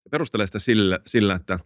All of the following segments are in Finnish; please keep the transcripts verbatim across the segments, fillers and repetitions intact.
perustelee sitä sillä, sillä että,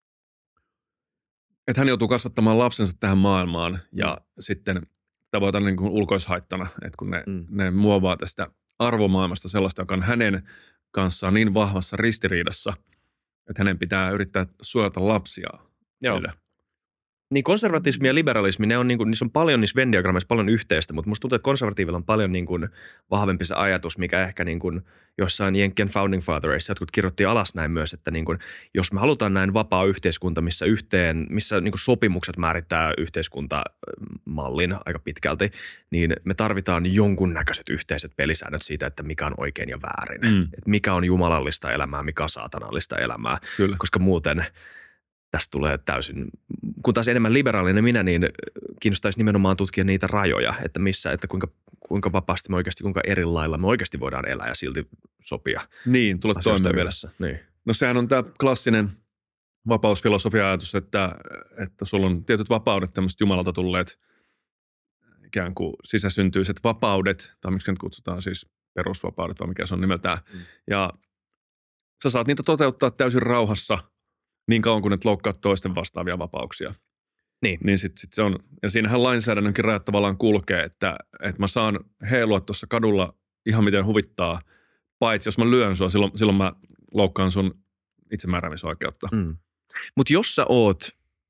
että hän joutuu kasvattamaan lapsensa tähän maailmaan ja mm. sitten tämä voi olla niin kuin ulkoishaittana, että kun ne, mm. ne muovaa tästä arvomaailmasta sellaista, joka on hänen kanssaan niin vahvassa ristiriidassa, että hänen pitää yrittää suojata lapsia. Joo. Niin konservatismi ja liberalismi, ne on niin kuin, niissä on paljon niissä Venn-diagrammeissa paljon yhteistä, mutta musta tuntuu, että konservatiivilla on paljon niin kuin vahvempi se ajatus, mikä ehkä niin kuin jossain Jenkkien founding fathereissa jotkut kirjoitti alas näin myös, että niin kuin, jos me halutaan näin vapaa yhteiskunta, missä yhteen, missä niin kuin sopimukset määrittää yhteiskuntamallin aika pitkälti, niin me tarvitaan jonkunnäköiset yhteiset pelisäännöt siitä, että mikä on oikein ja väärin. Mm. Että mikä on jumalallista elämää, mikä on saatanallista elämää, Kyllä. koska muuten tästä tulee täysin, kun taas enemmän liberaalinen minä, niin kiinnostaisi nimenomaan tutkia niitä rajoja, että missä, että kuinka, kuinka vapaasti me oikeasti, kuinka eri lailla me oikeasti voidaan elää ja silti sopia. Niin, tulla toimeen vielä. Niin. No sehän on tämä klassinen vapausfilosofia-ajatus, että, että sulla on tietyt vapaudet, tämmöiset Jumalalta tulleet ikään kuin sisäsyntyiset vapaudet, tai miksi nyt kutsutaan siis perusvapaudet, vai mikä se on nimeltään. Mm. Ja sä saat niitä toteuttaa täysin rauhassa, niin kauan kuin et loukkaa toisten vastaavia vapauksia. Niin. Niin sit, sit se on, ja siinähän lainsäädännönkin rajat tavallaan kulkee, että, että mä saan heilua tuossa kadulla ihan miten huvittaa, paitsi jos mä lyön sua, silloin, silloin mä loukkaan sun itsemääräämisoikeutta. Mm. Mutta jos sä oot,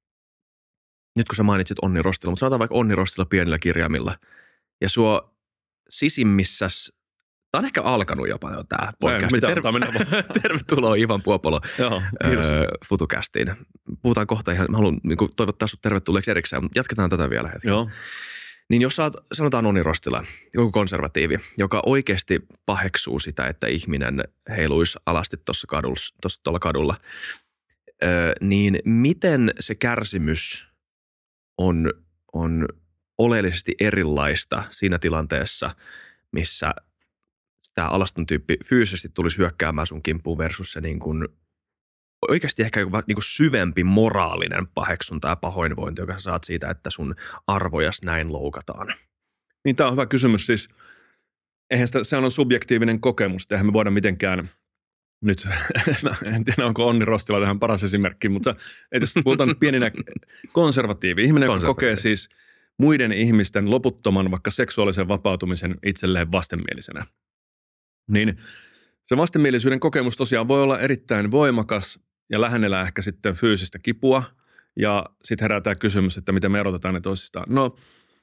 nyt kun sä mainitsit Onni Rostila, mutta sanotaan vaikka Onni Rostila pienillä kirjaimilla, ja sua sisimmissäs, tämä on ehkä alkanut jopa jo tämä podcast. Terve, tervetuloa Ivan Puopolo öö, FutuCastiin. Puhutaan kohta ihan, mä haluan niin kuin, toivottaa sut tervetulleeksi erikseen, mutta jatketaan tätä vielä hetki. Joo. Niin jos sä oot, sanotaan Onni Rostila, joku konservatiivi, joka oikeasti paheksuu sitä, että ihminen heiluisi alasti tuossa kadulla, tuolla kadulla, öö, niin miten se kärsimys on, on oleellisesti erilaista siinä tilanteessa, missä tämä alaston tyyppi fyysisesti tulisi hyökkäämään sun kimppuun versus se niin kuin oikeasti ehkä niin kuin syvempi moraalinen paheksunta ja pahoinvointi, joka sä saat siitä, että sun arvojas näin loukataan. Niin tämä on hyvä kysymys. Siis eihän sitä, sehän on subjektiivinen kokemus. Eihän me voida mitenkään nyt, en tiedä onko Onni Rostila tähän paras esimerkki, mutta jos puhutaan pieninä konservatiivi. Ihminen, joka kokee siis muiden ihmisten loputtoman vaikka seksuaalisen vapautumisen itselleen vastenmielisenä. Niin se vastenmielisyyden kokemus tosiaan voi olla erittäin voimakas ja lähennellä ehkä sitten fyysistä kipua. Ja sitten herää tämä kysymys, että miten me erotetaan ne toisistaan. No,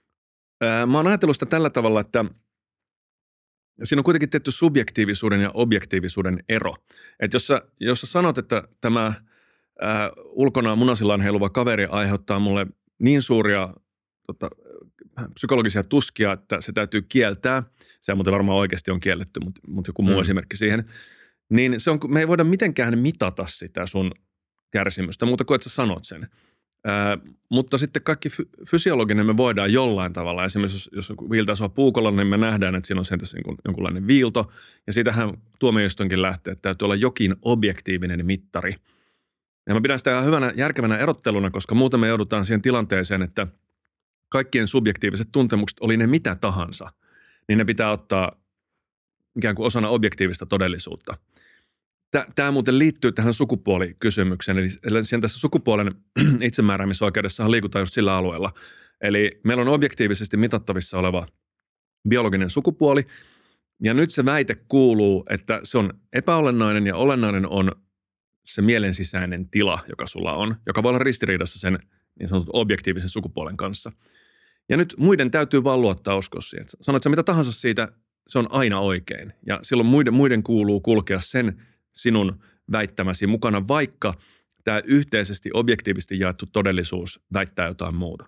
ää, mä oon ajatellut sitä tällä tavalla, että siinä on kuitenkin tietty subjektiivisuuden ja objektiivisuuden ero. Että jos sä, jos sä sanot, että tämä ää, ulkona munasillaan heiluva kaveri aiheuttaa mulle niin suuria tota, psykologisia tuskia, että se täytyy kieltää. Se muuten varmaan oikeasti on kielletty, mutta, mutta joku muu mm. esimerkki siihen. Niin se on, me ei voida mitenkään mitata sitä sun kärsimystä, muuta kuin että sä sanot sen. Ää, mutta sitten kaikki fy- fysiologinen me voidaan jollain tavalla. Esimerkiksi jos, jos viiltää sua puukolla, niin me nähdään, että siinä on sen tässä niin jonkunlainen viilto. Ja siitähän tuomioistuinkin lähtee, että täytyy olla jokin objektiivinen mittari. Ja mä pidän sitä ihan hyvänä, järkevänä erotteluna, koska muuten me joudutaan siihen tilanteeseen, että kaikkien subjektiiviset tuntemukset, oli ne mitä tahansa, niin ne pitää ottaa ikään kuin osana objektiivista todellisuutta. Tämä muuten liittyy tähän sukupuolikysymykseen. Eli sen tässä sukupuolen itsemääräämisoikeudessahan liikutaan just sillä alueella. Eli meillä on objektiivisesti mitattavissa oleva biologinen sukupuoli, ja nyt se väite kuuluu, että se on epäolennainen ja olennainen on se mielensisäinen tila, joka sulla on, joka voi olla ristiriidassa sen niin sanotun objektiivisen sukupuolen kanssa. Ja nyt muiden täytyy vaan luottaa uskoa siihen. Sanoit sä mitä tahansa siitä, se on aina oikein. Ja silloin muiden, muiden kuuluu kulkea sen sinun väittämäsi mukana, vaikka tämä yhteisesti objektiivisesti jaettu todellisuus väittää jotain muuta.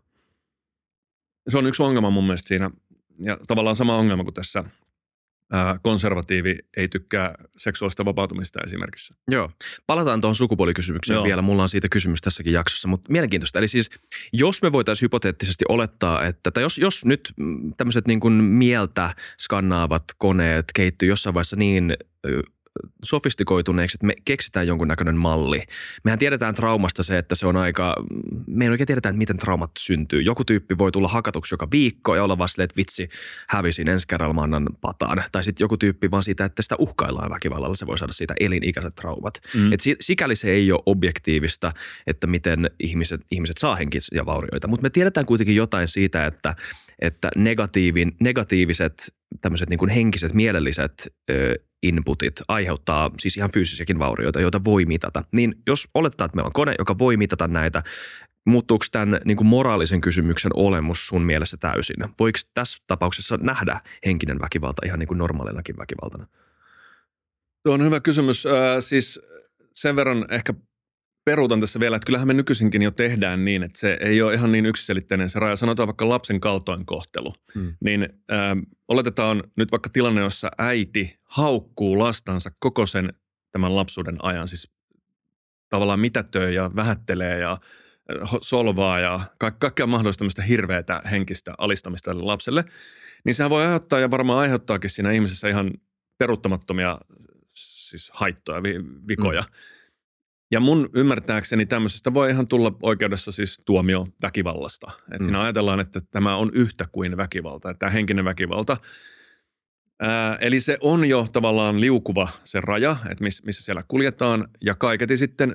Se on yksi ongelma mun mielestä siinä, ja tavallaan sama ongelma kuin tässä ää, konservatiivi ei tykkää seksuaalista vapautumista esimerkiksi. Joo. Palataan tuohon sukupuolikysymykseen Joo. vielä. Mulla on siitä kysymys tässäkin jaksossa, mutta mielenkiintoista. Eli siis jos me voitaisiin hypoteettisesti olettaa, että, tai jos, jos nyt tämmöiset niin kuin mieltä skannaavat koneet kehittyy jossain vaiheessa niin sofistikoituneeksi, että me keksitään jonkunnäköinen malli. Mehän tiedetään traumasta se, että se on aika, me ei oikein tiedetä, että miten traumat syntyy. Joku tyyppi voi tulla hakatuksi joka viikko ja olla vaan silleen, että vitsi, hävisin, ensi kerralla mä annan pataan. Tai sitten joku tyyppi vaan siitä, että sitä uhkaillaan väkivallalla, se voi saada siitä elinikäiset traumat. Mm. Et sikäli se ei ole objektiivista, että miten ihmiset, ihmiset saa henkisiä vaurioita. Mutta me tiedetään kuitenkin jotain siitä, että, että negatiivin, negatiiviset tämmöiset niin kuin henkiset, mielelliset ö, inputit aiheuttaa siis ihan fyysisiäkin vaurioita, joita voi mitata. Niin jos oletetaan, että meillä on kone, joka voi mitata näitä, muuttuuko tämän niin kuin moraalisen kysymyksen olemus sun mielessä täysin? Voiko tässä tapauksessa nähdä henkinen väkivalta ihan niin kuin normaalinakin väkivaltana? Tuo on hyvä kysymys. Äh, siis sen verran ehkä peruutan tässä vielä, että kyllähän me nykyisinkin jo tehdään niin, että se ei ole ihan niin yksiselitteinen se raja. Sanotaan vaikka lapsen kaltoinkohtelu, hmm. niin äh, oletetaan nyt vaikka tilanne, jossa äiti haukkuu lastansa koko sen tämän lapsuuden ajan, siis tavallaan mitätöi ja vähättelee ja solvaa ja ka- kaikkea mahdollista tämmöistä hirveätä henkistä alistamista tälle lapselle, niin sehän voi aiheuttaa ja varmaan aiheuttaakin siinä ihmisessä ihan peruuttamattomia siis haittoja, vi- vikoja. Hmm. Ja mun ymmärtääkseni tämmöisestä voi ihan tulla oikeudessa siis tuomio väkivallasta. Että mm. siinä ajatellaan, että tämä on yhtä kuin väkivalta, että tämä henkinen väkivalta. Ää, eli se on jo tavallaan liukuva se raja, että miss, missä siellä kuljetaan. Ja kaiketi sitten,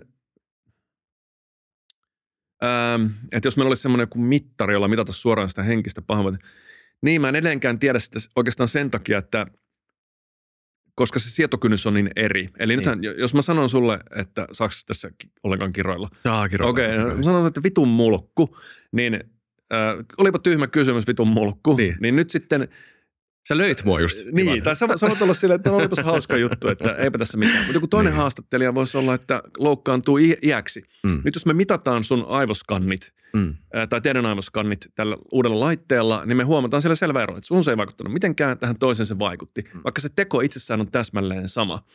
ää, että jos meillä olisi semmoinen joku mittari, jolla mitata suoraan sitä henkistä pahoinvointia, niin mä en edelleenkään tiedä sitä oikeastaan sen takia, että koska se sietokynnys on niin eri. Eli niin. Nythän, jos mä sanon sulle, että saako tässä ollenkaan kiroilla? Jaa, kiroilla. Okei, okay, no, sanon, että vitun mulkku, niin äh, olipa tyhmä kysymys vitun mulkku, niin, niin nyt sitten sä löit mua just. Niin, kivan. Tai sä, sä voit olla silleen, että olipas hauska juttu, että eipä tässä mitään. Mutta joku toinen niin. haastattelija voisi olla, että loukkaantuu iäksi. Mm. Nyt jos me mitataan sun aivoskannit, mm. ää, tai teidän aivoskannit tällä uudella laitteella, niin me huomataan siellä selvä ero, että sun se ei vaikuttanut mitenkään, tähän toisen se vaikutti. Mm. Vaikka se teko itsessään on täsmälleen sama.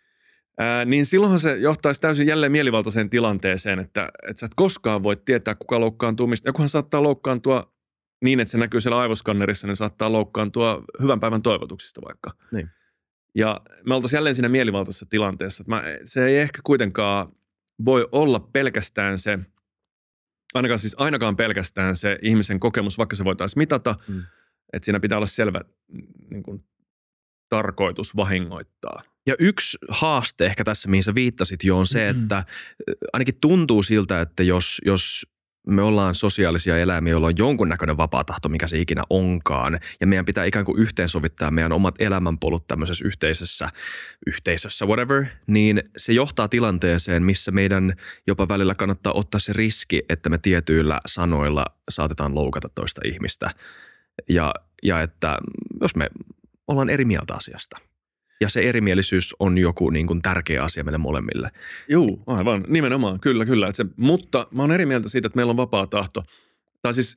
Ää, niin silloinhan se johtaisi täysin jälleen mielivaltaiseen tilanteeseen, että, että sä et koskaan voi tietää, kuka loukkaantuu mistä. Jokuhan saattaa loukkaantua niin, että se näkyy siellä aivoskannerissa, niin saattaa loukkaantua hyvän päivän toivotuksista vaikka. Niin. Ja me oltaisiin jälleen siinä mielivaltaisessa tilanteessa. Että mä, se ei ehkä kuitenkaan voi olla pelkästään se, ainakaan siis ainakaan pelkästään se ihmisen kokemus, vaikka se voitaisiin mitata, mm. että siinä pitää olla selvä niin kuin, tarkoitus vahingoittaa. Ja yksi haaste ehkä tässä, mihin sä viittasit jo, on se, että ainakin tuntuu siltä, että jos, jos me ollaan sosiaalisia eläimiä, joilla on jonkunnäköinen vapaa tahto, mikä se ikinä onkaan. Ja meidän pitää ikään kuin yhteensovittaa meidän omat elämänpolut tämmöisessä yhteisössä, yhteisössä, whatever. Niin se johtaa tilanteeseen, missä meidän jopa välillä kannattaa ottaa se riski, että me tietyillä sanoilla saatetaan loukata toista ihmistä. Ja, ja että jos me ollaan eri mieltä asiasta. Ja se erimielisyys on joku niin kuin tärkeä asia meille molemmille. Joo, aivan. Nimenomaan. Kyllä, kyllä. Että se, mutta mä oon eri mieltä siitä, että meillä on vapaa tahto. Tai siis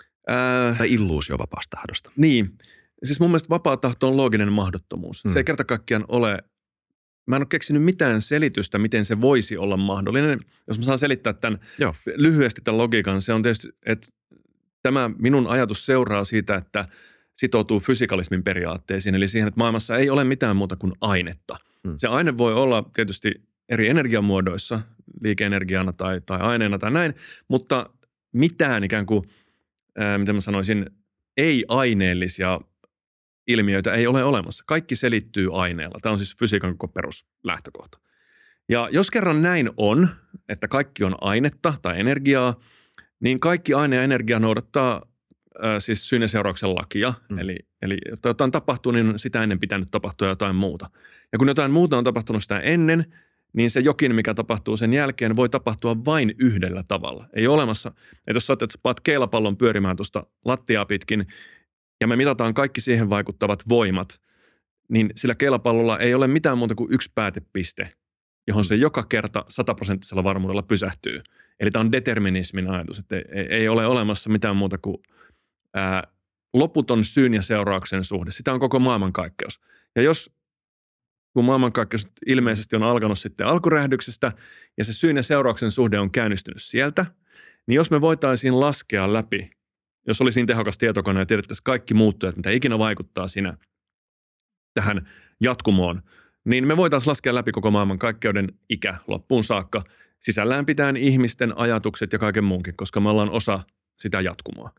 Ää, tai illuusio vapaasta tahdosta. Niin. Siis mun mielestä vapaa tahto on looginen mahdottomuus. Hmm. Se ei kerta kaikkiaan ole, mä en ole keksinyt mitään selitystä, miten se voisi olla mahdollinen. Jos mä saan selittää tämän Joo. lyhyesti tämän logiikan, se on tietysti, että tämä minun ajatus seuraa siitä, että sitoutuu fysikalismin periaatteisiin, eli siihen, että maailmassa ei ole mitään muuta kuin ainetta. Hmm. Se aine voi olla tietysti eri energiamuodoissa, liike-energiana tai, tai aineena tai näin, mutta mitään ikään kuin, ää, miten mä sanoisin, ei-aineellisia ilmiöitä ei ole olemassa. Kaikki selittyy aineella. Tämä on siis fysiikan koko peruslähtökohta. Ja jos kerran näin on, että kaikki on ainetta tai energiaa, niin kaikki aine ja energia noudattaa äh, siis syyn ja seurauksen lakia. Mm. Eli, eli jotta jotain tapahtuu, niin sitä ennen pitänyt tapahtua jotain muuta. Ja kun jotain muuta on tapahtunut sitä ennen, niin se jokin, mikä tapahtuu sen jälkeen, voi tapahtua vain yhdellä tavalla. Ei ole olemassa, että jos sä oot, että sä paat keilapallon pyörimään tuosta lattiaa pitkin, ja me mitataan kaikki siihen vaikuttavat voimat, niin sillä keilapallolla ei ole mitään muuta kuin yksi päätepiste, johon se joka kerta sataprosenttisella varmuudella pysähtyy. Eli tämä on determinismin ajatus, että ei, ei ole olemassa mitään muuta kuin ää, loputon syyn ja seurauksen suhde. Sitä on koko maailmankaikkeus. Ja jos, kun maailmankaikkeus ilmeisesti on alkanut sitten alkuräjähdyksestä ja se syyn ja seurauksen suhde on käynnistynyt sieltä, niin jos me voitaisiin laskea läpi, jos olisi niin tehokas tietokone ja tiedettäisiin kaikki muuttujat, mitä ikinä vaikuttaa siinä tähän jatkumoon, niin me voitaisiin laskea läpi koko maailman kaikkeuden ikä loppuun saakka sisällään pitäen ihmisten ajatukset ja kaiken muunkin, koska me ollaan osa sitä jatkumoa.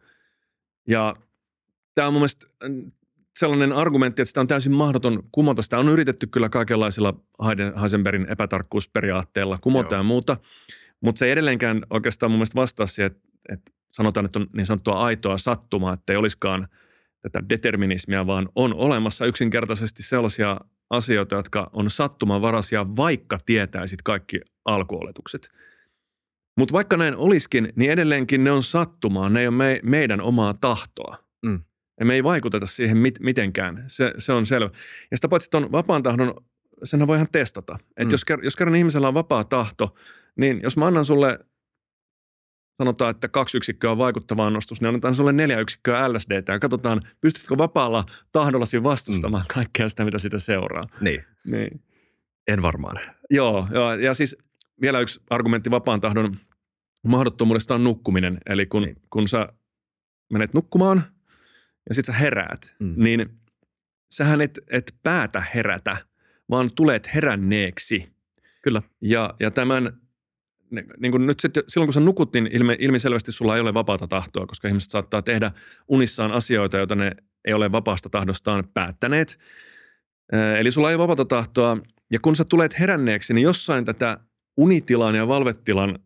Ja tämä on mun mielestä sellainen argumentti, että sitä on täysin mahdoton kumota. Sitä on yritetty kyllä kaikenlaisilla Heisenbergin epätarkkuusperiaatteella kumota Joo. ja muuta, mutta se ei edelleenkään oikeastaan mun mielestä vastaa siihen, että, että sanotaan, että on niin sanottua aitoa sattumaa, että ei olisikaan tätä determinismia, vaan on olemassa yksinkertaisesti sellaisia asioita, jotka on sattumanvaraisia, vaikka tietäisit kaikki alkuoletukset. Mutta vaikka näin olisikin, niin edelleenkin ne on sattumaa, ne ei ole me, meidän omaa tahtoa. Mm. Ja me ei vaikuteta siihen mit, mitenkään, se, se on selvä. Ja sitä paitsi on vapaan tahdon, senhän voi ihan testata. Että mm. jos, jos kerran ihmisellä on vapaa tahto, niin jos mä annan sulle, sanotaan, että kaksi yksikköä on vaikuttava annostus, niin annetaan sulle neljä yksikköä L S D:tä ja katsotaan, pystytkö vapaalla tahdollasi vastustamaan mm. kaikkea sitä, mitä sitä seuraa. Niin. niin. En varmaan. Joo, joo, ja siis vielä yksi argumentti vapaan tahdon mahdottomuudesta on nukkuminen. Eli kun, niin. kun sä menet nukkumaan ja sit sä heräät, mm. niin sähän et, et päätä herätä, vaan tulet heränneeksi. Kyllä. Ja, ja tämän, niin kuin nyt sitten, silloin kun sä nukut, niin ilme, ilmiselvästi sulla ei ole vapaata tahtoa, koska ihmiset saattaa tehdä unissaan asioita, joita ne ei ole vapaasta tahdostaan päättäneet. Eli sulla ei ole vapaata tahtoa, ja kun sä tulet heränneeksi, niin jossain tätä unitilan ja valvetilan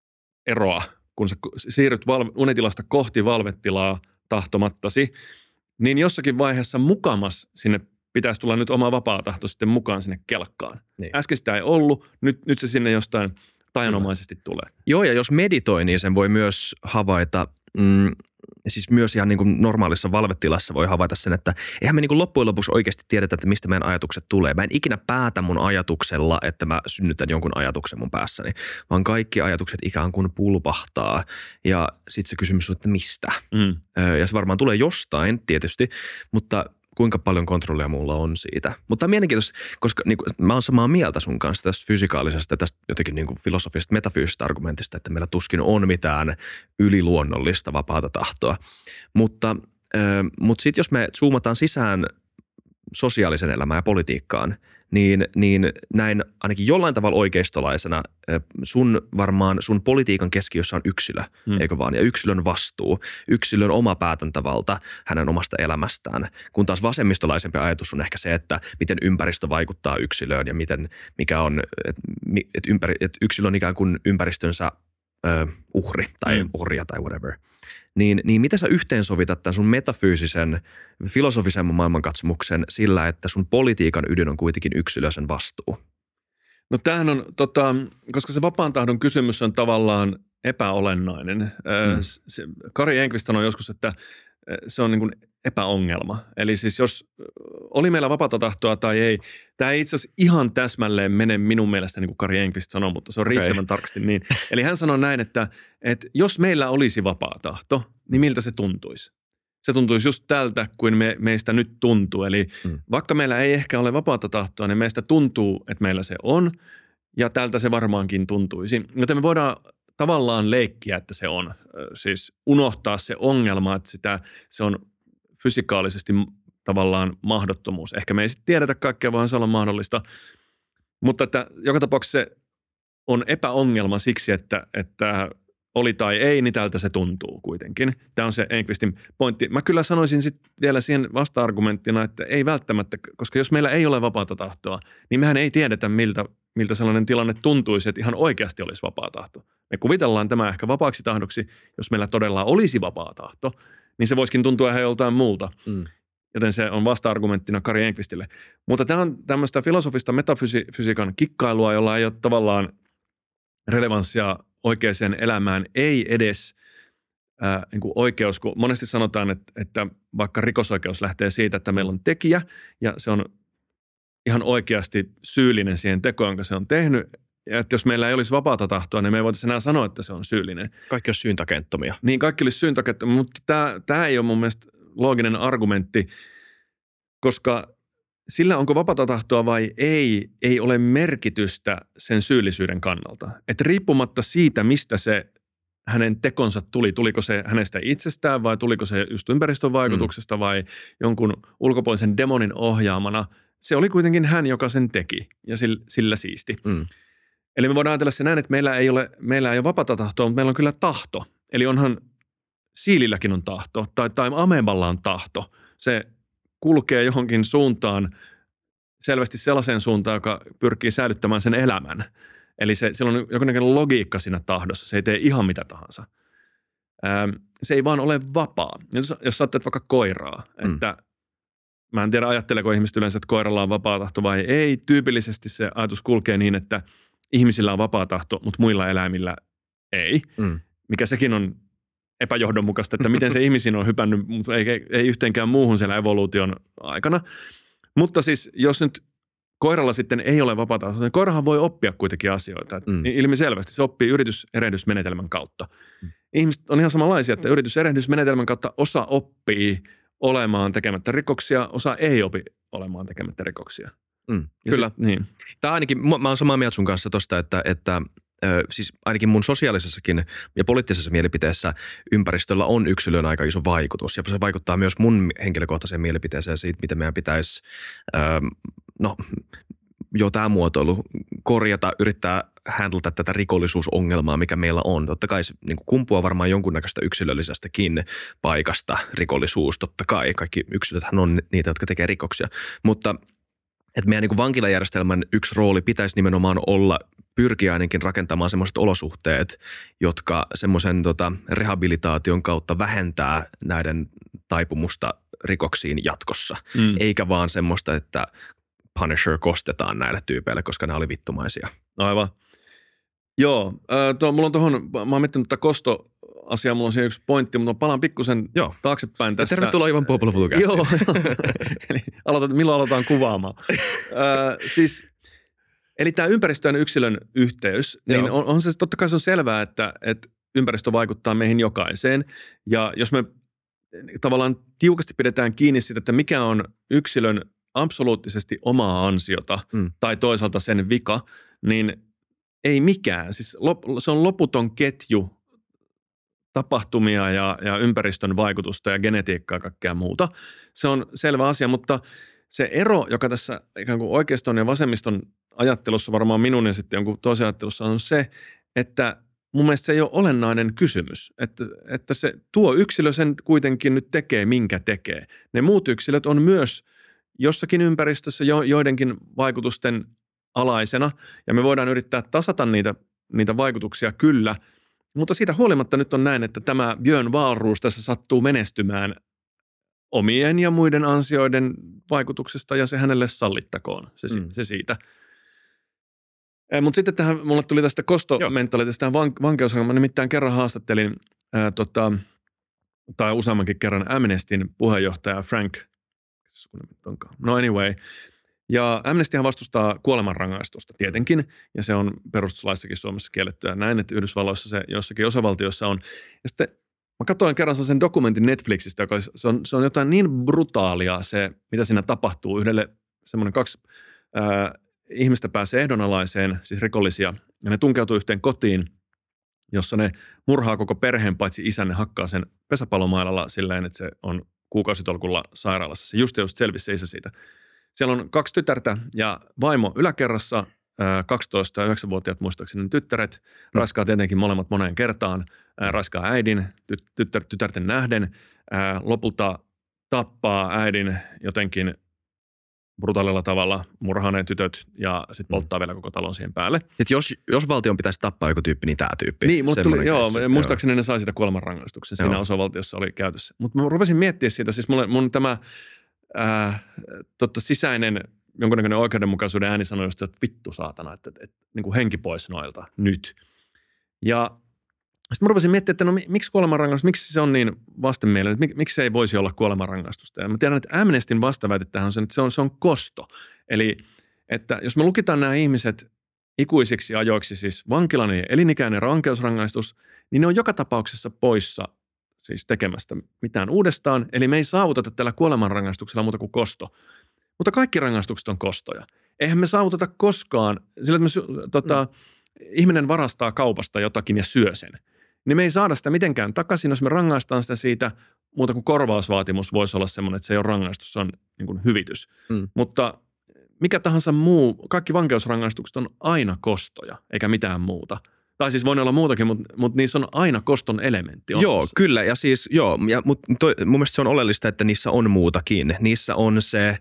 eroa, kun sä siirryt valve, unitilasta kohti valvetilaa tahtomattasi, niin jossakin vaiheessa mukamas sinne pitäisi tulla nyt oma vapaa tahto sitten mukaan sinne kelkkaan. Niin. Äsken sitä ei ollut, nyt, nyt se sinne jostain tajanomaisesti tulee. Joo, ja jos meditoi, niin sen voi myös havaita, mm, siis myös ihan niin kuin normaalissa valvetilassa voi havaita sen, että eihän me niin kuin loppujen lopuksi oikeasti tiedetä, että mistä meidän ajatukset tulee. Mä en ikinä päätä mun ajatuksella, että mä synnytän jonkun ajatuksen mun päässäni, vaan kaikki ajatukset ikään kuin pulpahtaa. Ja sitten se kysymys on, että mistä? Mm. Ja se varmaan tulee jostain tietysti, mutta kuinka paljon kontrollia mulla on siitä. Mutta tämä on mielenkiintoista, koska niin kuin, mä oon samaa mieltä sun kanssa tästä fysikaalisesta, tästä jotenkin niin kuin filosofisesta, metafyysistä argumentista, että meillä tuskin on mitään yliluonnollista vapaata tahtoa. Mutta, äh, mutta sitten jos me zoomataan sisään sosiaalisen elämään ja politiikkaan, niin, niin näin ainakin jollain tavalla oikeistolaisena sun varmaan sun politiikan keskiössä on yksilö, hmm. eikö vaan? Ja yksilön vastuu, yksilön oma päätäntävalta hänen omasta elämästään. Kun taas vasemmistolaisempi ajatus on ehkä se, että miten ympäristö vaikuttaa yksilöön ja miten, mikä on, että et ympäri, et yksilö on ikään kuin ympäristönsä ö, uhri tai hmm. orja tai whatever. Niin, niin mitä sä yhteensovitat tämän sun metafyysisen, filosofisemman maailmankatsomuksen sillä, että sun politiikan ydin on kuitenkin yksilöisen vastuu? No tämähän on, tota, koska se vapaan tahdon kysymys on tavallaan epäolennainen. Mm. Se, Kari Enqvist sanoi joskus, että se on niin kuin epäongelma. Eli siis jos oli meillä vapaata tahtoa tai ei, tämä ei itse asiassa ihan täsmälleen mene minun mielestä, niin kuin Kari Enqvist sanoi, mutta se on riittävän okay. tarkasti niin. Eli hän sanoi näin, että, että jos meillä olisi vapaa tahto, niin miltä se tuntuisi? Se tuntuisi just tältä, kuin me, meistä nyt tuntuu. Eli mm. vaikka meillä ei ehkä ole vapaata tahtoa, niin meistä tuntuu, että meillä se on, ja tältä se varmaankin tuntuisi. Joten me voidaan tavallaan leikkiä, että se on. Siis unohtaa se ongelma, että sitä, se on fysikaalisesti tavallaan mahdottomuus. Ehkä me ei sitten tiedetä kaikkea, vaan se on mahdollista. Mutta että joka tapauksessa se on epäongelma siksi, että, että oli tai ei, niin tältä se tuntuu kuitenkin. Tämä on se Enqvistin pointti. Mä kyllä sanoisin sitten vielä siihen vasta-argumenttina, että ei välttämättä, koska jos meillä ei ole vapaata tahtoa, niin mehän ei tiedetä, miltä, miltä sellainen tilanne tuntuisi, että ihan oikeasti olisi vapaa tahto. Me kuvitellaan tämä ehkä vapaaksi tahdoksi, jos meillä todella olisi vapaa tahto, niin se voisikin tuntua ihan joltain muulta. Mm. Joten se on vasta-argumenttina Kari Enqvistille. Mutta tämä on tämmöistä filosofista metafysiikan kikkailua, jolla ei ole tavallaan relevanssia oikeaan elämään, ei edes ää, niin kuin oikeus, kun monesti sanotaan, että, että vaikka rikosoikeus lähtee siitä, että meillä on tekijä ja se on ihan oikeasti syyllinen siihen tekoon, jonka se on tehnyt. Ja että jos meillä ei olisi vapaata tahtoa, niin me ei voitaisi enää sanoa, että se on syyllinen. Kaikki olisi syyntakenttomia. Niin, kaikki olisi syyntakenttomia, mutta tämä, tämä ei ole mun mielestä looginen argumentti, koska sillä onko vapaata tahtoa vai ei, ei ole merkitystä sen syyllisyyden kannalta. Että riippumatta siitä, mistä se hänen tekonsa tuli, tuliko se hänestä itsestään vai tuliko se just ympäristön vaikutuksesta mm. vai jonkun ulkopuolisen demonin ohjaamana, se oli kuitenkin hän, joka sen teki ja sillä, sillä siisti. Mm. Eli me voidaan ajatella se näin, että meillä ei ole, meillä ei ole vapaata tahtoa, mutta meillä on kyllä tahto. Eli onhan siililläkin on tahto tai, tai ameballa on tahto. Se kulkee johonkin suuntaan, selvästi sellaiseen suuntaan, joka pyrkii säilyttämään sen elämän. Eli se, sillä on jonkinlainen logiikka siinä tahdossa. Se ei tee ihan mitä tahansa. Ähm, se ei vaan ole vapaa. Jos, jos sä ajattelet vaikka koiraa, mm. että mä en tiedä ajatteleeko ihmiset yleensä, että koiralla on vapaa tahto vai ei. Tyypillisesti se ajatus kulkee niin, että ihmisillä on vapaa tahto, mutta muilla eläimillä ei. Mm. Mikä sekin on epäjohdonmukaista, että miten se ihmisiin on hypännyt, mutta ei, ei yhteenkään muuhun siellä evoluution aikana. Mutta siis jos nyt koiralla sitten ei ole vapaata tahtoa, niin koirahan voi oppia kuitenkin asioita. Mm. Ilmiselvästi se oppii yrityserehdysmenetelmän kautta. Mm. Ihmiset on ihan samanlaisia, että yrityserehdysmenetelmän kautta osa oppii olemaan tekemättä rikoksia, osa ei opi olemaan tekemättä rikoksia. Mm, kyllä. Sit, niin. Tämä ainakin, mä, mä oon samaa mieltä sun kanssa tosta, että, että ö, siis ainakin mun sosiaalisessakin ja poliittisessa mielipiteessä ympäristöllä on yksilön aika iso vaikutus. Ja se vaikuttaa myös mun henkilökohtaiseen mielipiteeseen siitä, miten meidän pitäisi, ö, no jo tämä muotoilu, korjata, yrittää handlata tätä rikollisuusongelmaa, mikä meillä on. Totta kai se niin kumpuaa varmaan jonkunnäköistä yksilöllisestäkin paikasta rikollisuus. Totta kai kaikki yksilöthän on niitä, jotka tekee rikoksia, mutta että meidän niin kuin vankilajärjestelmän yksi rooli pitäisi nimenomaan olla pyrkiä ainakin rakentamaan semmoiset olosuhteet, jotka semmoisen tota, rehabilitaation kautta vähentää näiden taipumusta rikoksiin jatkossa. Mm. Eikä vaan semmoista, että Punisher kostetaan näille tyypeille, koska ne oli vittumaisia. Aivan. Joo, äh, tuo, mulla on tuohon, mä oon miettinyt tätä kostoasiaa, mulla on siihen yksi pointti, mutta palaan pikkusen Joo. taaksepäin tässä. Ja tervetuloa Ivan Puopolo-Futukästiin. Joo, eli aloitat, milloin aloitetaan kuvaamaan. äh, siis, eli tämä ympäristön yksilön yhteys, niin on, on se totta kai se on selvää, että, että ympäristö vaikuttaa meihin jokaiseen. Ja jos me tavallaan tiukasti pidetään kiinni siitä, että mikä on yksilön absoluuttisesti omaa ansiota mm. tai toisaalta sen vika, niin ei mikään. Siis lop, se on loputon ketju tapahtumia ja, ja ympäristön vaikutusta ja genetiikkaa ja kaikkea muuta. Se on selvä asia, mutta se ero, joka tässä ikään kuin oikeiston ja vasemmiston ajattelussa, varmaan minun ja sitten jonkun toisen ajattelussa on se, että mun mielestä se ei ole olennainen kysymys, että, että se tuo yksilö sen kuitenkin nyt tekee, minkä tekee. Ne muut yksilöt on myös jossakin ympäristössä jo, joidenkin vaikutusten alaisena, ja me voidaan yrittää tasata niitä, niitä vaikutuksia kyllä, mutta siitä huolimatta nyt on näin, että tämä Björn Wahlroos tässä sattuu menestymään omien ja muiden ansioiden vaikutuksesta, ja se hänelle sallittakoon, se, mm. se siitä. Eh, mutta sitten tähän, mulle tuli tästä kostomentaliteetista tähän van, vankeusongelmaan, nimittäin kerran haastattelin, ää, tota, tai useammankin kerran Amnestyn puheenjohtaja Frank, no anyway, ja Amnestyhän vastustaa kuolemanrangaistusta tietenkin, ja se on perustuslaissakin Suomessa kiellettyä näin, että Yhdysvalloissa se jossakin osavaltiossa on. Ja sitten mä katsoin kerran sen dokumentin Netflixistä, joka se on, se on jotain niin brutaalia se, mitä siinä tapahtuu. Yhdelle semmoinen kaksi ää, ihmistä pääsee ehdonalaiseen, siis rikollisia, ja ne tunkeutuu yhteen kotiin, jossa ne murhaa koko perheen, paitsi isän, ne hakkaa sen pesäpallomailalla silleen, että se on kuukausitolkulla sairaalassa. Se just just selvisi se isä siitä. Siellä on kaksi tytärtä ja vaimo yläkerrassa, kaksitoista- ja yhdeksänvuotiaat muistaakseni tyttäret, mm. raskaa tietenkin molemmat moneen kertaan, raskaa äidin tytär, tytärten nähden, lopulta tappaa äidin jotenkin brutaalilla tavalla, murhaa ne tytöt ja sitten polttaa mm. vielä koko talon siihen päälle. Et jos, jos valtion pitäisi tappaa joku tyyppi, niin tämä tyyppi. Niin, mutta tuli, joo, muistaakseni ne sai sitä kuolemanrangaistuksen. Siinä joo. osavaltiossa oli käytössä. Mutta mä rupesin miettimään siitä, siis mulle, mun tämä äh, totta, sisäinen jonkunnäköinen oikeudenmukaisuuden ääni sanoi just, että vittu saatana, että, että, että niin kuin henki pois noilta nyt. Ja sitten mä rupesin miettimään, että no miksi kuolemanrangaistus, miksi se on niin vastenmielinen, että miksi se ei voisi olla kuolemanrangaistusta. Ja mä tiedän, että Amnestyn vastaväite tähän on se, että se on, se on kosto. Eli että jos me lukitaan nämä ihmiset ikuisiksi ajoiksi, siis vankilan ja elinikäinen rankeusrangaistus, niin ne on joka tapauksessa poissa siis tekemästä mitään uudestaan. Eli me ei saavuteta tällä kuolemanrangaistuksella muuta kuin kosto. Mutta kaikki rangaistukset on kostoja. Eihän me saavuteta koskaan, sillä että me, tota, mm. ihminen varastaa kaupasta jotakin ja syö sen. Niin me ei saada sitä mitenkään takaisin, jos me rangaistaan sitä siitä, muuta kuin korvausvaatimus voisi olla semmoinen, että se ei ole rangaistus, se on niin kuin hyvitys. Mm. Mutta mikä tahansa muu, kaikki vankeusrangaistukset on aina kostoja, eikä mitään muuta. Tai siis voi olla muutakin, mutta, mutta niissä on aina koston elementti. Joo, olemassa. kyllä. Ja siis, joo, ja, mutta toi, mun mielestä se on oleellista, että niissä on muutakin. Niissä on se,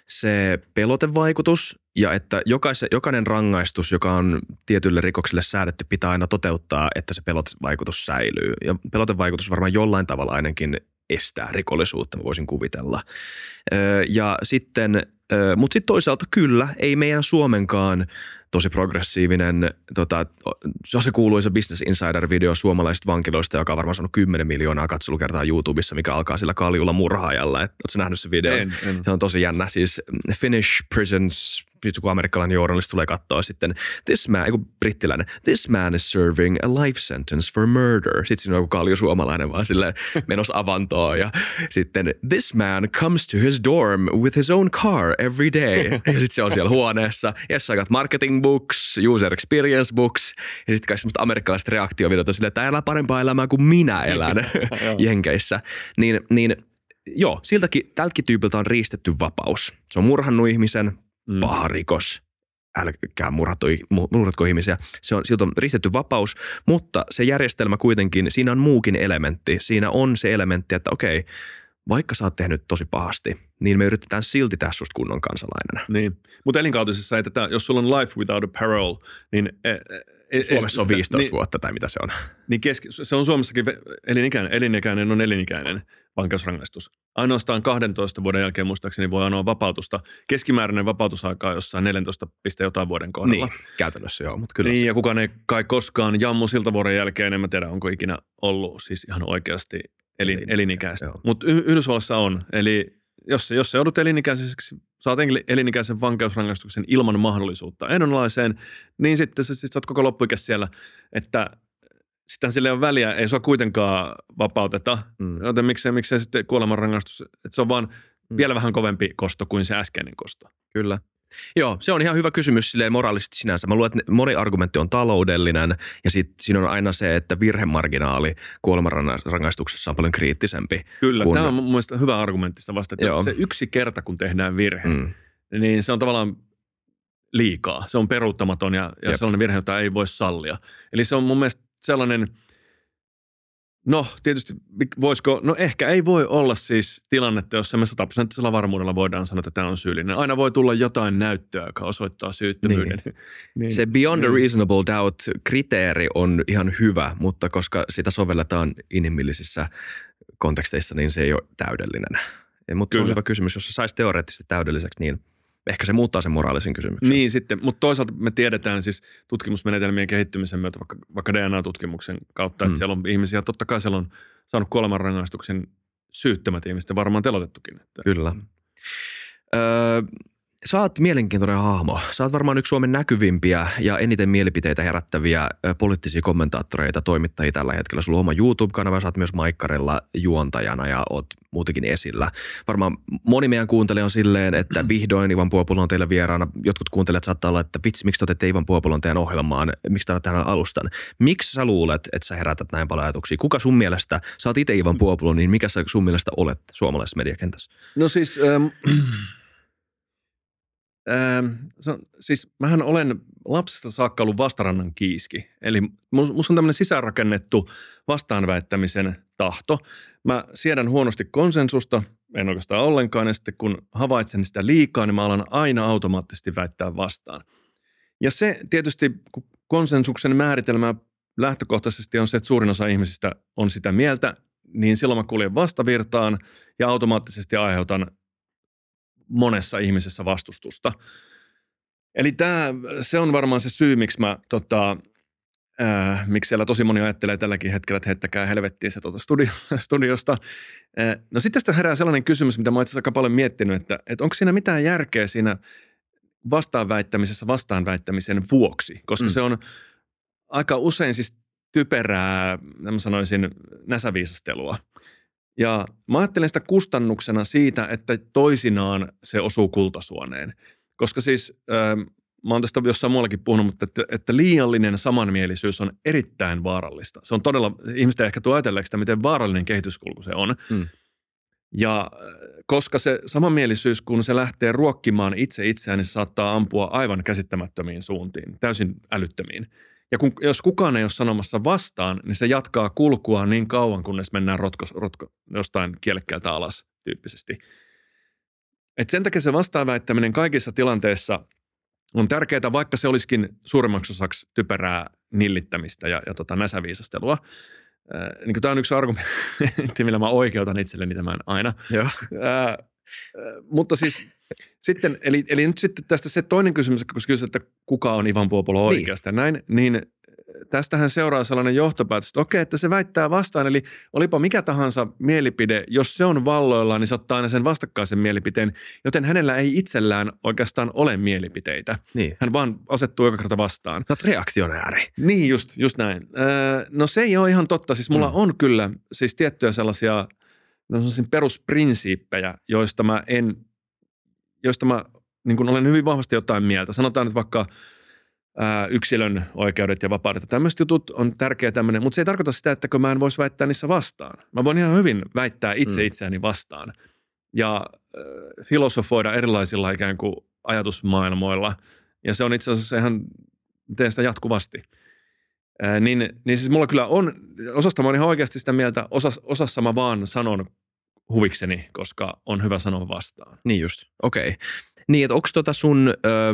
se pelotevaikutus ja että jokaisen, jokainen rangaistus, joka on tietylle rikokselle säädetty, pitää aina toteuttaa, että se pelotevaikutus säilyy. Ja pelotevaikutus varmaan jollain tavalla ainakin estää rikollisuutta, mä voisin kuvitella. Öö, ja sitten, öö, mutta sitten toisaalta kyllä, ei meidän Suomenkaan tosi progressiivinen, tota, se on se kuuluisa Business Insider-video suomalaisista vankiloista, joka on varmaan saanut kymmenen miljoonaa katselukertaa YouTubessa, mikä alkaa sillä kaljulla murhaajalla. Oletko nähnyt se video? En, en. Se on tosi jännä. Siis Finnish Prisons, kun amerikkalainen journalisti tulee katsoa sitten, this man, eiku brittiläinen, this man is serving a life sentence for murder. Sitten siinä on joku kalju suomalainen vaan silleen menossa avantoon ja sitten this man comes to his dorm with his own car every day. Ja sitten se on siellä huoneessa. Yes, I got marketing books, user experience books. Ja sitten kai semmoista amerikkalaiset reaktiovideot on silleen, että elää parempaa elämää kuin minä elän Jenkeissä. Niin, niin joo, siltäkin, tältäkin tyypiltä on riistetty vapaus. Se on murhannut ihmisen, mm. paha rikos. Älkää murhatko, murhatko ihmisiä. Se on, siltä on ristetty vapaus, mutta se järjestelmä kuitenkin, siinä on muukin elementti. Siinä on se elementti, että okei, vaikka sä oot tehnyt tosi pahasti, niin me yritetään silti tehdä susta kunnon kansalainen. Niin, mutta elinkautisessa ei tätä, jos sulla on life without a parole, niin E, Suomessa on viisitoista niin, vuotta tai mitä se on. Niin keski, se on Suomessakin elinikäinen. Elinikäinen on elinikäinen vankeusrangaistus. Ainoastaan kahdentoista vuoden jälkeen muistaakseni voi anoa vapautusta. Keskimääräinen vapautusaika on jossain neljätoista piste jotain vuoden kohdalla. Niin, käytännössä joo, mutta kyllä. Niin, se. ja kukaan ei kai koskaan jammu siltä vuoden jälkeen, en mä tiedä onko ikinä ollut siis ihan oikeasti elin, elinikäistä. elinikäistä. Mutta Yhdysvallassa on, eli jos, jos se joudut elinikäiseksi, saat elinikäisen vankeusrangaistuksen ilman mahdollisuutta ehdonalaiseen, niin sitten sä, sit sä oot koko loppuikäs siellä, että sitten sille ei ole väliä, ei sua kuitenkaan vapauteta, mm. joten miksei, miksei sitten kuolemanrangaistus, että se on vaan mm. vielä vähän kovempi kosto kuin se äskeinen kosto. Kyllä. Joo, se on ihan hyvä kysymys silleen moraalisesti sinänsä. Mä luulen, että moni argumentti on taloudellinen ja sitten siinä on aina se, että virhemarginaali kuolemanrangaistuksessa on paljon kriittisempi. Kyllä, kun... tämä on mun mielestä hyvä argumentti sitä vasta, että Joo. se yksi kerta kun tehdään virhe, mm. niin se on tavallaan liikaa. Se on peruuttamaton ja, ja sellainen virhe, jota ei voi sallia. Eli se on mun mielestä sellainen... No tietysti voisiko, no ehkä ei voi olla siis tilannetta, jossa me sataprosenttisella varmuudella voidaan sanoa, että tämä on syyllinen. Aina voi tulla jotain näyttöä, joka osoittaa syyttömyyden. Niin. niin. Se beyond a reasonable doubt-kriteeri on ihan hyvä, mutta koska sitä sovelletaan inhimillisissä konteksteissa, niin se ei ole täydellinen. Mutta se on hyvä kysymys, jos se saisi teoreettisesti täydelliseksi, niin ehkä se muuttaa sen moraalisen kysymyksen. Niin sitten, mutta toisaalta me tiedetään siis tutkimusmenetelmien kehittymisen myötä, vaikka, vaikka D N A-tutkimuksen kautta, että mm. siellä on ihmisiä, totta kai siellä on saanut kuolemanrangaistuksen syyttömät ihmiset, varmaan telotettukin. Että. Kyllä. Öö, sä oot mielenkiintoinen hahmo. Sä oot varmaan yksi Suomen näkyvimpiä ja eniten mielipiteitä herättäviä poliittisia kommentaattoreita, toimittajia tällä hetkellä. Sulla on oma YouTube-kanava, sä oot myös Maikkarilla juontajana ja oot muutenkin esillä. Varmaan moni meidän kuuntelija on silleen, että vihdoin Ivan Puopolo on teillä vieraana. Jotkut kuuntelijat saattaa olla, että vitsi, miksi te otette Ivan Puopolon teidän ohjelmaan? Miksi te tähän alustan? Miksi sä luulet, että sä herätät näin paljon ajatuksia? Kuka sun mielestä, sä oot itse Ivan Puopolo, niin mikä sä sun mielestä olet suomalaisessa mediakentässä? No siis... Ähm... Ähm, se on, siis mähän olen lapsesta saakka ollut vastarannan kiiski. Eli musta on tämmöinen sisäänrakennettu vastaanväittämisen tahto. Mä siedän huonosti konsensusta, en oikeastaan ollenkaan, ja sitten kun havaitsen sitä liikaa, niin mä alan aina automaattisesti väittää vastaan. Ja se tietysti, kun konsensuksen määritelmä lähtökohtaisesti on se, että suurin osa ihmisistä on sitä mieltä, niin silloin mä kuljen vastavirtaan ja automaattisesti aiheutan monessa ihmisessä vastustusta. Eli tämä, se on varmaan se syy, miksi mä, tota, ää, miksi siellä tosi moni ajattelee tälläkin hetkellä, että heittäkää helvettiin se tuota studio, studiosta. Ää, no sitten tästä herää sellainen kysymys, mitä mä oon itse asiassa aika paljon miettinyt, että, että onko siinä mitään järkeä siinä vastaanväittämisessä vastaanväittämisen vuoksi, koska mm. se on aika usein siis typerää, mä sanoisin, näsäviisastelua. Ja mä ajattelen sitä kustannuksena siitä, että toisinaan se osuu kultasuoneen. Koska siis, äh, mä oon tästä jossain muuallakin puhunut, mutta että, että liiallinen samanmielisyys on erittäin vaarallista. Se on todella, ihmistä ehkä tuo ajatelleeksi sitä, miten vaarallinen kehityskulku se on. Mm. Ja koska se samanmielisyys, kun se lähtee ruokkimaan itse itseään, niin se saattaa ampua aivan käsittämättömiin suuntiin, täysin älyttömiin. Ja kun, jos kukaan ei ole sanomassa vastaan, niin se jatkaa kulkua niin kauan, kunnes mennään rotko, rotko, jostain kielekkäältä alas tyyppisesti. Et sen takia se vastaanväittäminen kaikissa tilanteissa on tärkeää, vaikka se olisikin suurimmaksi osaksi typerää nillittämistä ja, ja tota näsäviisastelua. Äh, niin tämä on yksi argumentti, millä mä oikeutan itselleni tämän aina. Joo. Äh, äh, mutta siis sitten, eli, eli nyt sitten tästä se toinen kysymys, kun kysyt, että kuka on Ivan Puopolo oikeastaan niin. näin, niin tästähän seuraa sellainen johtopäätös, että okei, että se väittää vastaan, eli olipa mikä tahansa mielipide, jos se on valloillaan, niin se ottaa aina sen vastakkaisen mielipiteen, joten hänellä ei itsellään oikeastaan ole mielipiteitä. Niin. Hän vaan asettuu joka kerta vastaan. Sä oot reaktionääri. Niin, just, just näin. Öö, no se ei ole ihan totta. Siis mulla mm. on kyllä siis tiettyjä sellaisia no, perusprinsiippejä, joista mä en, joista mä niin kun olen hyvin vahvasti jotain mieltä. Sanotaan nyt vaikka ää, yksilön oikeudet ja vapaudet. Tämmöiset jutut on tärkeä tämmöinen, mutta se ei tarkoita sitä, että mä en voisi väittää niissä vastaan. Mä voin ihan hyvin väittää itse mm. itseäni vastaan ja äh, filosofoida erilaisilla ikään kuin ajatusmaailmoilla. Ja se on itse asiassa ihan, teen sitä jatkuvasti. Ää, niin, niin siis mulla kyllä on, osasta mä oon ihan oikeasti sitä mieltä, osas, osassa mä vaan sanon huvikseni, koska on hyvä sanoa vastaan. Niin just, okei. Okay. Niin, että onko tota sun, öö,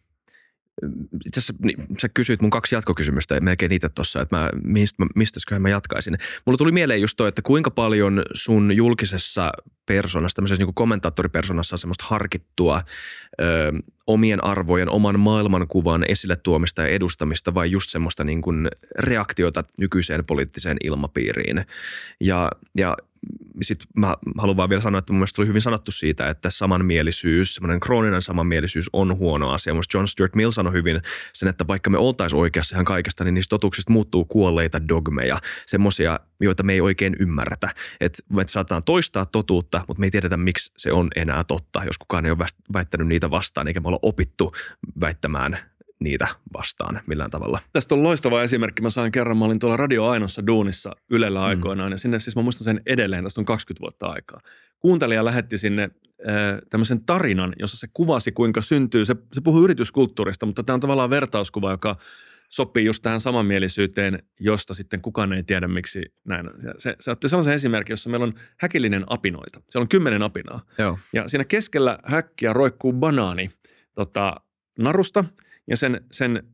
itse asiassa niin, sä kysyit mun kaksi jatkokysymystä, melkein niitä tossa, että mä, mistä, mistäsköhän mä jatkaisin. Mulla tuli mieleen just toi, että kuinka paljon sun julkisessa persoonassa, tämmöisessä niin kuin kommentaattoripersonassa on semmoista harkittua ö, omien arvojen, oman maailmankuvan esille tuomista ja edustamista vai just semmoista niin kuin reaktiota nykyiseen poliittiseen ilmapiiriin. Ja, ja sitten mä haluan vaan vielä sanoa, että mun mielestä tuli hyvin sanottu siitä, että samanmielisyys, semmoinen krooninen samanmielisyys on huono asia. Musta John Stuart Mill sanoi hyvin sen, että vaikka me oltaisiin oikeassa ihan kaikesta, niin niistä totuuksista muuttuu kuolleita dogmeja, semmoisia, joita me ei oikein ymmärretä. Että me saatetaan toistaa totuutta, mutta me ei tiedetä, miksi se on enää totta, jos kukaan ei ole väittänyt niitä vastaan, eikä me olla opittu väittämään niitä vastaan millään tavalla. Tästä on loistava esimerkki. Mä sain kerran, mä olin tuolla Radio Ainossa duunissa Ylellä aikoinaan, mm. ja sinne siis mä muistan sen edelleen, tästä on kaksikymmentä vuotta aikaa. Kuuntelija lähetti sinne äh, tämmöisen tarinan, jossa se kuvasi, kuinka syntyy, se, se puhui yrityskulttuurista, mutta tämä on tavallaan vertauskuva, joka sopii just tähän samanmielisyyteen, josta sitten kukaan ei tiedä, miksi näin. Se, se otti sellaisen esimerkin, jossa meillä on häkillinen apinoita. Siellä on kymmenen apinaa. Joo. Ja siinä keskellä häkkiä roikkuu banaani tota, narusta, ja sen, sen,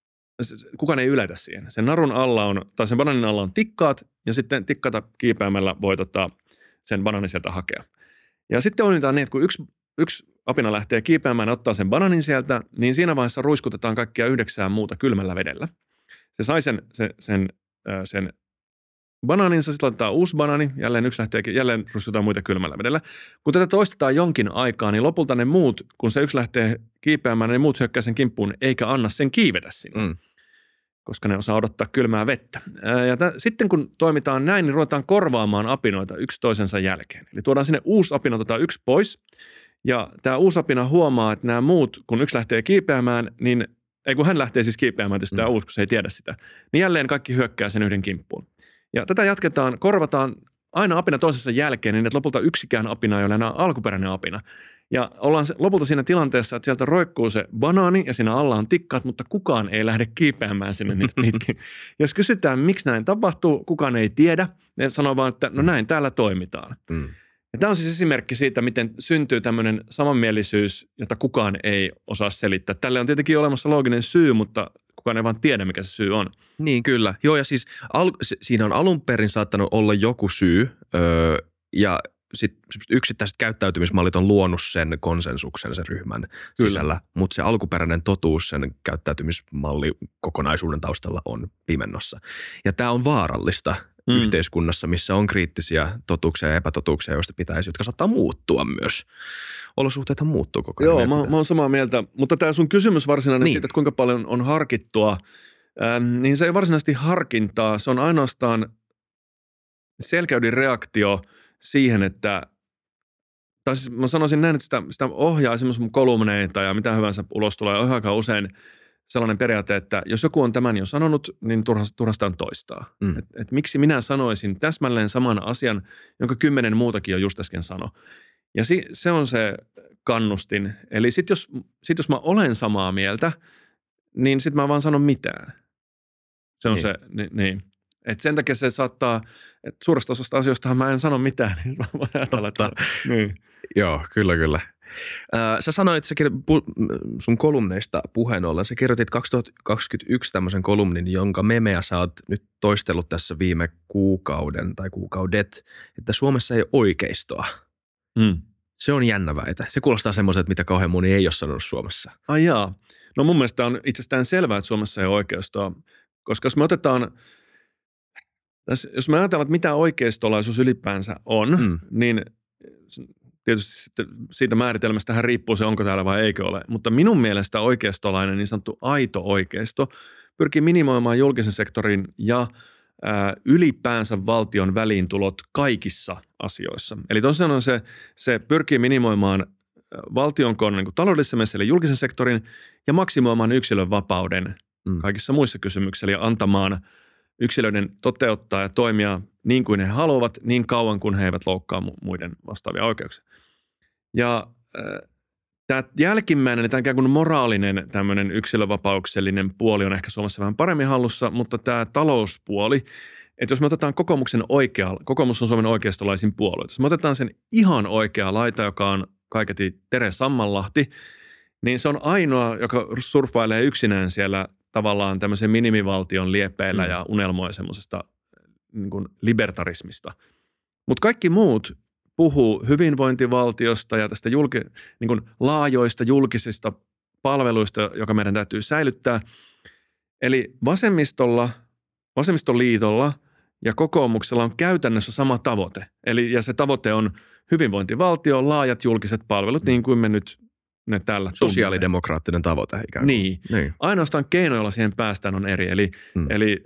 kukaan ei ylätä siihen. Sen narun alla on, tai sen banaanin alla on tikkaat, ja sitten tikkata kiipeämällä voi tota, sen banaanin sieltä hakea. Ja sitten onnitaan niin, että kun yksi, yksi apina lähtee kiipeämään ja ottaa sen banaanin sieltä, niin siinä vaiheessa ruiskutetaan kaikkia yhdeksää muuta kylmällä vedellä. Se sai sen, sen, sen, sen banaaninsa, sitten laitetaan uusi banaani, jälleen yksi lähtee, jälleen ruiskutetaan muita kylmällä vedellä. Kun tätä toistetaan jonkin aikaa, niin lopulta ne muut, kun se yksi lähtee kiipeämään, niin ne muut hyökkää sen kimppuun, eikä anna sen kiivetä sinne, mm. koska ne osaa odottaa kylmää vettä. Ja t- sitten kun toimitaan näin, niin ruvetaan korvaamaan apinoita yksi toisensa jälkeen. Eli tuodaan sinne uusi apina, otetaan yksi pois, ja tämä uusi apina huomaa, että nämä muut, kun yksi lähtee kiipeämään, niin ei kun hän lähtee siis kiipeämään, tietysti mm. tämä uusi, kun se ei tiedä sitä, niin jälleen kaikki hyökkää sen yhden kimppuun. Ja tätä jatketaan, korvataan aina apina toisessa jälkeen, niin että lopulta yksikään apina ei ole enää alkuperäinen apina. Ja ollaan lopulta siinä tilanteessa, että sieltä roikkuu se banaani ja siinä alla on tikkaat, mutta kukaan ei lähde kiipeämään sinne niitä. Jos kysytään, miksi näin tapahtuu, kukaan ei tiedä. Ne sanoo vaan, että no näin täällä toimitaan. Mm. Ja tämä on siis esimerkki siitä, miten syntyy tämmöinen samanmielisyys, jota kukaan ei osaa selittää. Tälle on tietenkin olemassa looginen syy, mutta kukaan ei vaan tiedä, mikä se syy on. Niin, kyllä. Joo, ja siis al- siinä on alun perin saattanut olla joku syy, öö, ja sitten yksittäiset käyttäytymismallit on luonut sen konsensuksen sen ryhmän kyllä. sisällä, mutta se alkuperäinen totuus sen käyttäytymismalli kokonaisuuden taustalla on pimennossa. Ja tämä on vaarallista mm. yhteiskunnassa, missä on kriittisiä totuuksia ja epätotuuksia, joista pitäisi, jotka saattaa muuttua myös. Olosuhteethan muuttuu koko ajan. Joo, mä, mä oon samaa mieltä, mutta tämä sun kysymys varsinainen niin. siitä, että kuinka paljon on harkittua, ähm, niin se ei varsinaisesti harkintaa, se on ainoastaan selkäydin reaktio siihen, että, tai siis mä sanoisin näin, että sitä, sitä ohjaa esimerkiksi mun kolumneita ja mitä hyvänsä ulos tulee, ohjaa aika usein sellainen periaate, että jos joku on tämän jo sanonut, niin turhasta on toistaa. Mm. Et, et miksi minä sanoisin täsmälleen saman asian, jonka kymmenen muutakin on just äsken sano. Ja si, se on se kannustin. Eli sitten jos, sit jos mä olen samaa mieltä, niin sitten mä vaan sanon mitään. Se on niin. se, ni, niin. Et sen takia se saattaa, että suuresta osasta asioistahan mä en sano mitään. Niin mä voin ajatella, että, niin. Joo, kyllä, kyllä. Sä sanoit sä sun kolumneista puheen ollen, sä kirjoitit kaksituhattakaksikymmentäyksi tämmöisen kolumnin, jonka memeä sä oot nyt toistellut tässä viime kuukauden tai kuukaudet, että Suomessa ei oikeistoa. Mm. Se on jännä väite. Se kuulostaa semmoiselta, mitä kauhean moni ei ole sanonut Suomessa. Ai jaa. No mun mielestä on itsestään selvää, että Suomessa ei ole oikeistoa, koska jos me otetaan, jos me ajatellaan, että mitä oikeistolaisuus ylipäänsä on, mm. niin tietysti sitten siitä määritelmästähän riippuu se, onko täällä vai eikö ole. Mutta minun mielestä oikeistolainen, niin sanottu aito oikeisto, pyrkii minimoimaan julkisen sektorin ja ää, ylipäänsä valtion väliintulot kaikissa asioissa. Eli tosiaan se, se pyrkii minimoimaan valtion niin kuin taloudellisessa mielessä, eli julkisen sektorin, ja maksimoimaan yksilön vapauden mm. kaikissa muissa kysymyksissä, eli antamaan yksilöiden toteuttaa ja toimia niin kuin he haluavat, niin kauan kuin he eivät loukkaa muiden vastaavia oikeuksia. Ja äh, tämä jälkimmäinen, tämä ikään kuin moraalinen tämmöinen yksilövapauksellinen puoli on ehkä Suomessa vähän paremmin hallussa, mutta tämä talouspuoli, että jos me otetaan kokoomuksen oikea, kokoomus on Suomen oikeistolaisin puolue, jos me otetaan sen ihan oikea laita, joka on kaiketi Tere Sammanlahti, niin se on ainoa, joka surffailee yksinään siellä tavallaan tämmöisen minimivaltion liepeillä mm. ja unelmoi semmoisesta niin kuin libertarismista. Mutta kaikki muut puhuu hyvinvointivaltiosta ja tästä julki, niin kuin laajoista julkisista palveluista, joka meidän täytyy säilyttää. Eli vasemmistolla, vasemmistoliitolla ja kokoomuksella on käytännössä sama tavoite. Eli ja se tavoite on hyvinvointivaltio, laajat julkiset palvelut, mm. niin kuin me nyt ne tällä sosiaalidemokraattinen tavoite ikään kuin. Niin. niin. Ainoastaan keino, jolla siihen päästään, on eri. Eli, mm. eli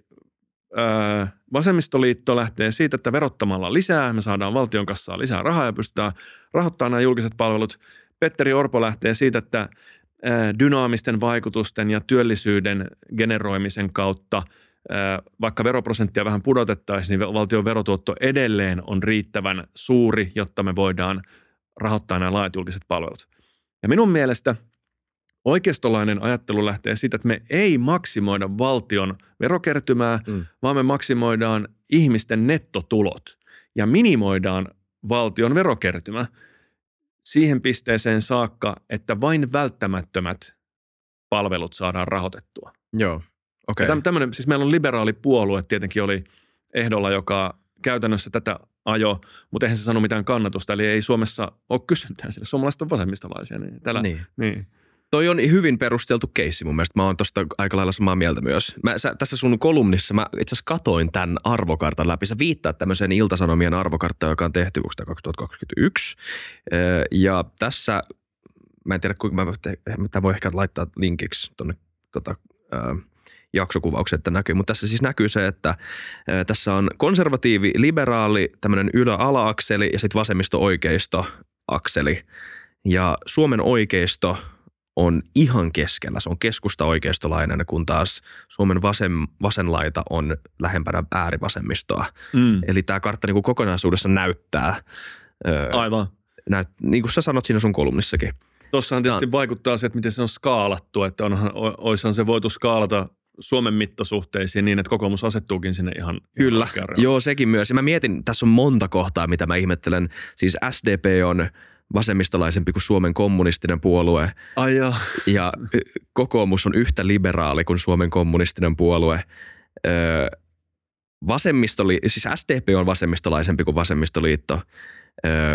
ö, vasemmistoliitto lähtee siitä, että verottamalla lisää, me saadaan valtion kassaan lisää rahaa ja pystytään rahoittamaan nämä julkiset palvelut. Petteri Orpo lähtee siitä, että ö, dynaamisten vaikutusten ja työllisyyden generoimisen kautta, ö, vaikka veroprosenttia vähän pudotettaisiin, niin valtion verotuotto edelleen on riittävän suuri, jotta me voidaan rahoittaa nämä laajat julkiset palvelut. Ja minun mielestä oikeistolainen ajattelu lähtee siitä, että me ei maksimoida valtion verokertymää, mm. vaan me maksimoidaan ihmisten nettotulot ja minimoidaan valtion verokertymä siihen pisteeseen saakka, että vain välttämättömät palvelut saadaan rahoitettua. Joo, okei. Okay. Tämmöinen, siis meillä on liberaali puolue tietenkin oli ehdolla, joka käytännössä tätä ajo, mutta eihän se sano mitään kannatusta, eli ei Suomessa ole kysyntää sille. Suomalaiset on vasemmistolaisia. Niin, täällä, niin. niin. Toi on hyvin perusteltu keissi mun mielestä. Mä oon tosta aika lailla samaa mieltä myös. Mä, sä, tässä sun kolumnissa mä itse asiassa katoin tämän arvokartan läpi. Sä viittaat tämmöiseen Ilta-Sanomien arvokarttaan, joka on tehty kaksituhattakaksikymmentäyksi. Ja tässä, mä en tiedä kuinka, mä, mä voi ehkä laittaa linkiksi tonne tota, jaksokuvaukseen, että näkyy. Mutta tässä siis näkyy se, että tässä on konservatiivi, liberaali, tämmöinen ylä-ala-akseli ja sitten vasemmisto-oikeisto-akseli. Ja Suomen oikeisto on ihan keskellä. Se on keskusta-oikeistolainen, kun taas Suomen vasen, vasenlaita on lähempänä äärivasemmistoa. Mm. Eli tämä kartta niin kuin kokonaisuudessa näyttää. Aivan. Näyt, niin kuin sä sanot siinä sun kolumnissakin. Tuossahan tietysti no. vaikuttaa se, että miten se on skaalattu. Että onhan, oishan se voitu skaalata Suomen mittasuhteisiin niin, että kokoomus asettuukin sinne ihan Kyllä, ihan joo sekin myös. Ja mä mietin, tässä on monta kohtaa, mitä mä ihmettelen. Siis S D P on vasemmistolaisempi kuin Suomen kommunistinen puolue. Ai joo. Ja kokoomus on yhtä liberaali kuin Suomen kommunistinen puolue. Öö, vasemmistoli, siis S D P on vasemmistolaisempi kuin vasemmistoliitto. Öö,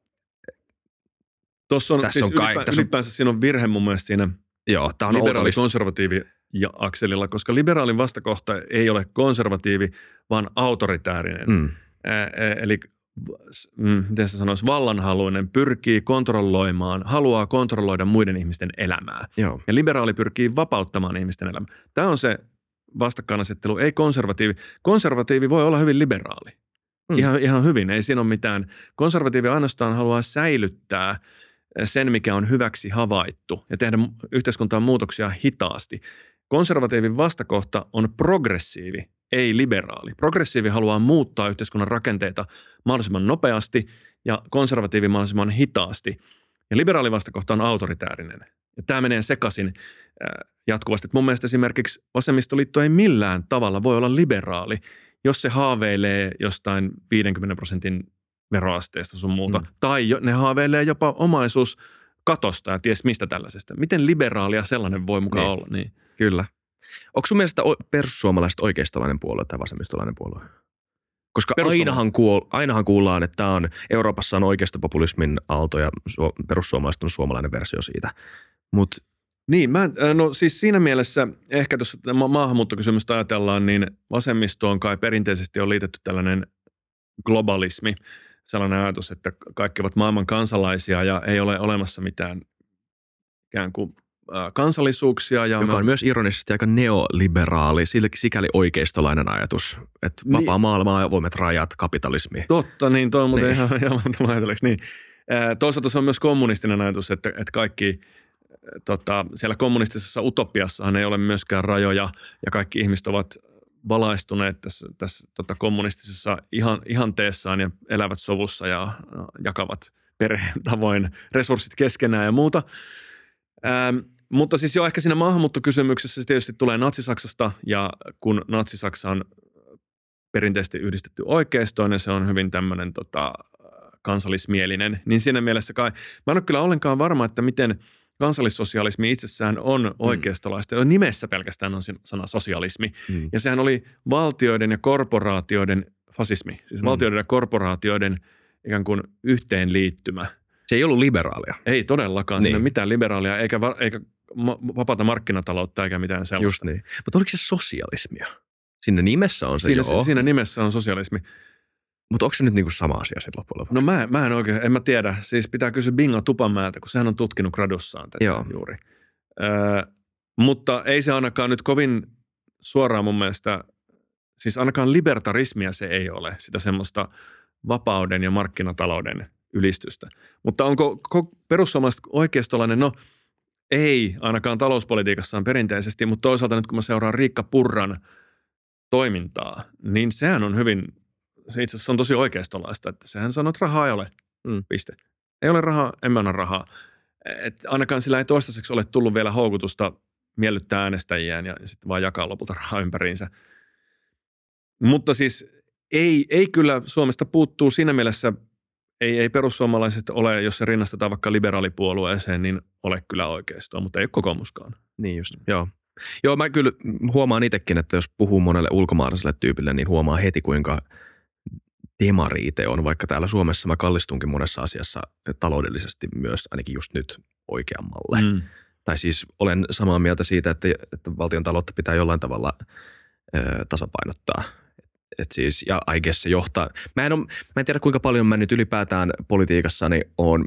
Tuossa on, siis on kai, ylipä, ylipäänsä on, siinä on virhe mun mielestä siinä joo, tää on liberaali konservatiivi ja akselilla, koska liberaalin vastakohta ei ole konservatiivi, vaan autoritäärinen. Mm. Ä, eli mm, miten se sanoisi, vallanhaluinen pyrkii kontrolloimaan, haluaa kontrolloida muiden ihmisten elämää. Joo. Ja liberaali pyrkii vapauttamaan ihmisten elämää. Tämä on se vastakkainasettelu, ei konservatiivi. Konservatiivi voi olla hyvin liberaali. Mm. Ihan, ihan hyvin, ei siinä ole mitään. Konservatiivi ainoastaan haluaa säilyttää sen, mikä on hyväksi havaittu ja tehdä yhteiskuntaan muutoksia hitaasti. Konservatiivin vastakohta on progressiivi, ei liberaali. Progressiivi haluaa muuttaa yhteiskunnan rakenteita mahdollisimman nopeasti ja konservatiivi mahdollisimman hitaasti. Ja liberaali vastakohta on autoritäärinen. Ja tämä menee sekaisin jatkuvasti. Et mun mielestä esimerkiksi vasemmistoliitto ei millään tavalla voi olla liberaali, jos se haaveilee jostain viidenkymmenen prosentin veroasteesta sun muuta. Mm. Tai ne haaveilee jopa omaisuuskatosta ja ties mistä tällaisesta. Miten liberaalia sellainen voi mukaan niin olla? Niin. Kyllä. Onko sun mielestä perussuomalaiset oikeistolainen puolue tai vasemmistolainen puolue? Koska ainahan, kuul, ainahan kuullaan, että tämä on, Euroopassa on oikeistopopulismin aalto ja perussuomalaiset on suomalainen versio siitä. Mut niin, mä, no siis siinä mielessä ehkä tuossa ma- maahanmuuttokysymystä ajatellaan, niin vasemmistoon kai perinteisesti on liitetty tällainen globalismi, sellainen ajatus, että kaikki ovat maailman kansalaisia ja ei ole olemassa mitään ikään kuin kansallisuuksia. Ja joka on me... myös ironisesti aika neoliberaali, sikäli oikeistolainen ajatus, että vapaa niin, maailma, avoimet rajat, kapitalismi. Totta, niin toi on muuten niin. ihan jamantama ajatelleeksi. Niin. Toisaalta se on myös kommunistinen ajatus, että, että kaikki tota, siellä kommunistisessa utopiassahan ei ole myöskään rajoja ja kaikki ihmiset ovat valaistuneet tässä, tässä tota, kommunistisessa ihan, ihanteessaan ja elävät sovussa ja jakavat perheen tavoin resurssit keskenään ja muuta. Ähm, mutta siis jo ehkä siinä maahanmuuttokysymyksessä se tietysti tulee Natsi-Saksasta ja kun Natsi-Saksa on perinteisesti yhdistetty oikeistoon ja se on hyvin tämmöinen tota, kansallismielinen, niin siinä mielessä kai, mä en ole kyllä ollenkaan varma, että miten kansallissosialismi itsessään on oikeistolaista. Mm. Nimessä pelkästään on sana sosialismi. Mm. Ja sehän oli valtioiden ja korporaatioiden fasismi. Siis mm. valtioiden ja korporaatioiden ikään kuin yhteenliittymä. Se ei ollut liberaalia. Ei todellakaan. Niin. Siinä ei ole mitään liberaalia eikä, eikä vapaata markkinataloutta eikä mitään sellaista. Just niin. Mutta oliko se sosialismia? Siinä nimessä on se siinä, joo. Siinä nimessä on sosialismi. Mutta onko se nyt niinku sama asia sitten loppujen lopuksi? No mä, mä en oikein, en mä tiedä. Siis pitää kysyä Bingo Tupamäeltä, kun sehän on tutkinut gradussaan tätä Joo. juuri. Ö, mutta ei se ainakaan nyt kovin suoraan mun mielestä, siis ainakaan libertarismia se ei ole, sitä semmoista vapauden ja markkinatalouden ylistystä. Mutta onko perussuomalaiset oikeistolainen? No ei ainakaan talouspolitiikassaan perinteisesti, mutta toisaalta nyt kun mä seuraan Riikka Purran toimintaa, niin sehän on hyvin... Se itse asiassa on tosi oikeistolaista, että sehän sanoo, että rahaa ei ole. Mm. Piste. Ei ole rahaa, emme anna rahaa. Et ainakaan sillä ei toistaiseksi ole tullut vielä houkutusta miellyttää äänestäjiään ja sitten vaan jakaa lopulta rahaa ympäriinsä. Mutta siis ei, ei kyllä Suomesta puuttuu siinä mielessä, ei, ei perussuomalaiset ole, jos se rinnastetaan vaikka liberaalipuolueeseen, niin ole kyllä oikeistoa, mutta ei ole kokoomuskaan. Niin just, joo. Joo, mä kyllä huomaan itsekin, että jos puhuu monelle ulkomaalaiselle tyypille, niin huomaa heti kuinka demari itse on, vaikka täällä Suomessa mä kallistunkin monessa asiassa taloudellisesti myös ainakin just nyt oikeammalle. Mm. Tai siis olen samaa mieltä siitä, että, että valtion taloutta pitää jollain tavalla ö, tasapainottaa. Et siis, ja I guess se johtaa. Mä en, ole, mä en tiedä kuinka paljon mä nyt ylipäätään politiikassani oon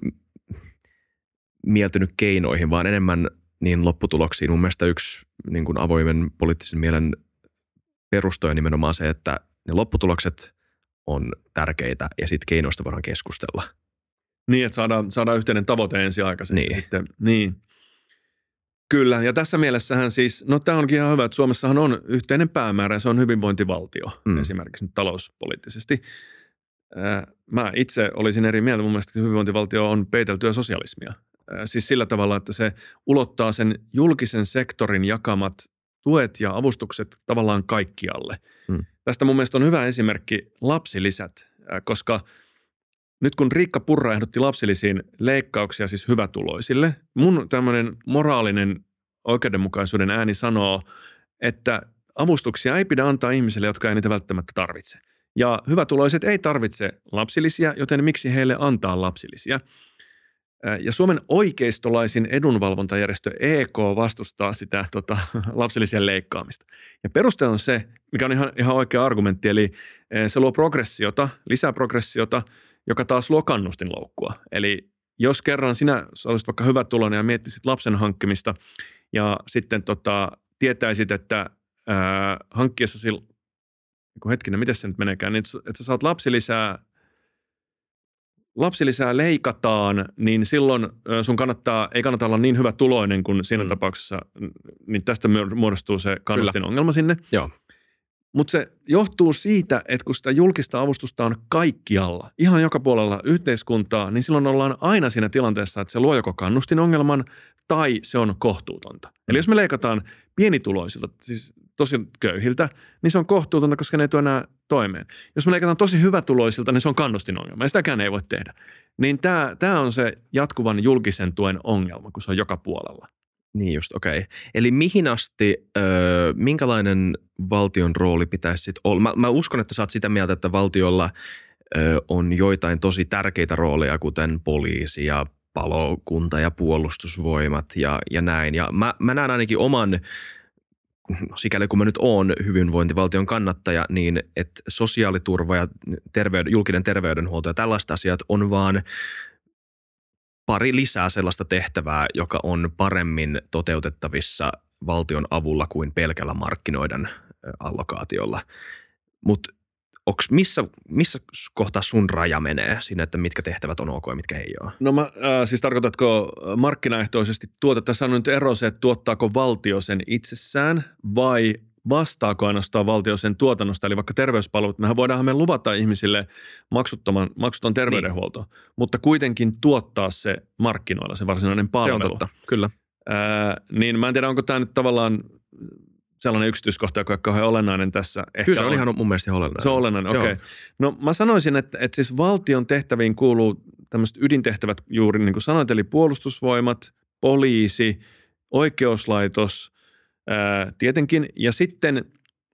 mieltynyt keinoihin, vaan enemmän niin lopputuloksiin. Mun mielestä yksi niin kuin avoimen poliittisen mielen perustoja nimenomaan se, että ne lopputulokset on tärkeitä ja sitten keinoista voidaan keskustella. Niin, että saadaan, saadaan yhteinen tavoite ensiaikaisesti niin. sitten. Niin. Kyllä, ja tässä mielessähän siis, no tämä onkin ihan hyvä, että Suomessahan on yhteinen päämäärä ja se on hyvinvointivaltio mm. esimerkiksi nyt talouspoliittisesti. Mä itse olisin eri mieltä, mun mielestä että hyvinvointivaltio on peiteltyä sosialismia. Siis sillä tavalla, että se ulottaa sen julkisen sektorin jakamat tuet ja avustukset tavallaan kaikkialle. Mm. Tästä mun mielestä on hyvä esimerkki lapsilisät, koska nyt kun Riikka Purra ehdotti lapsilisiin leikkauksia siis hyvätuloisille, mun tämmöinen moraalinen oikeudenmukaisuuden ääni sanoo, että avustuksia ei pidä antaa ihmisille, jotka ei niitä välttämättä tarvitse. Ja hyvätuloiset ei tarvitse lapsilisiä, joten miksi heille antaa lapsilisiä? Ja Suomen oikeistolaisin edunvalvontajärjestö E K vastustaa sitä tota, lapsilisien leikkaamista. Ja peruste on se, mikä on ihan, ihan oikea argumentti, eli se luo progressiota, lisää progressiota, joka taas luo kannustinloukkua. Eli jos kerran sinä olisit vaikka hyvätuloinen ja miettisit lapsen hankkimista ja sitten tota, tietäisit, että ää, hankkiessasi, hetkinen, miten se nyt meneekään, niin että sä saat lapsilisää lapsilisää leikataan, niin silloin sun kannattaa, ei kannata olla niin hyvä tuloinen kuin siinä mm. tapauksessa, niin tästä muodostuu se kannustinongelma sinne. Joo. Mutta se johtuu siitä, että kun sitä julkista avustusta on kaikkialla, ihan joka puolella yhteiskuntaa, niin silloin ollaan aina siinä tilanteessa, että se luo joko kannustinongelman tai se on kohtuutonta. Mm. Eli jos me leikataan pienituloisilta, siis tosi köyhiltä, niin se on kohtuutonta, koska ne ei tule enää toimeen. Jos me leikataan tosi hyvätuloisilta, niin se on kannustinongelma ja sitäkään ei voi tehdä. Niin tämä, tämä on se jatkuvan julkisen tuen ongelma, kun se on joka puolella. Niin just, okei. Okay. Eli mihin asti, öö, minkälainen valtion rooli pitäisi sitten olla? Mä, mä uskon, että sä oot sitä mieltä, että valtiolla öö, on joitain tosi tärkeitä rooleja, kuten poliisi ja palokunta ja puolustusvoimat ja, ja näin. Ja mä, mä näen ainakin oman, sikäli kun mä nyt oon hyvinvointivaltion kannattaja, niin että sosiaaliturva ja terveyden, julkinen terveydenhuolto ja tällaiset asiat on vaan pari lisää sellaista tehtävää, joka on paremmin toteutettavissa valtion avulla kuin pelkällä markkinoiden allokaatiolla. Mutta missä, missä kohtaa sun raja menee siinä, että mitkä tehtävät on ok ja mitkä ei ole? No mä, äh, siis tarkoitatko markkinaehtoisesti tuota? Tässä on nyt ero se, että tuottaako valtio sen itsessään vai vastaako ainoastaan valtio sen tuotannosta, eli vaikka terveyspalvelut. Mehän voidaan me luvata ihmisille maksuttoman, maksuton terveydenhuolto, niin. mutta kuitenkin tuottaa se markkinoilla, se varsinainen palvelu. Se on totta, kyllä. Ää, niin mä en tiedä, onko tämä nyt tavallaan sellainen yksityiskohta, joka on kauhean olennainen tässä. Ehkä kyllä se on, on ihan mun mielestä olennainen. Se on olennainen, okei. Okay. No mä sanoisin, että, että siis valtion tehtäviin kuuluu tämmöiset ydintehtävät juuri niin kuin sanoit, eli puolustusvoimat, poliisi, oikeuslaitos, ää, tietenkin. Ja sitten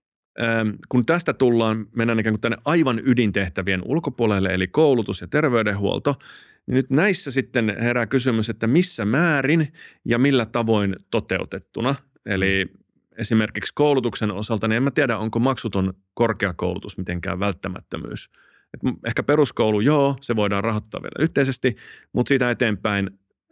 ää, kun tästä tullaan, mennään ikään kuin tänne aivan ydintehtävien ulkopuolelle, eli koulutus ja terveydenhuolto, niin nyt näissä sitten herää kysymys, että missä määrin ja millä tavoin toteutettuna. Eli esimerkiksi koulutuksen osalta, niin en mä tiedä, onko maksuton korkeakoulutus mitenkään välttämättömyys. Et ehkä peruskoulu, joo, se voidaan rahoittaa vielä yhteisesti, mutta siitä eteenpäin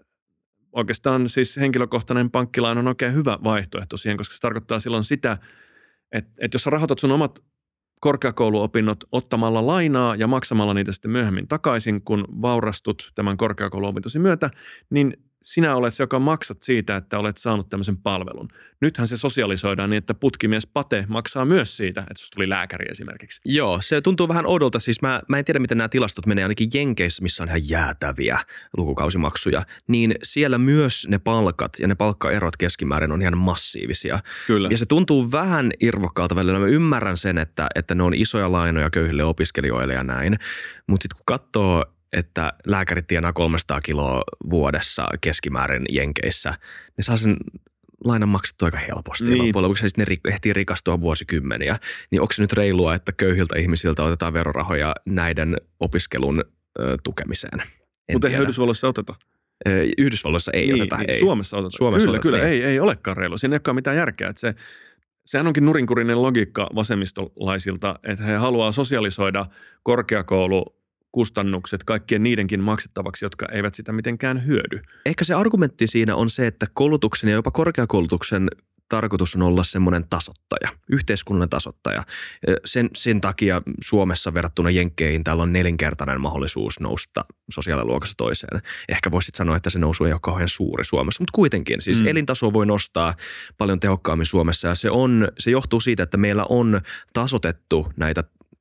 oikeastaan siis henkilökohtainen pankkilaina on oikein hyvä vaihtoehto siihen, koska se tarkoittaa silloin sitä, että, että jos sä rahoitat sun omat korkeakouluopinnot ottamalla lainaa ja maksamalla niitä sitten myöhemmin takaisin, kun vaurastut tämän korkeakouluopintosi myötä, niin sinä olet se, joka maksat siitä, että olet saanut tämmöisen palvelun. Nythän se sosialisoidaan niin, että putkimies Pate maksaa myös siitä, että susta tuli lääkäri esimerkiksi. Joo, se tuntuu vähän oudolta. Siis mä, mä en tiedä, miten nämä tilastot menee, ainakin Jenkeissä, missä on ihan jäätäviä lukukausimaksuja, niin siellä myös ne palkat ja ne palkkaerot keskimäärin on ihan massiivisia. Kyllä. Ja se tuntuu vähän irvokkaalta välillä. Mä ymmärrän sen, että, että ne on isoja lainoja köyhille opiskelijoille ja näin, mutta sitten kun katsoo, että lääkärit tienaa kolmesataa kiloa vuodessa keskimäärin Jenkeissä, ne saa sen lainan maksettua aika helposti. Niin. Loppujen lopuksi ne ehtii rikastua vuosikymmeniä. Niin onko se nyt reilua, että köyhiltä ihmisiltä otetaan verorahoja näiden opiskelun ö, tukemiseen? Mutta eihän Yhdysvalloissa oteta. Yhdysvalloissa ei niin, oteta. Niin, ei. Suomessa oteta. Suomessa kyllä, oteta, kyllä. Ei. Ei, ei olekaan reilu. Siinä ei olekaan mitään järkeä. Että se, sehän onkin nurinkurinen logiikka vasemmistolaisilta, että he haluaa sosialisoida korkeakoulu kustannukset kaikkien niidenkin maksettavaksi, jotka eivät sitä mitenkään hyödy. Ehkä se argumentti siinä on se, että koulutuksen ja jopa korkeakoulutuksen tarkoitus on olla semmoinen tasoittaja, yhteiskunnan tasoittaja. Sen, sen takia Suomessa verrattuna Jenkkeihin täällä on nelinkertainen mahdollisuus nousta sosiaaliluokassa toiseen. Ehkä voisit sanoa, että se nousu ei ole kauhean suuri Suomessa, mutta kuitenkin. Siis mm. elintaso voi nostaa paljon tehokkaammin Suomessa ja se, on, se johtuu siitä, että meillä on tasotettu näitä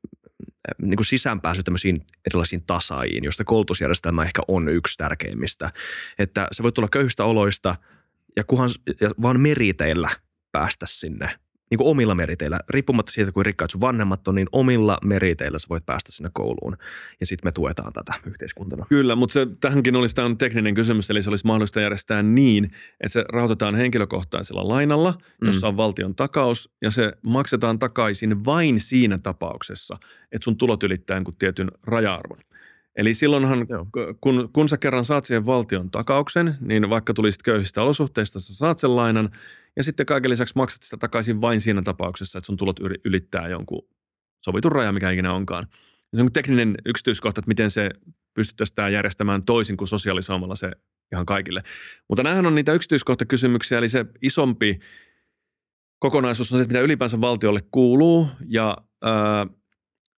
niin kuin sisäänpääsy tämmöisiin erilaisiin tasaajiin, joista koulutusjärjestelmä ehkä on yksi tärkeimmistä. Että sä voit tulla köyhistä oloista ja kunhan ja vaan meriteillä päästä sinne, niin kuin omilla meriteillä, riippumatta siitä, kuin rikkaat sun vanhemmat on, niin omilla meriteillä sä voit päästä sinne kouluun. Ja sitten me tuetaan tätä yhteiskuntana. Kyllä, mutta se, tähänkin olisi tämä tekninen kysymys, eli se olisi mahdollista järjestää niin, että se rahoitetaan henkilökohtaisella lainalla, jossa mm. on valtion takaus, ja se maksetaan takaisin vain siinä tapauksessa, että sun tulot ylittää jonkun tietyn raja-arvon. Eli silloinhan, kun, kun sä kerran saat siihen valtion takauksen, niin vaikka tulisit köyhistä olosuhteista, sä saat sen lainan, ja sitten kaiken lisäksi maksat sitä takaisin vain siinä tapauksessa, että sun tulot ylittää jonkun sovitun rajan, mikä ikinä onkaan. Se on tekninen yksityiskohta, että miten se pystyttäisiin järjestämään toisin kuin sosiaalisoimalla se ihan kaikille. Mutta näähän on niitä yksityiskohtakysymyksiä, eli se isompi kokonaisuus on se, että mitä ylipäänsä valtiolle kuuluu, ja ää,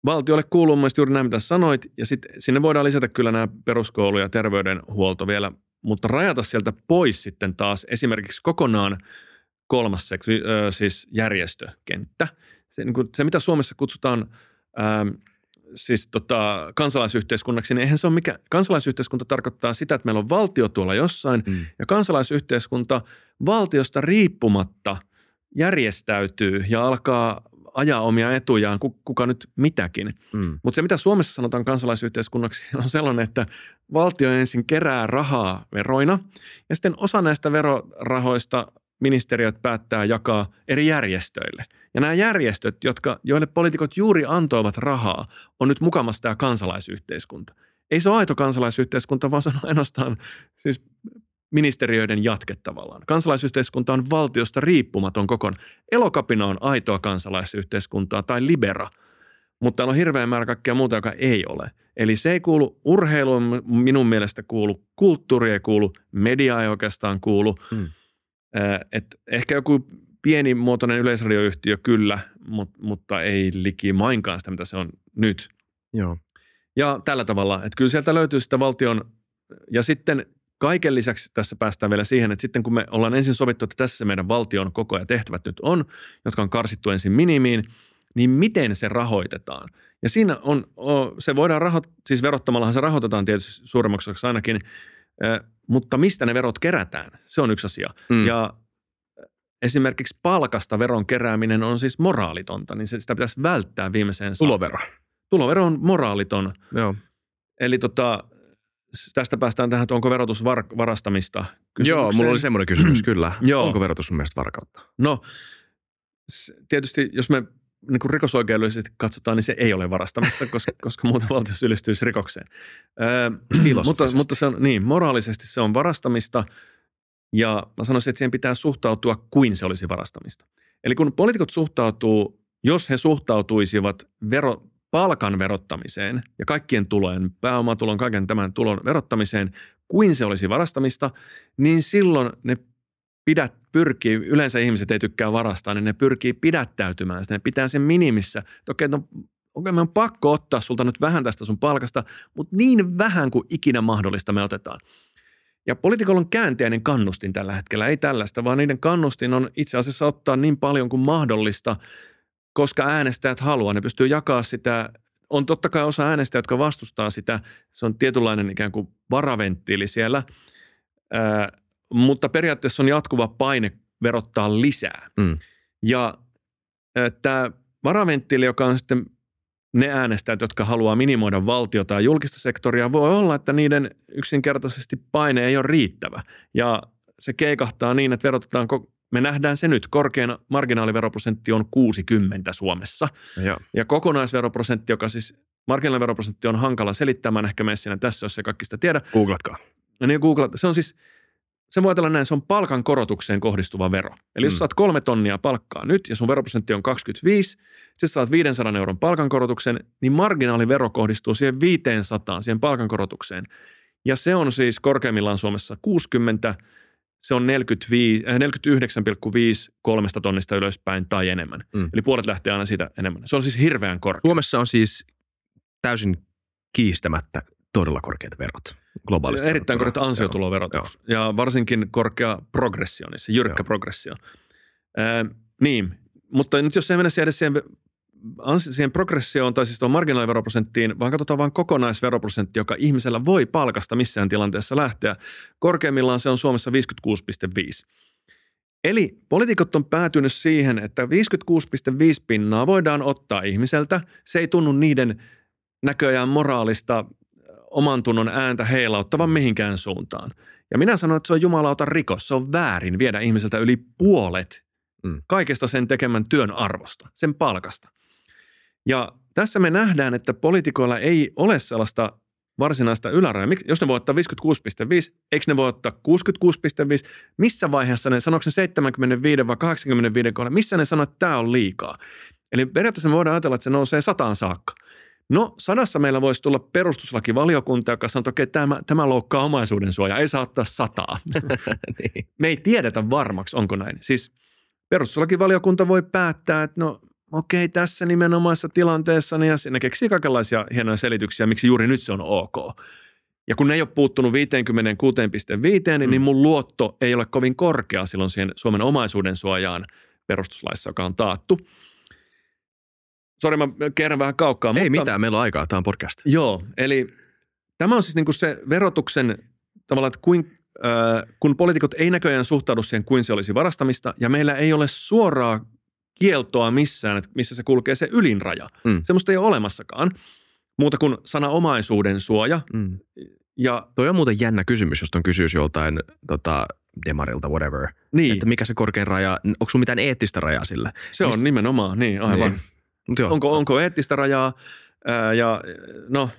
valtiolle kuuluu mun mielestä juuri näin, mitä sanoit, ja sitten sinne voidaan lisätä kyllä nämä peruskoulu- ja terveydenhuolto vielä, mutta rajata sieltä pois sitten taas esimerkiksi kokonaan kolmas seksi, siis järjestökenttä. Se, niin kuin, se mitä Suomessa kutsutaan ää, siis tota, kansalaisyhteiskunnaksi, niin eihän se ole mikä, kansalaisyhteiskunta tarkoittaa sitä, että meillä on valtio tuolla jossain, mm. ja kansalaisyhteiskunta valtiosta riippumatta järjestäytyy ja alkaa ajaa omia etujaan, kuka nyt mitäkin. Mm. Mutta se, mitä Suomessa sanotaan kansalaisyhteiskunnaksi, on sellainen, että valtio ensin kerää rahaa veroina, ja sitten osa näistä verorahoista ministeriöt päättää jakaa eri järjestöille. Ja nämä järjestöt, jotka, joille poliitikot juuri antoivat rahaa, on nyt mukamassa tämä kansalaisyhteiskunta. Ei se ole aito kansalaisyhteiskunta, vaan se on ainoastaan siis ministeriöiden jatke tavallaan. Kansalaisyhteiskunta on valtiosta riippumaton kokonaan. Elokapina on aitoa kansalaisyhteiskuntaa tai Libera, mutta täällä on hirveän määrä kaikkea muuta, joka ei ole. Eli se ei kuulu urheiluun, minun mielestä kuulu, kulttuuri ei kuulu, media ei oikeastaan kuulu. Hmm. Et ehkä joku pienimuotoinen yleisradioyhtiö kyllä, mutta, mutta ei likimainkaan sitä, mitä se on nyt. Joo. Ja tällä tavalla, että kyllä sieltä löytyy sitä valtion, ja sitten kaiken lisäksi tässä päästään vielä siihen, että sitten kun me ollaan ensin sovittu, että tässä se meidän valtion koko ja tehtävät nyt on, jotka on karsittu ensin minimiin, niin miten se rahoitetaan? Ja siinä on, se voidaan rahoittaa, siis verottamallahan se rahoitetaan tietysti suuremmaksi osaksi ainakin, mutta mistä ne verot kerätään? Se on yksi asia. Mm. Ja esimerkiksi palkasta veron kerääminen on siis moraalitonta, niin sitä pitäisi välttää viimeiseen saakka. Tulovero. Tulovero on moraaliton. Joo. Eli tota, tästä päästään tähän, että onko verotus var- varastamista. Joo, mulla oli semmoinen kysymys kyllä. Joo. Onko verotus mun mielestä varkautta? No, tietysti jos me niin kuin rikosoikeudellisesti katsotaan, niin se ei ole varastamista, koska, koska muuten valtio syyllistyisi rikokseen. Öö, mutta, mutta se on, niin, moraalisesti se on varastamista, ja mä sanoisin, että siihen pitää suhtautua kuin se olisi varastamista. Eli kun poliitikot suhtautuu, jos he suhtautuisivat vero, palkan verottamiseen ja kaikkien tulojen, pääomatulon, kaiken tämän tulon verottamiseen, kuin se olisi varastamista, niin silloin ne pidät, pyrkii, yleensä ihmiset ei tykkää varastaa, niin ne pyrkii pidättäytymään. Ne pitää sen minimissä. Että okei, no, okei, me on pakko ottaa sulta nyt vähän tästä sun palkasta, mutta niin vähän kuin ikinä mahdollista me otetaan. Ja poliitikolla on käänteinen kannustin tällä hetkellä, ei tällaista, vaan niiden kannustin on itse asiassa ottaa niin paljon kuin mahdollista, koska äänestäjät haluaa. Ne pystyy jakaa sitä. On totta kai osa äänestäjät, jotka vastustaa sitä. Se on tietynlainen ikään kuin varaventtiili siellä, Ää, mutta periaatteessa on jatkuva paine verottaa lisää. Mm. Ja tämä varaventtiili, joka on sitten ne äänestäjät, jotka haluaa minimoida valtiota ja julkista sektoria, voi olla, että niiden yksinkertaisesti paine ei ole riittävä. Ja se keikahtaa niin, että verotetaan, me nähdään se nyt, korkein marginaaliveroprosentti on kuusikymmentä Suomessa. Ja, ja kokonaisveroprosentti, joka siis, marginaaliveroprosentti on hankala selittämään ehkä messinä tässä, jos ei kaikki sitä tiedä. Googlatkaa. Ja niin googlat, se on siis, se voi ajatella näin, se on palkan korotukseen kohdistuva vero. Eli jos mm. saat kolme tonnia palkkaa nyt ja sun veroprosentti on kaksikymmentäviisi, sitten saat viisisataa euron palkankorotuksen, niin marginaalivero kohdistuu siihen viisisataa, siihen palkankorotukseen. Ja se on siis korkeimmillaan Suomessa kuusikymmentä, se on neljäkymmentäviisi, neljäkymmentäyhdeksän pilkku viisi kolmesta tonnista ylöspäin tai enemmän. Mm. Eli puolet lähtee aina siitä enemmän. Se on siis hirveän korkea. Suomessa on siis täysin kiistämättä todella korkeat verot globaalisti. Erittäin korkeat ansiotuloverotus ja varsinkin korkea progressio, niin se jyrkkä Joo. progressio. Ää, niin, mutta nyt jos ei mennä edes siihen, siihen progressioon tai siis tuon marginaaliveroprosenttiin, vaan katsotaan vain kokonaisveroprosentti, joka ihmisellä voi palkasta missään tilanteessa lähteä. Korkeimmillaan se on Suomessa viisikymmentäkuusi pilkku viisi. Eli poliitikot on päätynyt siihen, että viisikymmentäkuusi pilkku viisi pinnaa voidaan ottaa ihmiseltä. Se ei tunnu niiden näköjään moraalista oman tunnon ääntä heilauttavan mihinkään suuntaan. Ja minä sanon, että se on jumalauta rikos. Se on väärin viedä ihmiseltä yli puolet mm. kaikesta sen tekemän työn arvosta, sen palkasta. Ja tässä me nähdään, että poliitikoilla ei ole sellaista varsinaista ylärajaa. Jos ne voi ottaa viisikymmentäkuusi pilkku viisi, eikö ne voi ottaa kuusikymmentäkuusi pilkku viisi? Missä vaiheessa ne, sanoiko ne seitsemänkymmentäviisi vai kahdeksankymmentäviisi kohdalla, missä ne sanoo, että tämä on liikaa? Eli periaatteessa me voidaan ajatella, että se nousee sataan saakka. No sadassa meillä voisi tulla perustuslakivaliokunta, joka sanoo, että okei, tämä, tämä loukkaa omaisuuden suojaa, ei saa ottaa sataa. niin. Me ei tiedetä varmaksi, onko näin. Siis perustuslakivaliokunta voi päättää, että no okei, okay, tässä nimenomaisessa tilanteessa, niin ja ne keksii kaikenlaisia hienoja selityksiä, miksi juuri nyt se on ok. Ja kun ne ei ole puuttunut viisikymmentäkuusi pilkku viisi, niin, mm. niin mun luotto ei ole kovin korkea silloin siihen Suomen omaisuuden suojaan perustuslaissa, joka on taattu. Sori, mä kerran vähän kaukkaa. Ei mutta, mitään, meillä on aikaa, tämä on podcast. Joo, eli tämä on siis niin kuin se verotuksen tavallaan, että kuin, äh, kun poliitikot ei näköjään suhtaudu siihen, kuin se olisi varastamista, ja meillä ei ole suoraa kieltoa missään, että missä se kulkee se ylinraja. Mm. Semmoista ei ole olemassakaan, muuta kuin sana omaisuuden suoja. Mm. Ja, toi on muuten jännä kysymys, jos ton kysyisi joltain tota, demarilta, whatever. Niin. Että mikä se korkein raja, onko sulla mitään eettistä rajaa sille? Se on Mist... nimenomaan, niin aivan. Niin. Onko, onko eettistä rajaa? Ää, ja no,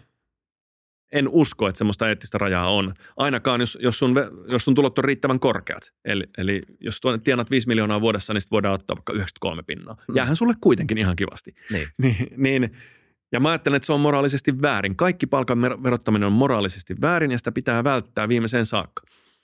en usko, että semmoista eettistä rajaa on. Ainakaan, jos, jos, sun, jos sun tulot on riittävän korkeat. Eli, eli jos tienat viisi miljoonaa vuodessa, niin sit voidaan ottaa vaikka yhdeksänkymmentäkolme pinnaa. Mm. Jäähän sulle kuitenkin ihan kivasti. Niin. niin, niin ja mä ajattelen, että se on moraalisesti väärin. Kaikki palkan verottaminen on moraalisesti väärin ja sitä pitää välttää viimeiseen saakka.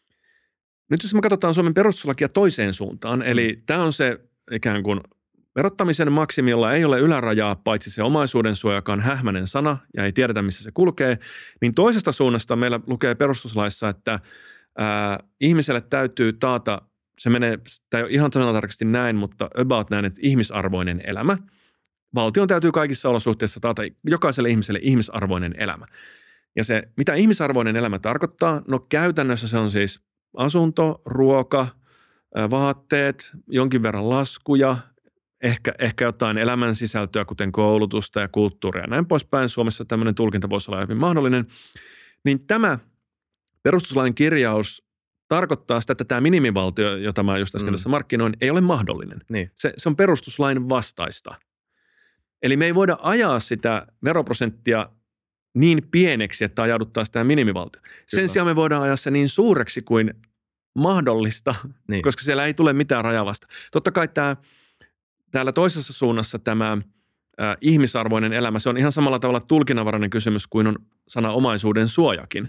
Nyt jos me katsotaan Suomen perustuslakia toiseen suuntaan, eli mm. tämä on se ikään kuin verottamisen maksimi, jolla ei ole ylärajaa, paitsi se omaisuuden suoja, joka on hähmäinen sana ja ei tiedetä, missä se kulkee, niin toisesta suunnasta meillä lukee perustuslaissa, että ää, ihmiselle täytyy taata, se menee, tämä ei ole ihan sanatarkasti näin, mutta about näin, että ihmisarvoinen elämä. Valtion täytyy kaikissa olosuhteissa taata jokaiselle ihmiselle ihmisarvoinen elämä. Ja se, mitä ihmisarvoinen elämä tarkoittaa? No käytännössä se on siis asunto, ruoka, vaatteet, jonkin verran laskuja, ehkä, ehkä jotain elämän sisältöä, kuten koulutusta ja kulttuuria ja näin poispäin. Suomessa tämmöinen tulkinta voisi olla hyvin mahdollinen. Niin tämä perustuslain kirjaus tarkoittaa sitä, että tämä minimivaltio, jota mä just äsken mm. tässä markkinoin, ei ole mahdollinen. Niin. Se, se on perustuslain vastaista. Eli me ei voida ajaa sitä veroprosenttia niin pieneksi, että ajauduttaa sitä minimivaltio. Sen Kyllä. sijaan me voidaan ajaa se niin suureksi kuin mahdollista, niin. koska siellä ei tule mitään rajavasta. Totta kai tämä, täällä toisessa suunnassa tämä äh, ihmisarvoinen elämä, se on ihan samalla tavalla tulkinnanvarainen kysymys kuin on sana omaisuuden suojakin.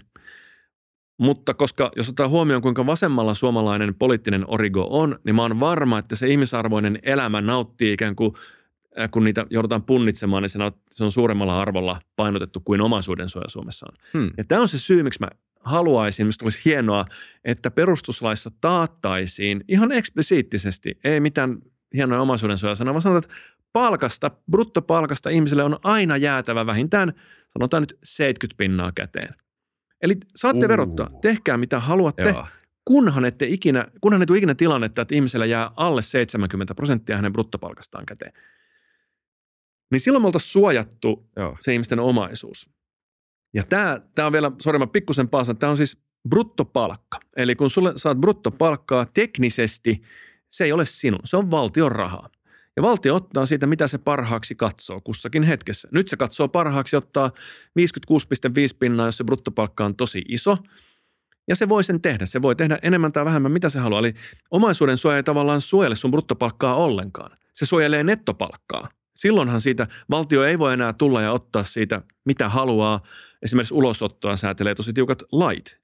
Mutta koska jos otetaan huomioon, kuinka vasemmalla suomalainen poliittinen origo on, niin mä oon varma, että se ihmisarvoinen elämä nauttii ikään kuin kun niitä joudutaan punnitsemaan, niin se on suuremmalla arvolla painotettu kuin omaisuuden suoja Suomessa on. Hmm. Ja tämä on se syy, miksi mä haluaisin, mistä olisi hienoa, että perustuslaissa taattaisiin ihan eksplisiittisesti, ei mitään hienoja omaisuuden suoja-sanaa, vaan sanotaan, että palkasta, bruttopalkasta ihmiselle on aina jäätävä vähintään, sanotaan nyt seitsemänkymmentä pinnaa käteen. Eli saatte uh. verottaa, tehkää mitä haluatte, Joo. kunhan ette ikinä, kunhan ei tule ikinä tilannetta, että ihmisellä jää alle seitsemänkymmentä prosenttia hänen bruttopalkastaan käteen. Niin silloin me oltaisiin suojattu Joo. se ihmisten omaisuus. Ja tämä, tämä on vielä, sori mä pikkusen paasan, tämä on siis bruttopalkka. Eli kun sulle saat bruttopalkkaa, teknisesti se ei ole sinun, se on valtion rahaa. Ja valtio ottaa siitä, mitä se parhaaksi katsoo kussakin hetkessä. Nyt se katsoo parhaaksi ottaa viisikymmentäkuusi pilkku viisi pinnaa, jos se bruttopalkka on tosi iso. Ja se voi sen tehdä. Se voi tehdä enemmän tai vähemmän, mitä se haluaa. Eli omaisuuden suoja ei tavallaan suojele sun bruttopalkkaa ollenkaan. Se suojelee nettopalkkaa. Silloinhan siitä valtio ei voi enää tulla ja ottaa siitä, mitä haluaa. Esimerkiksi ulosottoa säätelee tosi tiukat lait.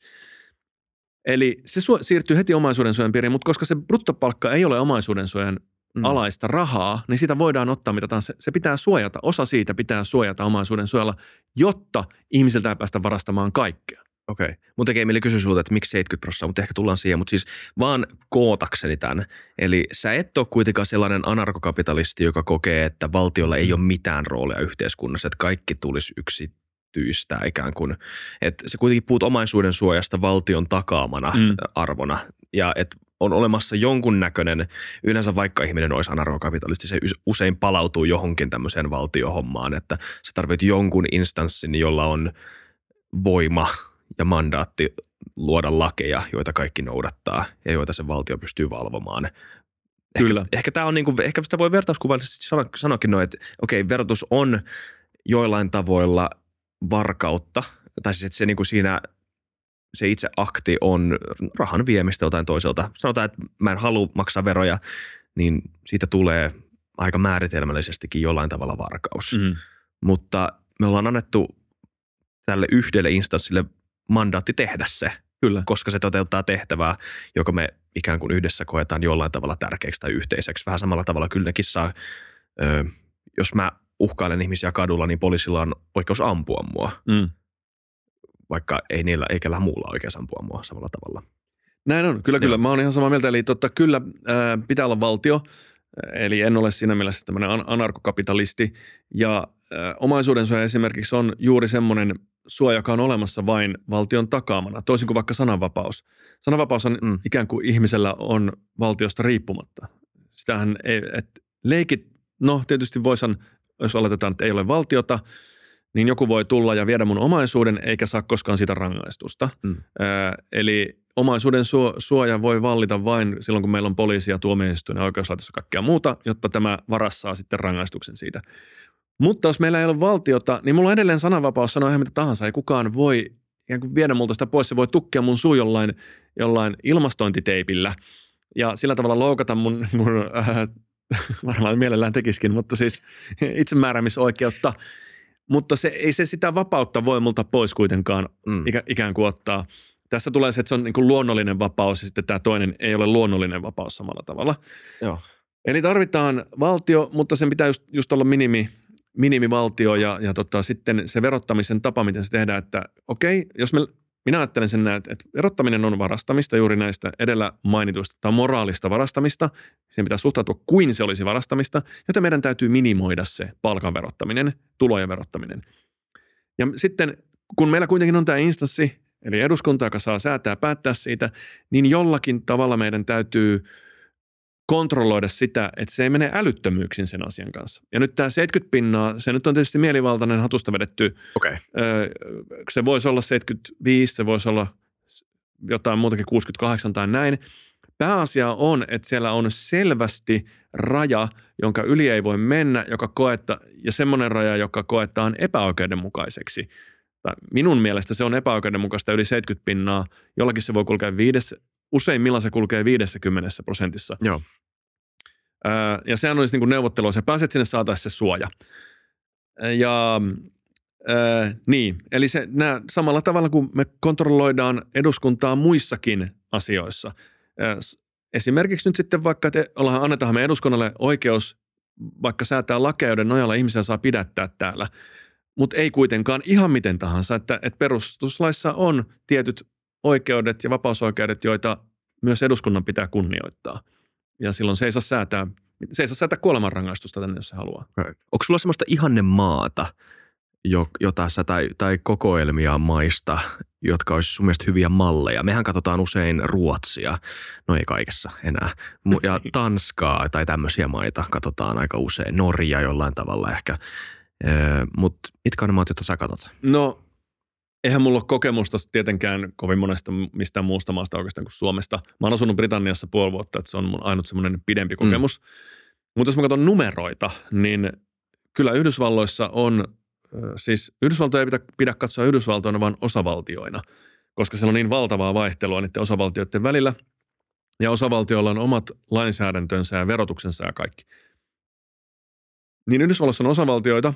Eli se su- siirtyy heti omaisuuden suojan piiriin, mutta koska se bruttopalkka ei ole omaisuuden suojan mm. alaista rahaa, niin sitä voidaan ottaa mitä tahansa. Se pitää suojata, osa siitä pitää suojata omaisuuden suojalla, jotta ihmisiltä ei päästä varastamaan kaikkea. Okei. Okay. Mun tekee mieli kysyä sulta, että miksi seitsemänkymmentä prosenttia, mutta ehkä tullaan siihen. Mutta siis vaan kootakseni tämän. Eli sä et ole kuitenkaan sellainen anarkokapitalisti, joka kokee, että valtiolla ei ole mitään roolia yhteiskunnassa, että kaikki tulisi yksityistä ikään kuin. Että sä kuitenkin puhut omaisuuden suojasta valtion takaamana mm. arvona. Ja että on olemassa jonkunnäköinen, yleensä vaikka ihminen olisi anarkokapitalisti, se usein palautuu johonkin tämmöiseen valtiohommaan, että sä tarvitset jonkun instanssin, jolla on voima ja mandaatti luoda lakeja, joita kaikki noudattaa ja joita se valtio pystyy valvomaan. Kyllä. Ehkä, ehkä, tämä on niin kuin, ehkä sitä voi vertauskuvallisesti sano, sanoakin noin, että okei, verotus on joillain tavoilla varkautta, tai siis että se niin kuin siinä se itse akti on rahan viemistä jotain toiselta. Sanotaan, että mä en halua maksaa veroja, niin siitä tulee aika määritelmällisestikin jollain tavalla varkaus. Mm. Mutta me ollaan annettu tälle yhdelle instanssille mandaatti tehdä se, Kyllä. koska se toteuttaa tehtävää, joka me ikään kuin yhdessä koetaan jollain tavalla tärkeäksi tai yhteiseksi. Vähän samalla tavalla kyllä nekin saa ö, jos mä uhkailen ihmisiä kadulla, niin poliisilla on oikeus ampua mua, Mm. vaikka ei niillä, ei kellään muulla oikeus ampua mua samalla tavalla. Näin on, kyllä, kyllä. Mä oon ihan samaa mieltä. Eli totta, kyllä ää, pitää olla valtio, eli en ole siinä mielessä tämmöinen anarkokapitalisti. Ja ää, omaisuudensuoja esimerkiksi on juuri semmoinen suoja, joka on olemassa vain valtion takaamana, toisin kuin vaikka sananvapaus. Sananvapaus on mm. ikään kuin ihmisellä on valtiosta riippumatta. Sitähän ei, että leikit, no tietysti voisin, jos oletetaan, että ei ole valtiota, niin joku voi tulla ja viedä mun omaisuuden, eikä saa koskaan sitä rangaistusta. Mm. Ää, eli omaisuuden suoja voi vallita vain silloin, kun meillä on poliisi ja tuomioistuin ja oikeuslaitos ja kaikkea muuta, jotta tämä varas saa sitten rangaistuksen siitä. Mutta jos meillä ei ole valtiota, niin mulla on edelleen sananvapaus sanoa ihan mitä tahansa. Ei kukaan voi viedä multa sitä pois. Se voi tukkia mun suu jollain, jollain ilmastointiteipillä ja sillä tavalla loukata mun, mun äh, varmaan mielellään tekisikin, mutta siis itsemääräämisoikeutta. Mutta se, ei se sitä vapautta voi multa pois kuitenkaan mm. ikä, ikään kuin ottaa. Tässä tulee se, että se on niin kuin luonnollinen vapaus ja sitten tämä toinen ei ole luonnollinen vapaus samalla tavalla. Joo. Eli tarvitaan valtio, mutta sen pitää just, just olla minimi, minimivaltio ja, ja tota, sitten se verottamisen tapa, miten se tehdään, että okei, jos me, minä ajattelen sen näin, että verottaminen on varastamista juuri näistä edellä mainituista tai moraalista varastamista. Siihen pitää suhtautua kuin se olisi varastamista, joten meidän täytyy minimoida se palkan verottaminen, tulojen verottaminen. Ja sitten kun meillä kuitenkin on tämä instanssi, eli eduskunta, joka saa säätää päättää siitä, niin jollakin tavalla meidän täytyy kontrolloida sitä, että se ei mene älyttömyyksiin sen asian kanssa. Ja nyt tämä seitsemänkymmentä pinnaa, se nyt on tietysti mielivaltainen hatusta vedetty. Okay. Se voisi olla seitsemänkymmentäviisi, se voisi olla jotain muutakin kuusikymmentäkahdeksan tai näin. Pääasia on, että siellä on selvästi raja, jonka yli ei voi mennä, joka koetta, ja semmoinen raja, joka koetaan epäoikeudenmukaiseksi. Minun mielestä se on epäoikeudenmukaista yli seitsemänkymmentä pinnaa, jollakin se voi kulkea viidessä, useimmillaan se kulkee viidessäkymmenessä prosentissa. Joo. Öö, ja sehän olisi niin kuin neuvottelua, se pääset sinne saataisiin se suoja. Ja öö, niin, eli se, nää, samalla tavalla kuin me kontrolloidaan eduskuntaa muissakin asioissa. Öö, esimerkiksi nyt sitten vaikka, että ollaan, annetaan me eduskunnalle oikeus vaikka säätää lakeja, joiden nojalla ihmisiä saa pidättää täällä. Mutta ei kuitenkaan ihan miten tahansa, että, että perustuslaissa on tietyt oikeudet ja vapausoikeudet, joita myös eduskunnan pitää kunnioittaa. Ja silloin se ei saa säätää, se ei saa säätää kuolemanrangaistusta tänne, jos se haluaa. Okay. Onko sulla semmoista ihanne maata, jota sä, tai, tai kokoelmia maista, jotka olisi sun mielestä hyviä malleja? Mehän katsotaan usein Ruotsia, no ei kaikessa enää, ja Tanskaa tai tämmöisiä maita katsotaan aika usein, Norja jollain tavalla ehkä. Öö, mutta mitkä on ne maat, joita sä katot? No, eihän mulla ole kokemusta tietenkään kovin monesta mistään muusta maasta oikeastaan kuin Suomesta. Mä oon asunut Britanniassa puoli vuotta, että se on mun ainut semmoinen pidempi kokemus. Mm. Mutta jos mä katson numeroita, niin kyllä Yhdysvalloissa on, siis Yhdysvaltoja ei pidä, pidä katsoa Yhdysvaltoina, vaan osavaltioina, koska siellä on niin valtavaa vaihtelua niiden osavaltioiden välillä. Ja osavaltioilla on omat lainsäädäntönsä ja verotuksensa ja kaikki. Niin Yhdysvalloissa on osavaltioita.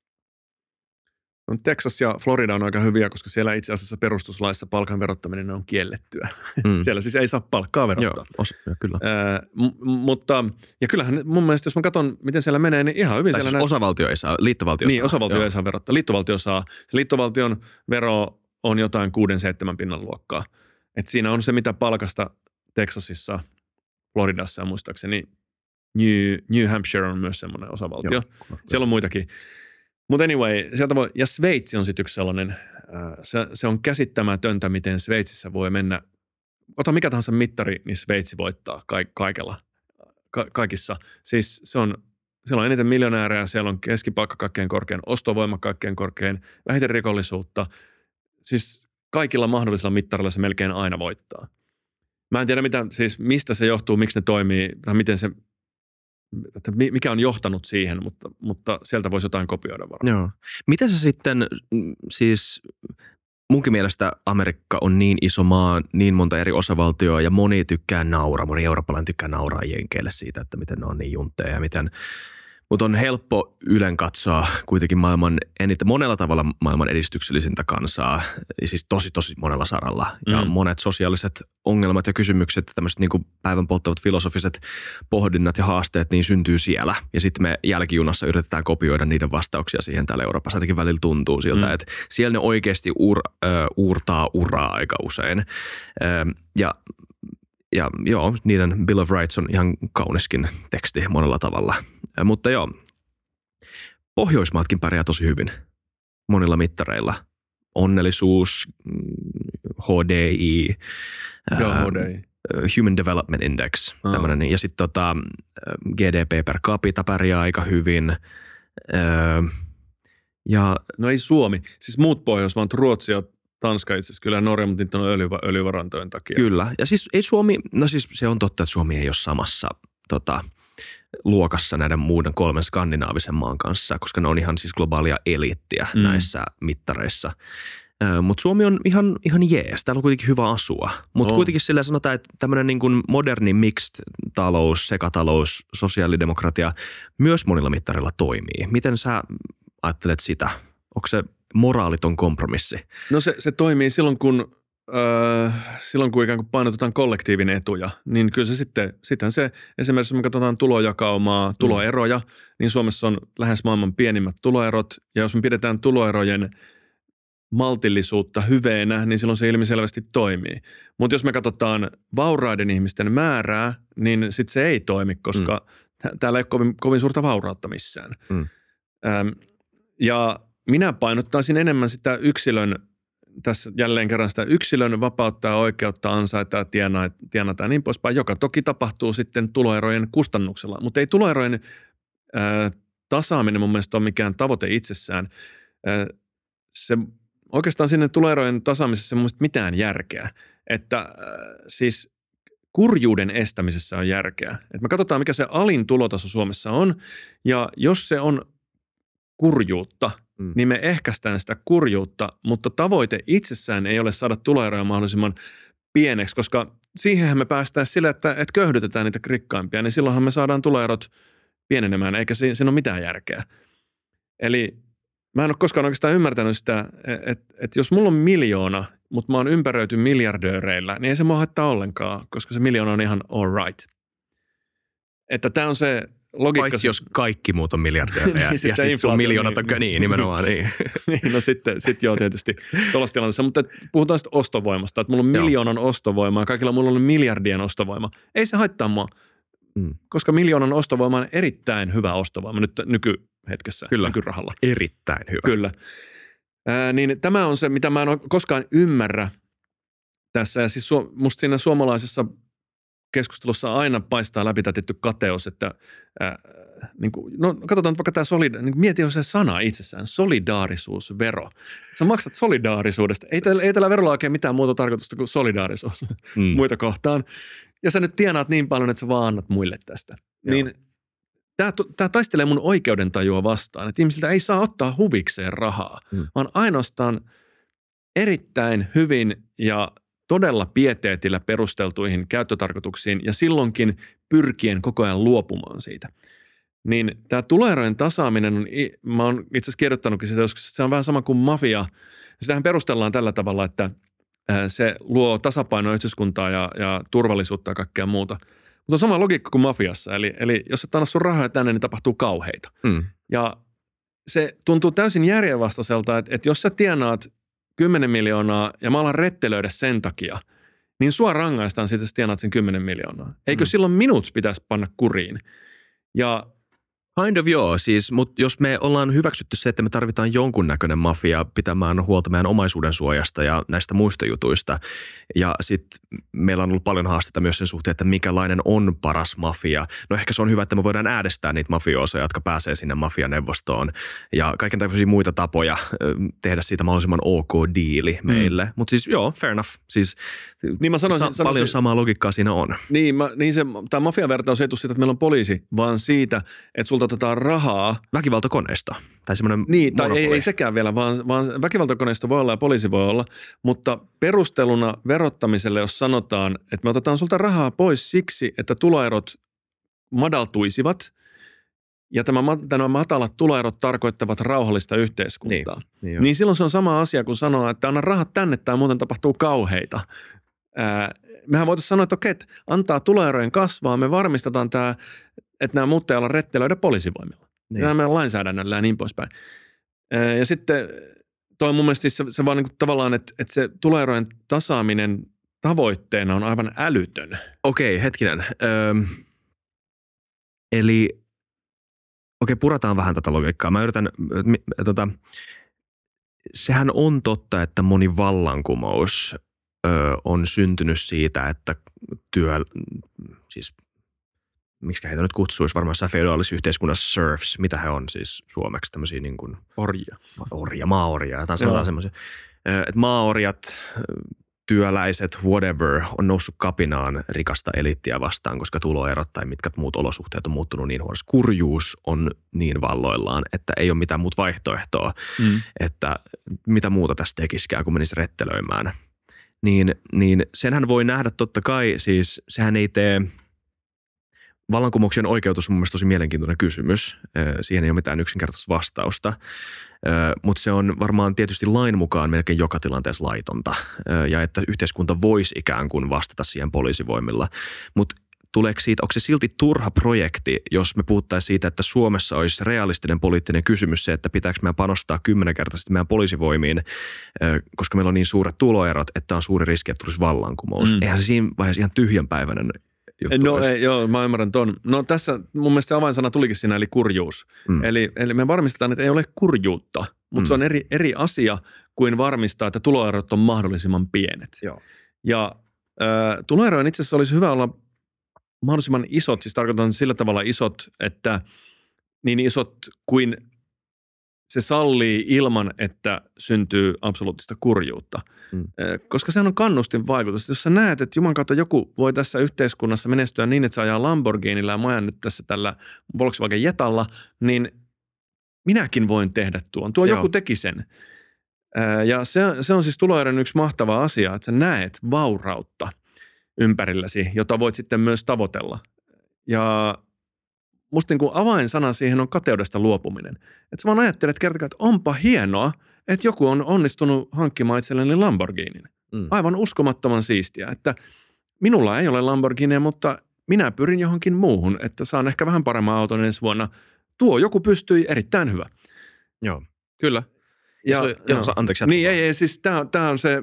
Texas ja Florida on aika hyviä, koska siellä itse asiassa perustuslaissa palkan verottaminen on kiellettyä. Mm. Siellä siis ei saa palkkaa verottaa. Joo, os- kyllä. Äh, m- mutta, ja kyllähän mun mielestä, jos mä katson, miten siellä menee, niin ihan hyvin. Tai siellä siis näin... osavaltio ei saa, liittovaltio niin, saa. Niin, osavaltio Joo. ei saa verottaa. Liittovaltio saa. Se liittovaltion vero on jotain kuuden seitsemän pinnan luokkaa. Et siinä on se, mitä palkasta Texasissa, Floridassa ja muistaakseni New, New Hampshire on myös semmoinen osavaltio. Joo, siellä on muitakin. Mutta anyway, sieltä voi, ja Sveitsi on sitten yksi sellainen, se, se on käsittämätöntä, miten Sveitsissä voi mennä, ota mikä tahansa mittari, niin Sveitsi voittaa ka, kaikella, ka, kaikissa. Siis se on, siellä on eniten miljonäärejä, siellä on keskipalkka kaikkein korkein, ostovoima kaikkein korkein, vähiten rikollisuutta. Siis kaikilla mahdollisilla mittarilla se melkein aina voittaa. Mä en tiedä, mitä, siis mistä se johtuu, miksi ne toimii, tai miten se, että mikä on johtanut siihen, mutta, mutta sieltä voisi jotain kopioida varmaan. Joo. Miten se sitten, siis munkin mielestä Amerikka on niin iso maa, niin monta eri osavaltioa ja moni tykkää nauraa, moni eurooppalainen tykkää nauraa jenkeille siitä, että miten ne on niin juntteja ja miten, Mutta on helppo ylen katsoa kuitenkin maailman eniten, monella tavalla maailman edistyksellisintä kansaa, siis tosi tosi monella saralla. Mm. Ja monet sosiaaliset ongelmat ja kysymykset, tämmöiset niin kuin päivän polttavat filosofiset pohdinnat ja haasteet, niin syntyy siellä. Ja sitten me jälkijunassa yritetään kopioida niiden vastauksia siihen täällä Euroopassa. Ainakin välillä tuntuu siltä, mm. että siellä ne oikeasti ur, ö, uurtaa uraa aika usein. Ö, ja Ja joo, niiden Bill of Rights on ihan kauniskin teksti monella tavalla. Ja, mutta joo, Pohjoismaatkin pärjää tosi hyvin monilla mittareilla. Onnellisuus, H D I, joo, H D I. Human Development Index, oh. tämmöinen. Ja sitten tota, G D P per capita pärjää aika hyvin. Ja, no ei Suomi, siis muut Pohjoismaat, Ruotsi ja Tanska itse asiassa, kyllä Norja, mutta niitä on öljy, öljyvarantojen takia. Kyllä, ja siis ei Suomi, no siis se on totta, että Suomi ei ole samassa tota, luokassa näiden muuden kolmen skandinaavisen maan kanssa, koska ne on ihan siis globaalia eliittiä mm. näissä mittareissa. Mutta Suomi on ihan, ihan jees, täällä on kuitenkin hyvä asua. Mutta oh. kuitenkin sillä sanotaan, että tämmöinen niin kuin moderni mixed talous, sekatalous, sosiaalidemokratia myös monilla mittarilla toimii. Miten sä ajattelet sitä? Onko se moraaliton kompromissi? No se, se toimii silloin, kun, äh, silloin, kun ikään kuin painotetaan kollektiivinen etuja. Niin kyllä se sitten, sittenhän se, esimerkiksi jos me katsotaan tulojakaumaa, tuloeroja, mm. niin Suomessa on lähes maailman pienimmät tuloerot. Ja jos me pidetään tuloerojen maltillisuutta hyveenä, niin silloin se ilmiselvästi toimii. Mutta jos me katsotaan vauraiden ihmisten määrää, niin sitten se ei toimi, koska mm. täällä ei ole kovin, kovin suurta vaurautta missään. Mm. Ähm, ja minä painottaisin enemmän sitä yksilön, tässä jälleen kerran sitä yksilön vapauttaa, oikeutta ansaita, tienata, tienata ja niin poispäin, joka toki tapahtuu sitten tuloerojen kustannuksella. Mutta ei tuloerojen ää, tasaaminen mun mielestä ole mikään tavoite itsessään. Ää, se, oikeastaan sinne tuloerojen tasaamisessa ei mun mielestä mitään järkeä. Että ää, siis kurjuuden estämisessä on järkeä. Et me katsotaan, mikä se alin tulotaso Suomessa on, ja jos se on kurjuutta, mm. niin me ehkäistään sitä kurjuutta, mutta tavoite itsessään ei ole saada tuloeroja mahdollisimman pieneksi, koska siihenhän me päästään sillä, että, että köyhdytetään niitä rikkaimpia, niin silloinhan me saadaan tuloerot pienenemään, eikä siinä, siinä ole mitään järkeä. Eli mä en ole koskaan oikeastaan ymmärtänyt sitä, että, että jos mulla on miljoona, mutta mä oon ympäröity miljardööreillä, niin ei se mua haittaa ollenkaan, koska se miljoona on ihan all right. Että tämä on se logiikka. Paitsi jos kaikki muut on miljardöörejä niin, ja sitten sun miljoonat on, niin, niin nimenomaan niin. niin no sitten sit joo tietysti tuollaisessa tilanteessa, mutta puhutaan sitten ostovoimasta, että mulla on miljoonan joo. ostovoimaa, kaikilla mulla on miljardien ostovoima. Ei se haittaa mua, mm. koska miljoonan ostovoima on erittäin hyvä ostovoima nyt nykyhetkessä, Kyllä. nykyrahalla. Erittäin hyvä. Kyllä. Ää, niin tämä on se, mitä mä en ole koskaan ymmärrä tässä, ja siis su- musta siinä suomalaisessa keskustelussa aina paistaa läpi tämä tietty kateus, että ää, niin kuin, no katsotaan vaikka tämä, solida- niin mieti on se sana itsessään, solidaarisuusvero. Sä maksat solidaarisuudesta. Ei tällä, ei tällä verolla oikein mitään muuta tarkoitusta kuin solidaarisuus mm. muita kohtaan. Ja sä nyt tienaat niin paljon, että sä vaan annat muille tästä. Joo. Niin tämä, tämä taistelee mun oikeudentajua vastaan, että ihmisiltä ei saa ottaa huvikseen rahaa, mm. vaan ainoastaan erittäin hyvin ja todella pieteetillä perusteltuihin käyttötarkoituksiin ja silloinkin pyrkien koko ajan luopumaan siitä. Niin tämä tuloerojen tasaaminen, on, mä oon itse asiassa kirjoittanutkin sitä, koska se on vähän sama kuin mafia. Sitähän perustellaan tällä tavalla, että se luo tasapainoa yhteiskuntaa ja, ja turvallisuutta ja kaikkea muuta. Mutta on sama logiikka kuin mafiassa. Eli, eli jos et anna sun rahaa tänne, niin tapahtuu kauheita. Mm. Ja se tuntuu täysin järjenvastaiselta, että, että jos sä tienaat kymmenen miljoonaa ja mä alan rettelöidä sen takia, niin sua rangaistaan siitä, että tienaat sen kymmenen miljoonaa. Eikö mm. silloin minut pitäisi panna kuriin? Ja kind of joo, siis, mutta jos me ollaan hyväksytty se, että me tarvitaan jonkunnäköinen mafia pitämään huolta meidän omaisuuden suojasta ja näistä muista jutuista. Ja sitten meillä on ollut paljon haasteita myös sen suhteen, että mikälainen on paras mafia. No ehkä se on hyvä, että me voidaan äänestää niitä mafioosoja, jotka pääsee sinne mafianeuvostoon. Ja kaiken tämmöisiä muita tapoja tehdä siitä mahdollisimman ok-diili meille. Mm. Mutta siis joo, fair enough. Siis niin mä sanoisin, sa- sanoisin, paljon samaa logiikkaa siinä on. Niin, mä, niin se, tämä mafiavertaus ei tule siitä, että meillä on poliisi, vaan siitä, että sulta otetaan rahaa. Väkivaltakoneisto. Tai semmoinen Niin, tai monopoli. ei, ei sekään vielä, vaan, vaan väkivaltakoneisto voi olla ja poliisi voi olla. Mutta perusteluna verottamiselle, jos sanotaan, että me otetaan sulta rahaa pois siksi, että tuloerot madaltuisivat, ja tämä, tämä matalat tuloerot tarkoittavat rauhallista yhteiskuntaa. Niin, niin, niin silloin se on sama asia kuin sanoa, että anna rahat tänne tai muuten tapahtuu kauheita. Ää, mehän voitaisiin sanoa, että okei, että antaa tuloerojen kasvaa, me varmistetaan tämä, että nämä muuttajalla on rettelöidä poliisivoimilla. Niin. Nämä meidän lainsäädännöllä ja niin poispäin. Ää, ja sitten toi mun mielestä siis se, se vaan niin kuin tavallaan, että, että se tuloerojen tasaaminen tavoitteena on aivan älytön. Okei, hetkinen. Öm, eli okei, purataan vähän tätä logiikkaa. Mä yritän, äh, tota, sehän on totta, että moni vallankumous ö, on syntynyt siitä, että työ, siis miksi heitä nyt kutsuisi, varmaan jossain feudaalisessa yhteiskunnassa serfs, mitä he on siis suomeksi, tämmöisiä niin kuin orjia, orja, maaorjia, jotain sanotaan semmoisia. Että maaorjat, työläiset, whatever, on noussut kapinaan rikasta eliittiä vastaan, koska tuloerot tai mitkä muut olosuhteet on muuttunut niin huonosti. Kurjuus on niin valloillaan, että ei ole mitään muuta vaihtoehtoa, mm. että mitä muuta tästä tekisikään, kun menisi rettelöimään. Niin, niin senhän voi nähdä totta kai, siis sehän ei tee, vallankumouksen oikeutus on mun mielestä tosi mielenkiintoinen kysymys. Siihen ei ole mitään yksinkertaista vastausta, mutta se on varmaan tietysti lain mukaan melkein joka tilanteessa laitonta ja että yhteiskunta voisi ikään kuin vastata siihen poliisivoimilla. Mutta tuleeko siitä, onko se silti turha projekti, jos me puhuttaisiin siitä, että Suomessa olisi realistinen poliittinen kysymys se, että pitääkö meidän panostaa kymmenenkertaisesti meidän poliisivoimiin, koska meillä on niin suuret tuloerot, että on suuri riski, että tulisi vallankumous. Mm. Eihän se siinä vaiheessa ihan tyhjänpäiväinen juttu No ei, joo, mä ymmärrän ton. No tässä mun mielestä se avainsana tulikin siinä, eli kurjuus. Mm. Eli, eli me varmistetaan, että ei ole kurjuutta, mutta mm. se on eri, eri asia kuin varmistaa, että tuloerot on mahdollisimman pienet. Joo. Ja äh, tuloerojen itse asiassa olisi hyvä olla mahdollisimman isot, siis tarkoitan sillä tavalla isot, että niin isot kuin se sallii ilman, että syntyy absoluuttista kurjuutta. Mm. Koska sehän on kannustin vaikutus. Jos sä näet, että Juman kautta joku voi tässä yhteiskunnassa menestyä niin, että se ajaa Lamborghinilla ja mä ajan nyt tässä tällä Volkswagen Jetalla, niin minäkin voin tehdä tuon. Tuo Joo. joku teki sen. Ja se, se on siis tuloeron yksi mahtava asia, että sä näet vaurautta ympärilläsi, jota voit sitten myös tavoitella. Ja musta niin kuin avainsana siihen on kateudesta luopuminen. Että sä vaan ajattelet kertakaan, että onpa hienoa, että joku on onnistunut hankkimaan itselleni Lamborghinin. Mm. Aivan uskomattoman siistiä, että minulla ei ole Lamborghinia, mutta minä pyrin johonkin muuhun, että saan ehkä vähän paremman auton ensi vuonna. Tuo joku pystyi erittäin hyvä. Joo, kyllä. Ja, ja, ja, ja anteeksi. Niin ei, ei siis tämä on se,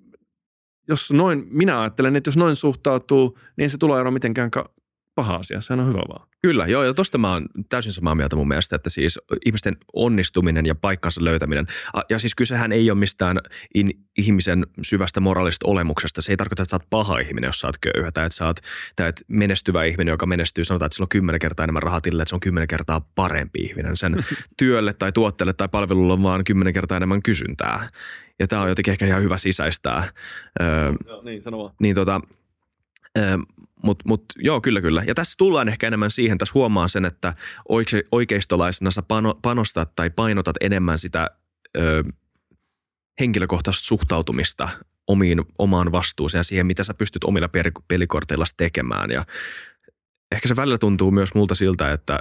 jos noin, minä ajattelen, että jos noin suhtautuu, niin se tuloero mitenkään ka- paha asia, sehän on hyvä vaan. Kyllä, joo, ja tosta mä oon täysin samaa mieltä mun mielestä, että siis ihmisten onnistuminen ja paikkansa löytäminen, ja siis kysehän ei ole mistään in, ihmisen syvästä moraalisesta olemuksesta, se ei tarkoita, että sä oot paha ihminen, jos sä oot köyhä, tai että sä oot tai että menestyvä ihminen, joka menestyy, sanotaan, että sillä on kymmenen kertaa enemmän rahaa tilille, että se on kymmenen kertaa parempi ihminen, sen työlle tai tuotteelle tai palvelulle on vaan kymmenen kertaa enemmän kysyntää, ja tää on jotenkin ehkä ihan hyvä sisäistää. Öö, joo, niin, sano vaan. Niin tota, öö, Mutta mut, joo, kyllä, kyllä. Ja tässä tullaan ehkä enemmän siihen, tässä huomaan sen, että oike, oikeistolaisena sä pano, panostat tai painotat enemmän sitä ö, henkilökohtaista suhtautumista omiin, omaan vastuuseen ja siihen, mitä sä pystyt omilla pelikorteilla tekemään. Ja ehkä se välillä tuntuu myös multa siltä, että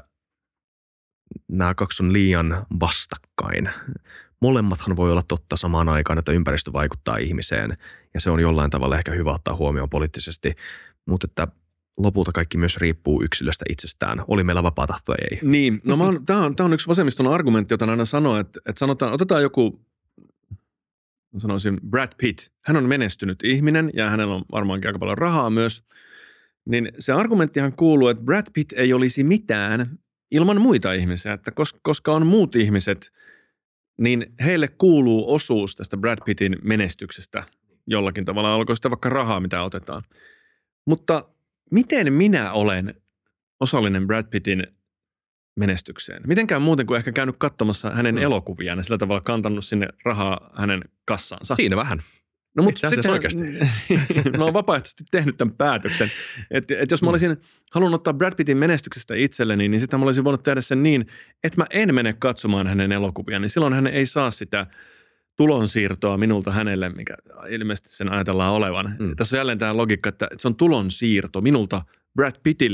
nämä kaksi on liian vastakkain. Molemmathan voi olla totta samaan aikaan, että ympäristö vaikuttaa ihmiseen ja se on jollain tavalla ehkä hyvä ottaa huomioon poliittisesti. Mutta että lopulta kaikki myös riippuu yksilöstä itsestään. Oli meillä vapaa tahto tai ei. Niin, no tämä on, on yksi vasemmiston argumentti, jota aina sanoo, että, että sanotaan, otetaan joku, sanoisin Brad Pitt. Hän on menestynyt ihminen ja hänellä on varmaankin aika paljon rahaa myös. Niin se argumenttihan kuuluu, että Brad Pitt ei olisi mitään ilman muita ihmisiä. Että koska on muut ihmiset, niin heille kuuluu osuus tästä Brad Pittin menestyksestä jollakin tavalla. Olkoon sitä vaikka rahaa, mitä otetaan. Mutta miten minä olen osallinen Brad Pittin menestykseen? Mitenkään muuten kuin ehkä käynyt katsomassa hänen mm. elokuviaan ja sillä tavalla kantanut sinne rahaa hänen kassansa. Siinä vähän. No mutta sitten oikeasti. Mä oon vapaaehtoisesti tehnyt tämän päätöksen. Että et jos mä olisin halunnut ottaa Brad Pittin menestyksestä itselleni, niin sitten mä olisin voinut tehdä sen niin, että mä en mene katsomaan hänen elokuviaan. Niin silloin hän ei saa sitä tulonsiirtoa minulta hänelle, mikä ilmeisesti sen ajatellaan olevan. Mm. Tässä on jälleen tämä logiikka, että se on tulonsiirto minulta Brad Pittille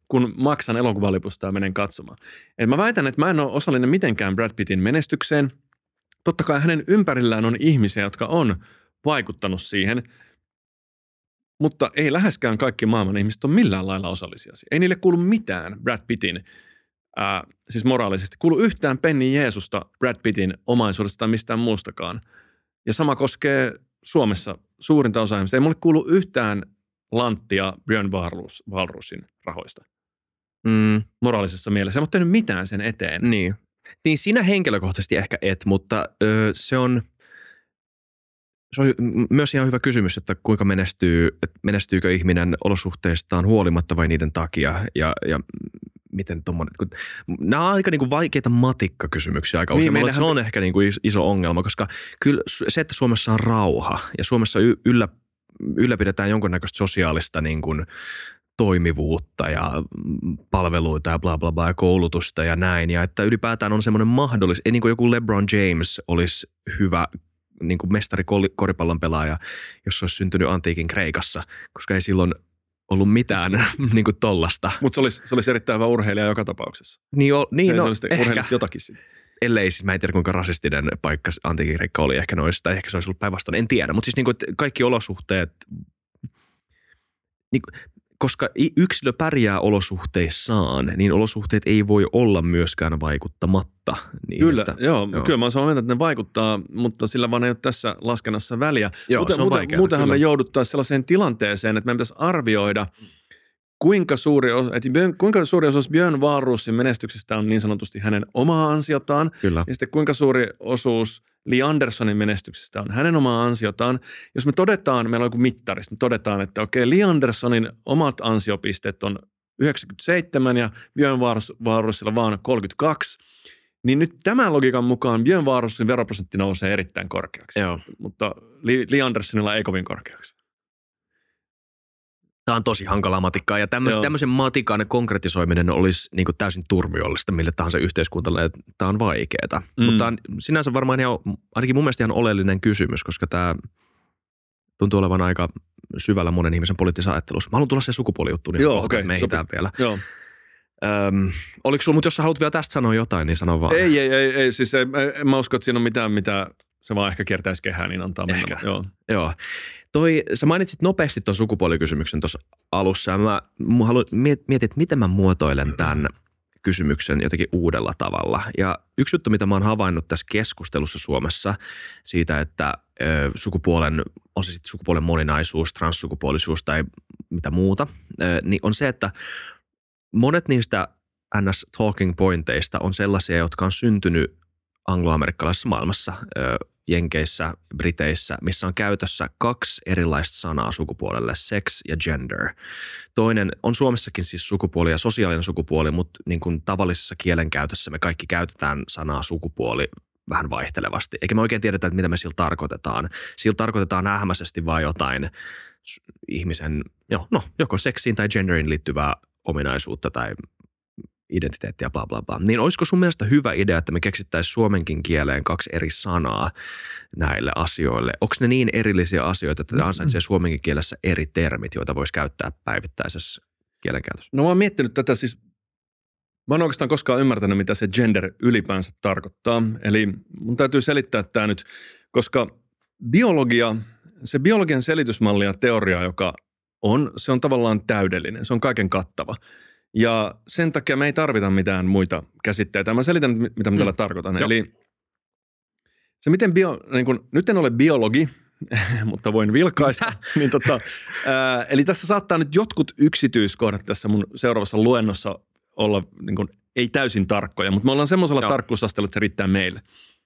kun maksan elokuvalipusta ja menen katsomaan. Et mä väitän, että mä en ole osallinen mitenkään Brad Pittin menestykseen. Totta kai hänen ympärillään on ihmisiä, jotka on vaikuttanut siihen, mutta ei läheskään kaikki maailman ihmiset ole millään lailla osallisia. Ei niille kuulu mitään Brad Pittin, ää, siis moraalisesti, kuulu yhtään penni Jeesusta Brad Pittin omaisuudesta tai mistään muustakaan. Ja sama koskee Suomessa suurinta osaa ihmistä. Ei mulle kuulu yhtään lanttia Björn Wahlroos, Wahlroosin rahoista. Mm. Moraalisessa mielessä. En ole tehnyt mitään sen eteen. Niin. Niin sinä henkilökohtaisesti ehkä et, mutta ö, se on, se on myös ihan hyvä kysymys, että kuinka menestyy, että menestyykö ihminen olosuhteistaan huolimatta vai niiden takia ja, ja miten tommoinen. Nämä on aika niinku vaikeita matikkakysymyksiä aika usein. Niin, se on ehkä niinku iso ongelma, koska kyllä se, että Suomessa on rauha ja Suomessa yllä, ylläpidetään jonkunnäköistä sosiaalista niin kuin toimivuutta ja palveluita ja bla bla bla ja koulutusta ja näin. Ja että ylipäätään on semmoinen mahdollisuus, ei niin kuin joku LeBron James olisi hyvä niin kuin mestari koripallon pelaaja, jos se olisi syntynyt antiikin Kreikassa, koska ei silloin ollut mitään niin kuin tollasta. Mutta se olisi, se olisi erittäin hyvä urheilija joka tapauksessa. Niin, o, niin no, no, se olisi urheilisi jotakin siitä. Ellei siis, mä en tiedä kuinka rasistinen paikka antiikin Kreikka oli ehkä noista, tai ehkä se olisi ollut päinvastoin, en tiedä. Mutta siis niin kuin, kaikki olosuhteet, niin kuin, koska yksilö pärjää olosuhteissaan, niin olosuhteet ei voi olla myöskään vaikuttamatta. Niin kyllä, että, joo, joo. Kyllä mä oon samaa mieltä, että ne vaikuttaa, mutta sillä vaan ei ole tässä laskennassa väliä. Joo, Muuten, se on muuten, vaikeaa, muutenhan kyllä. me jouduttaisiin sellaiseen tilanteeseen, että meidän pitäisi arvioida, kuinka suuri, että kuinka suuri osuus Björn Wahlroosin menestyksestä on niin sanotusti hänen omaa ansiotaan. Kyllä. Ja sitten kuinka suuri osuus Lee Andersonin menestyksestä on hänen omaa ansiotaan. Jos me todetaan, meillä on joku mittari, me todetaan, että okei, Lee Andersonin omat ansiopisteet on yhdeksänkymmentäseitsemän ja Björn Wahlroosilla vaan kolmekymmentäkaksi, niin nyt tämän logiikan mukaan Björn Wahlroosin veroprosentti nousee erittäin korkeaksi. Joo. Mutta Lee Andersonilla ei kovin korkeaksi. Tämä on tosi hankalaa matikkaa ja tämmöisen matikan konkretisoiminen olisi niin kuin täysin turmiollista mille tahansa yhteiskuntalle. Tämä on vaikeaa, mm. mutta tämä on sinänsä varmaan ihan, ainakin mun mielestä ihan oleellinen kysymys, koska tämä tuntuu olevan aika syvällä monen ihmisen poliittisessa ajattelussa. Mä haluan tulla se sukupuolijuttu, niin Joo, kohta, okay, että me ehditään vielä. Joo. Öm, oliko sulla, mutta jos sä haluat vielä tästä sanoa jotain, niin sano vaan. Ei, ei, ei, ei siis ei, en mä usko, että siinä on mitään, mitä se vaan ehkä kiertäisi kehään, niin antaa mennä. Ehkä. Joo. Joo. Toi, sä mainitsit nopeasti tuon sukupuolikysymyksen tuossa alussa ja mä haluan mietin, että miten mä muotoilen tämän kysymyksen jotenkin uudella tavalla. Ja yksi juttu, mitä mä oon havainnut tässä keskustelussa Suomessa siitä, että ö, sukupuolen, on se sitten sukupuolen moninaisuus, transsukupuolisuus tai mitä muuta, ö, niin on se, että monet niistä N S talking pointeista on sellaisia, jotka on syntynyt angloamerikkalaisessa maailmassa, ö, Jenkeissä, Briteissä, missä on käytössä kaksi erilaista sanaa sukupuolelle, sex ja gender. Toinen on Suomessakin siis sukupuoli ja sosiaalinen sukupuoli, mutta niin kuin tavallisessa kielenkäytössä me kaikki käytetään sanaa sukupuoli vähän vaihtelevasti. Eikä me oikein tiedetä, että mitä me sillä tarkoitetaan. Sillä tarkoitetaan ähmäisesti vaan jotain ihmisen, jo, no, joko seksiin tai genderiin liittyvää ominaisuutta tai identiteettiä, bla bla bla. Niin olisiko sun mielestä hyvä idea, että me keksittäisiin suomenkin kieleen kaksi eri sanaa näille asioille? Onko ne niin erillisiä asioita, että ne ansaitsee suomenkin kielessä eri termit, joita voisi käyttää päivittäisessä kielenkäytössä? No mä oon miettinyt tätä siis, mä en oikeastaan koskaan ymmärtänyt, mitä se gender ylipäänsä tarkoittaa. Eli mun täytyy selittää tämä nyt, koska biologia, se biologian selitysmalli ja teoria, joka on, se on tavallaan täydellinen, se on kaiken kattava. Ja sen takia me ei tarvita mitään muita käsitteitä. Mä selitän, mitä mä tällä mm. tarkoitan. Joo. Eli se miten bio, niin kun, nyt en ole biologi, mutta voin vilkaista. niin tota, ää, eli tässä saattaa nyt jotkut yksityiskohdat tässä mun seuraavassa luennossa olla niin kun, ei täysin tarkkoja, mutta me ollaan semmoisella Joo. tarkkuusasteella, että se riittää meille.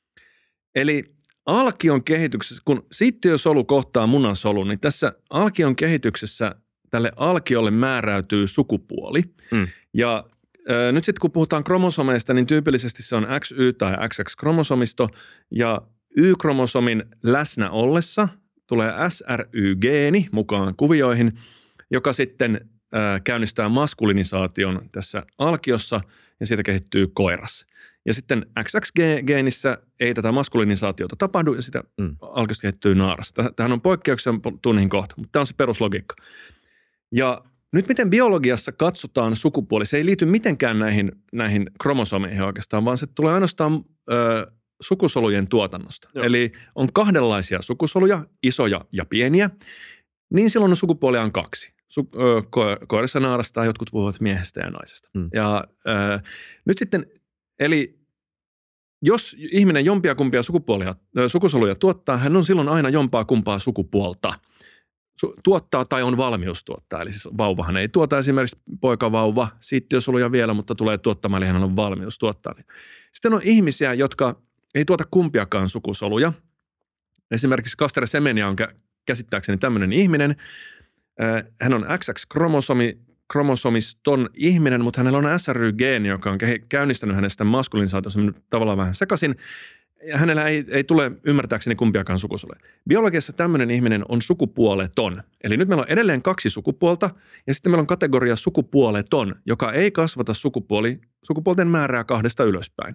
Eli alkion kehityksessä, kun siittiösolu kohtaa munansolun, niin tässä alkion kehityksessä tälle alkiolle määräytyy sukupuoli. Mm. Ja äh, nyt sitten kun puhutaan kromosomeista, niin tyypillisesti se on X Y tai X X-kromosomisto. Ja Y-kromosomin läsnä ollessa tulee S R Y-geeni mukaan kuvioihin, joka sitten äh, käynnistää maskulinisaation tässä alkiossa ja siitä kehittyy koiras. Ja sitten X X-geenissä ei tätä maskulinisaatiota tapahdu ja sitä mm. alkiosta kehittyy naaras. Tähän on poikkeuksia, tuun niihin kohta, mutta tämä on se peruslogiikka. Ja nyt miten biologiassa katsotaan sukupuoli, se ei liity mitenkään näihin, näihin kromosomeihin oikeastaan, vaan se tulee ainoastaan ö, sukusolujen tuotannosta. Joo. Eli on kahdenlaisia sukusoluja, isoja ja pieniä, niin silloin sukupuolia on kaksi. Su, ö, ko- koirassa, naarasta tai jotkut puhuvat miehestä ja naisesta. Hmm. Ja ö, nyt sitten, eli jos ihminen jompia kumpia sukupuolia, ö, sukusoluja tuottaa, hän on silloin aina jompaa kumpaa sukupuolta. Tuottaa tai on valmius tuottaa. Eli siis vauvahan ei tuota esimerkiksi poikavauva, siittiösoluja vielä, mutta tulee tuottamaan, eli hän on valmius tuottaa. Sitten on ihmisiä, jotka ei tuota kumpiakaan sukusoluja. Esimerkiksi Caster Semenya on käsittääkseni tämmöinen ihminen. Hän on X X-kromosomi, kromosomiston ihminen, mutta hänellä on S R Y-geeni, joka on käynnistänyt hänestä maskulinisaatiossa tavallaan vähän sekaisin. Ja hänellä ei, ei tule ymmärtääkseni kumpiakaan sukusoluja. Biologiassa tämmöinen ihminen on sukupuoleton. Eli nyt meillä on edelleen kaksi sukupuolta ja sitten meillä on kategoria sukupuoleton, joka ei kasvata sukupuoli, sukupuolten määrää kahdesta ylöspäin.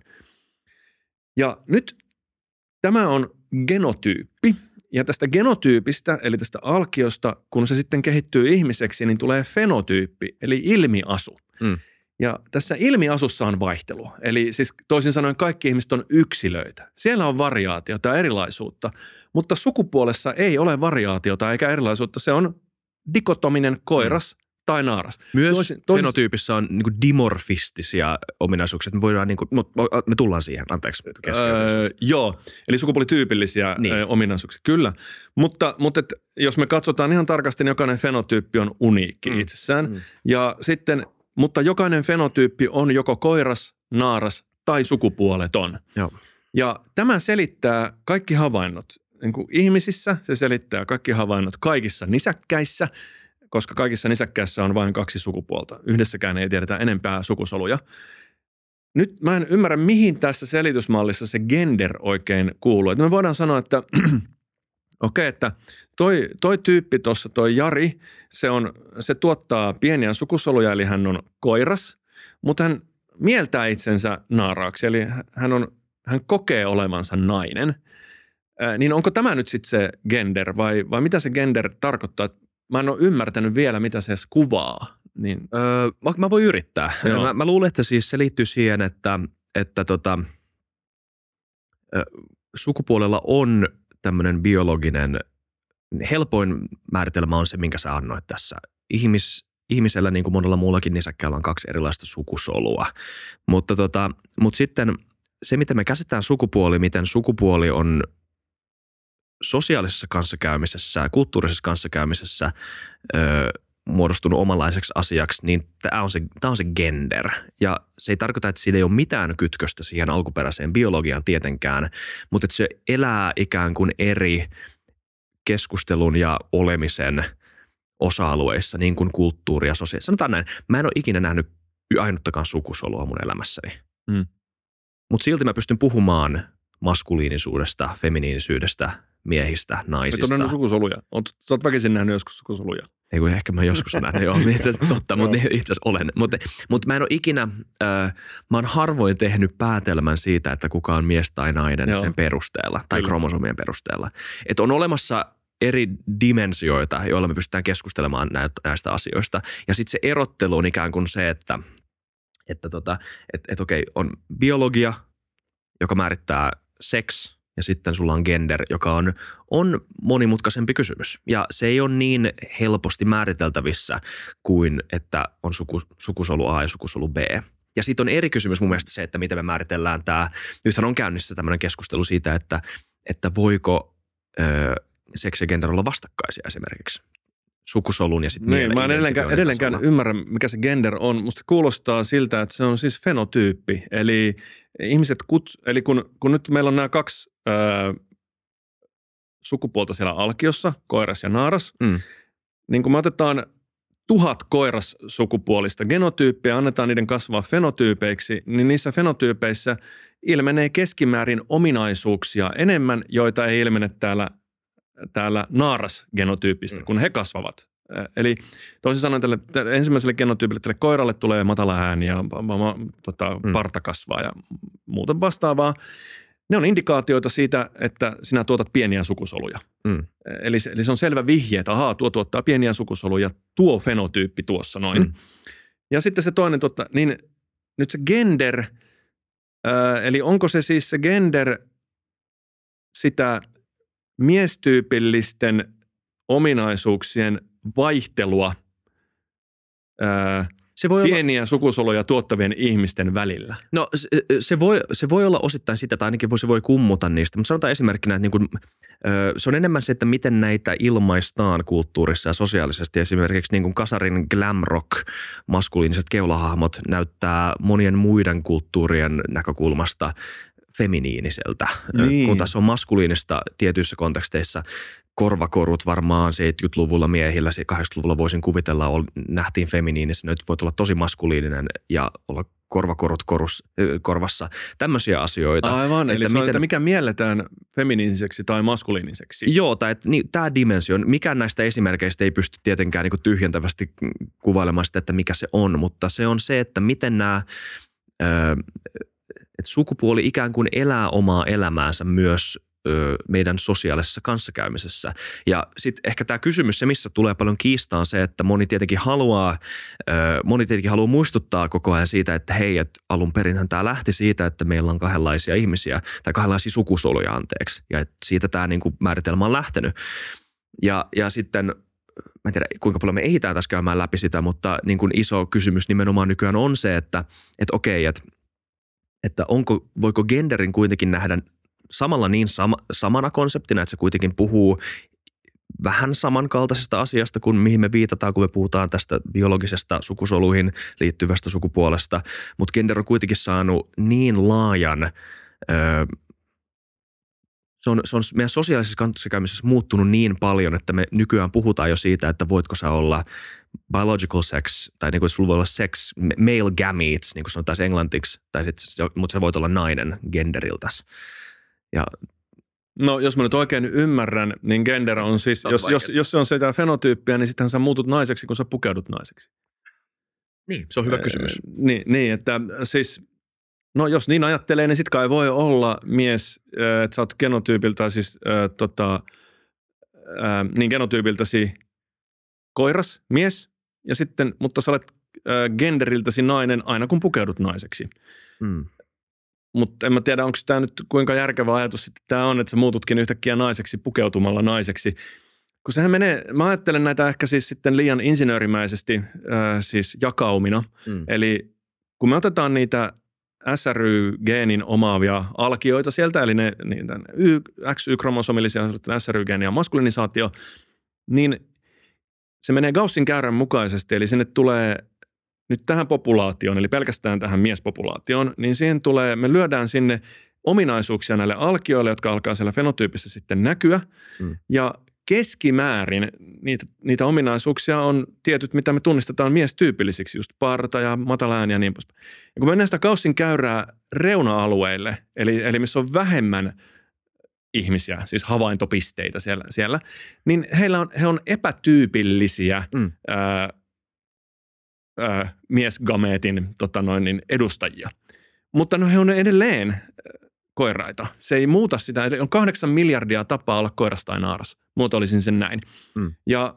Ja nyt tämä on genotyyppi ja tästä genotyypistä eli tästä alkiosta, kun se sitten kehittyy ihmiseksi, niin tulee fenotyyppi eli ilmiasu. Mm. Ja tässä ilmiasussa on vaihtelua. Eli siis toisin sanoen kaikki ihmiset on yksilöitä. Siellä on variaatiota ja erilaisuutta, mutta sukupuolessa ei ole variaatiota eikä erilaisuutta. Se on dikotominen koiras mm. tai naaras. Myös toisin, toisin... fenotyypissä on niin kuin dimorfistisia ominaisuuksia. Me, voidaan niin kuin, me tullaan siihen, anteeksi öö, Joo, eli sukupuolityypillisiä niin. ö, ominaisuuksia, kyllä. Mutta, mutta et, jos me katsotaan ihan tarkasti, niin jokainen fenotyyppi on uniikki mm. itsessään. Mm. Ja sitten... Mutta jokainen fenotyyppi on joko koiras, naaras tai sukupuoleton. Joo. Ja tämä selittää kaikki havainnot. Niin kuin ihmisissä se selittää kaikki havainnot kaikissa nisäkkäissä, koska kaikissa nisäkkäissä on vain kaksi sukupuolta. Yhdessäkään ei tiedetä enempää sukusoluja. Nyt mä en ymmärrä, mihin tässä selitysmallissa se gender oikein kuuluu. Että me voidaan sanoa, että okei, okay, että toi, toi tyyppi tuossa, toi Jari, se, on, se tuottaa pieniä sukusoluja, eli hän on koiras, mutta hän mieltää itsensä naaraaksi, eli hän, on, hän kokee olevansa nainen. Ää, niin onko tämä nyt sitten se gender vai, vai mitä se gender tarkoittaa? Mä en ole ymmärtänyt vielä, mitä se edes kuvaa. Niin. Öö, mä voin yrittää. Mä, mä luulen, että siis se liittyy siihen, että, että tota, sukupuolella on tämmöinen biologinen, helpoin määritelmä on se, minkä sä annoit tässä. Ihmis, ihmisellä, niin kuin monella muullakin nisäkkäällä, on kaksi erilaista sukusolua. Mutta, tota, mutta sitten se, miten me käsitään sukupuoli, miten sukupuoli on sosiaalisessa kanssakäymisessä ja kulttuurisessa kanssakäymisessä öö, muodostunut omanlaiseksi asiaksi, niin tämä on, se, tämä on se gender. Ja se ei tarkoita, että sillä ei ole mitään kytköstä siihen alkuperäiseen biologiaan tietenkään, mutta että se elää ikään kuin eri keskustelun ja olemisen osa-alueissa, niin kuin kulttuuri ja sosiaali. Sanotaan näin, mä en ole ikinä nähnyt ainuttakaan sukusolua mun elämässäni. Mm. Mutta silti mä pystyn puhumaan maskuliinisuudesta, feminiinisyydestä, miehistä, naisista. Et on nähnyt sukusoluja. Oot, sä oot väkisin nähnyt joskus sukusoluja. Ei kun ehkä mä joskus nähnyt, joo, itse asiassa totta, mutta itse asiassa olen. Mutta mut mä en ole ikinä, äh, mä oon harvoin tehnyt päätelmän siitä, että kuka on mies tai nainen joo. sen perusteella tai Kyllä. kromosomien perusteella. Että on olemassa eri dimensioita, joilla me pystytään keskustelemaan näistä asioista. Ja sitten se erottelu on ikään kuin se, että että tota, et, et okei, on biologia, joka määrittää seks, ja sitten sulla on gender, joka on, on monimutkaisempi kysymys. Ja se ei ole niin helposti määriteltävissä kuin, että on suku, sukusolu A ja sukusolu B. Ja sitten on eri kysymys mun mielestä se, että miten me määritellään tämä. Nythän on käynnissä tämmöinen keskustelu siitä, että, että voiko ö, seksi ja gender olla vastakkaisia esimerkiksi. Sukusolun ja sitten niin, mä en edelleenkään, edelleenkään ymmärrä, mikä se gender on. Musta kuulostaa siltä, että se on siis fenotyyppi. Eli ihmiset kuts, eli kun, kun nyt meillä on nämä kaksi öö, sukupuolta siellä alkiossa, koiras ja naaras, mm. niin kun me otetaan tuhat koirassukupuolista genotyyppiä, annetaan niiden kasvaa fenotyypeiksi, niin niissä fenotyypeissä ilmenee keskimäärin ominaisuuksia enemmän, joita ei ilmene täällä täällä naaras-genotyypistä, mm. kun he kasvavat. Eli toisin sanoen tälle, tälle ensimmäiselle genotyypille, tälle koiralle tulee matala ääni ja tota, mm. parta kasvaa ja muuta vastaavaa. ne on indikaatioita siitä, että sinä tuotat pieniä sukusoluja. Mm. Eli se, eli se on selvä vihje, että ahaa, tuo tuottaa pieniä sukusoluja, tuo fenotyyppi tuossa noin. Mm. Ja sitten se toinen, totta, niin nyt se gender, ää, eli onko se siis se gender sitä miestyypillisten ominaisuuksien vaihtelua ää, se voi pieniä olla... sukusoluja tuottavien ihmisten välillä? No se, se, voi, se voi olla osittain sitä, tai ainakin se voi kummuta niistä, mutta sanotaan esimerkkinä, että niin kuin, se on enemmän se, että miten näitä ilmaistaan kulttuurissa ja sosiaalisesti. Esimerkiksi niin kuin kasarin glam rock maskuliiniset keulahahmot näyttää monien muiden kulttuurien näkökulmasta feminiiniseltä, niin. kun taas on maskuliinista tietyissä konteksteissa. Korvakorut varmaan seitsemänkymmentäluvulla miehillä, kahdeksankymmentäluvulla voisin kuvitella, nähtiin feminiinisenä. Nyt voit olla tosi maskuliininen ja olla korvakorut korus, korvassa. Tämmöisiä asioita. Aivan, että eli miten... että mikä mielletään feminiiniseksi tai maskuliiniseksi. Joo, tai että niin, tämä dimensio, mikään näistä esimerkkeistä ei pysty tietenkään niin kuin tyhjentävästi kuvailemaan sitä, että mikä se on, mutta se on se, että miten nämä... Öö, että sukupuoli ikään kuin elää omaa elämäänsä myös ö, meidän sosiaalisessa kanssakäymisessä. Ja sitten ehkä tämä kysymys, se missä tulee paljon kiistaa, on se, että moni tietenkin haluaa, ö, moni tietenkin haluaa muistuttaa koko ajan siitä, että hei, että alun perinhän tämä lähti siitä, että meillä on kahdenlaisia ihmisiä tai kahdenlaisia sukusoluja anteeksi. Ja että siitä tämä niin kuin määritelmä on lähtenyt. Ja, ja sitten... Mä en tiedä, kuinka paljon me ehditään tässä käymään läpi sitä, mutta niin kuin iso kysymys nimenomaan nykyään on se, että, että okei, että että onko, voiko genderin kuitenkin nähdä samalla niin sama, samana konseptina, että se kuitenkin puhuu vähän samankaltaisesta asiasta kuin mihin me viitataan, kun me puhutaan tästä biologisesta sukusoluihin liittyvästä sukupuolesta, mutta gender on kuitenkin saanut niin laajan, öö, se, on, se on meidän sosiaalisessa kanssakäymisessä muuttunut niin paljon, että me nykyään puhutaan jo siitä, että voitko sä olla biological sex, tai niin kuin sulla voi olla sex, male gametes, niin kuin sanotaan englantiksi, tai sit, mutta sä voit olla nainen genderiltäs. Ja no jos mä nyt oikein ymmärrän, niin gender on siis, on jos, jos, jos se on sitä fenotyyppiä, niin sittenhän sä muutut naiseksi, kun sä pukeudut naiseksi. Niin, se on hyvä kysymys. Äh, niin, niin, että siis, no jos niin ajattelee, niin sit kai voi olla mies, että sä oot genotyypiltä, siis äh, tota, äh, niin genotyypiltäsi koiras, mies, ja sitten, mutta sä olet äh, genderiltäsi nainen aina kun pukeudut naiseksi. Mm. Mutta en mä tiedä, onko tämä nyt kuinka järkevä ajatus sitten tämä on, että sä muututkin yhtäkkiä naiseksi pukeutumalla naiseksi. Kun sehän menee, mä ajattelen näitä ehkä siis sitten liian insinöörimäisesti äh, siis jakaumina. Mm. Eli kun me otetaan niitä S R Y-geenin omaavia alkioita sieltä, eli ne niitä X Y-kromosomillisia S R Y-geeniä maskulinisaatio, niin se menee Gaussin käyrän mukaisesti, eli sinne tulee nyt tähän populaatioon, eli pelkästään tähän miespopulaatioon, niin siihen tulee, me lyödään sinne ominaisuuksia näille alkioille, jotka alkaa siellä fenotyypissä sitten näkyä, mm. ja keskimäärin niitä, niitä ominaisuuksia on tietyt, mitä me tunnistetaan miestyypillisiksi, just parta ja matala ääni ja niin poispäin. Ja kun mennään sitä Gaussin käyrää reuna-alueille, eli, eli missä on vähemmän ihmisiä, siis havaintopisteitä siellä, siellä niin heillä on, he on epätyypillisiä mm. ää, ää, miesgameetin tota noin, niin edustajia. Mutta no he on edelleen koiraita. Se ei muuta sitä. On kahdeksan miljardia tapaa olla koiras tai naaras. Muotoilisin sen näin. Mm. Ja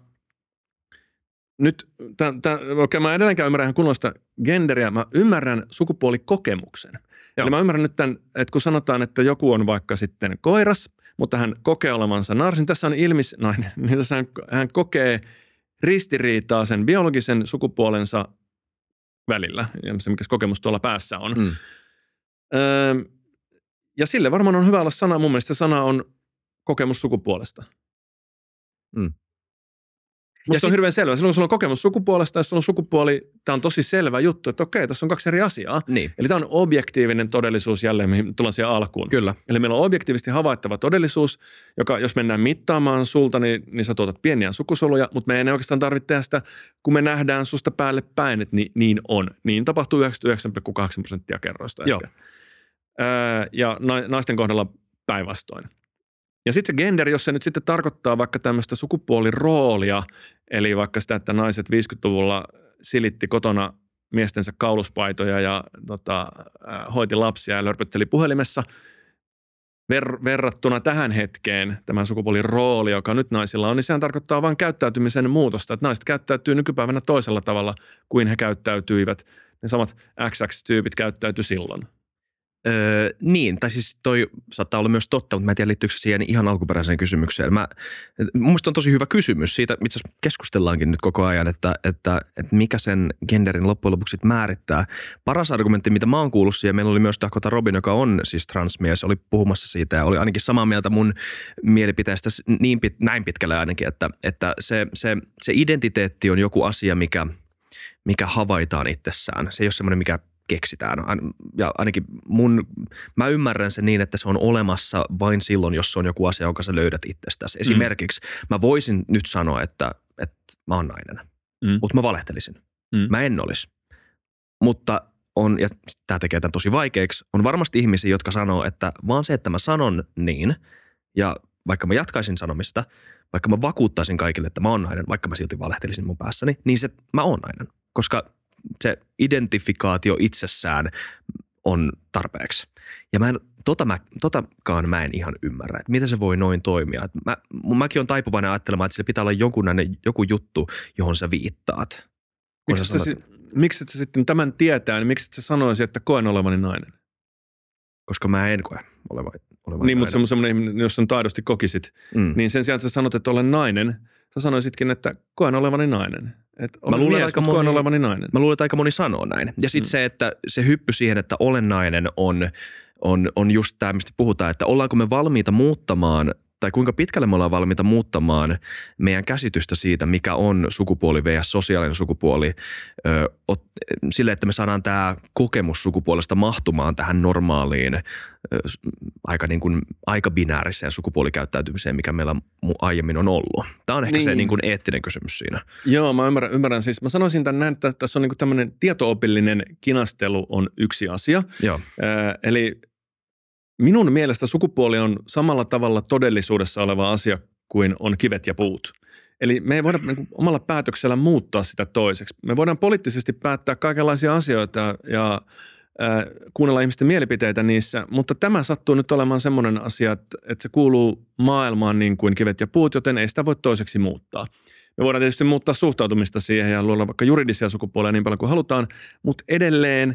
nyt, tämän, tämän, okei, mä edelleenkään ymmärrän ihan kunnollista genderiä. Mä ymmärrän sukupuolikokemuksen. Joo. Eli mä ymmärrän nyt tämän, että kun sanotaan, että joku on vaikka sitten koiras, mutta hän kokee olevansa naaras, niin tässä on ilmis, nainen, niin tässä hän, hän kokee ristiriitaa sen biologisen sukupuolensa välillä. Ja se, mikä kokemus tuolla päässä on. Mm. Öö, Ja sille varmaan on hyvä olla sana. Mun mielestä sana on kokemus sukupuolesta. Mm. Musta se on sit... hirveän selvä. Silloin kun sulla on kokemus sukupuolesta ja sulla on sukupuoli, tämä on tosi selvä juttu, että okei, tässä on kaksi eri asiaa. Niin. Eli tämä on objektiivinen todellisuus jälleen, mihin tullaan siihen alkuun. Kyllä. Eli meillä on objektiivisesti havaittava todellisuus, joka jos mennään mittaamaan sulta, niin, niin sä tuotat pieniä sukusoluja, mutta me ei oikeastaan tarvitse tehdä sitä, kun me nähdään susta päälle päin, että niin, niin on. Niin tapahtuu yhdeksänkymmentäyhdeksän pilkku kahdeksan prosenttia kerroista ehkä. Joo. Ja naisten kohdalla päinvastoin. Ja sitten se gender, jos se nyt sitten tarkoittaa vaikka tämmöistä sukupuoliroolia, eli vaikka sitä, että naiset viisikymmentäluvulla silitti kotona miestensä kauluspaitoja ja tota, hoiti lapsia ja lörpötteli puhelimessa, ver- verrattuna tähän hetkeen tämän sukupuolin rooli, joka nyt naisilla on, niin sehän tarkoittaa vain käyttäytymisen muutosta. Että naiset käyttäytyy nykypäivänä toisella tavalla kuin he käyttäytyivät. Ne samat X X-tyypit käyttäytyi silloin. Öö, niin, tai siis toi saattaa olla myös totta, mutta mä en tiedä liittyykö se siihen ihan alkuperäiseen kysymykseen. Mä, mun mielestä on tosi hyvä kysymys. Siitä itse asiassa keskustellaankin nyt koko ajan, että, että, että mikä sen genderin loppujen lopuksi määrittää. Paras argumentti, mitä mä oon kuullut siihen, meillä oli myös Dakota Robin, joka on siis transmies, oli puhumassa siitä ja oli ainakin samaa mieltä mun mielipiteestä niin pit, näin pitkälle ainakin, että, että se, se, se identiteetti on joku asia, mikä, mikä havaitaan itsessään. Se ei ole semmoinen, mikä keksitään. Ja ainakin mun, mä ymmärrän sen niin, että se on olemassa vain silloin, jos se on joku asia, jonka sä löydät itsestäsi. Esimerkiksi mm. mä voisin nyt sanoa, että, että mä oon nainen, mm. mutta mä valehtelisin. Mm. Mä en olisi. Mutta on, ja tämä tekee tämän tosi vaikeaksi, on varmasti ihmisiä, jotka sanoo, että vaan se, että mä sanon niin, ja vaikka mä jatkaisin sanomista, vaikka mä vakuuttaisin kaikille, että mä oon nainen, vaikka mä silti valehtelisin mun päässäni, niin se mä oon nainen. Koska se identifikaatio itsessään on tarpeeksi. Ja mä en, tota mä, totakaan mä en ihan ymmärrä, että miten se voi noin toimia. Mä, mäkin on taipuvainen ajattelemaan, että sillä pitää olla jonkunlainen, joku juttu, johon sä viittaat. Miksi sä, sanot, miksi et sä sitten tämän tietää, niin miksi et sä sanoisi, että koen olevani nainen? Koska mä en koe oleva, olevani niin, nainen. mutta semmoinen, jos sen taidosti kokisit, mm. niin sen sijaan, että sä sanot, että olen nainen, sä sanoisitkin, että koen olevani nainen. Että olen mies, mutta moni, koen olevani nainen. Mä luulen, että aika moni sanoo näin. Ja sitten mm. se, että se hyppy siihen, että olen nainen on, on, on just tämä, mistä puhutaan, että ollaanko me valmiita muuttamaan tai kuinka pitkälle me ollaan valmiita muuttamaan meidän käsitystä siitä, mikä on sukupuoli versus sosiaalinen sukupuoli, ö, ot, sille, että me saadaan tämä kokemus sukupuolesta mahtumaan tähän normaaliin, ö, aika, niin kuin, aika binääriseen sukupuolikäyttäytymiseen, mikä meillä aiemmin on ollut. Tämä on ehkä niin. se niin kuin eettinen kysymys siinä. Joo, mä ymmärrän. ymmärrän. Siis mä sanoisin tämän näin, että tässä on niin kuin tämmöinen tieto-opillinen kinastelu on yksi asia. Joo. Ö, eli minun mielestä sukupuoli on samalla tavalla todellisuudessa oleva asia kuin on kivet ja puut. Eli me ei voida niin kuin omalla päätöksellä muuttaa sitä toiseksi. Me voidaan poliittisesti päättää kaikenlaisia asioita ja äh, kuunnella ihmisten mielipiteitä niissä, mutta tämä sattuu nyt olemaan semmoinen asia, että, että se kuuluu maailmaan niin kuin kivet ja puut, joten ei sitä voi toiseksi muuttaa. Me voidaan tietysti muuttaa suhtautumista siihen ja luoda vaikka juridisia sukupuolia niin paljon kuin halutaan, mutta edelleen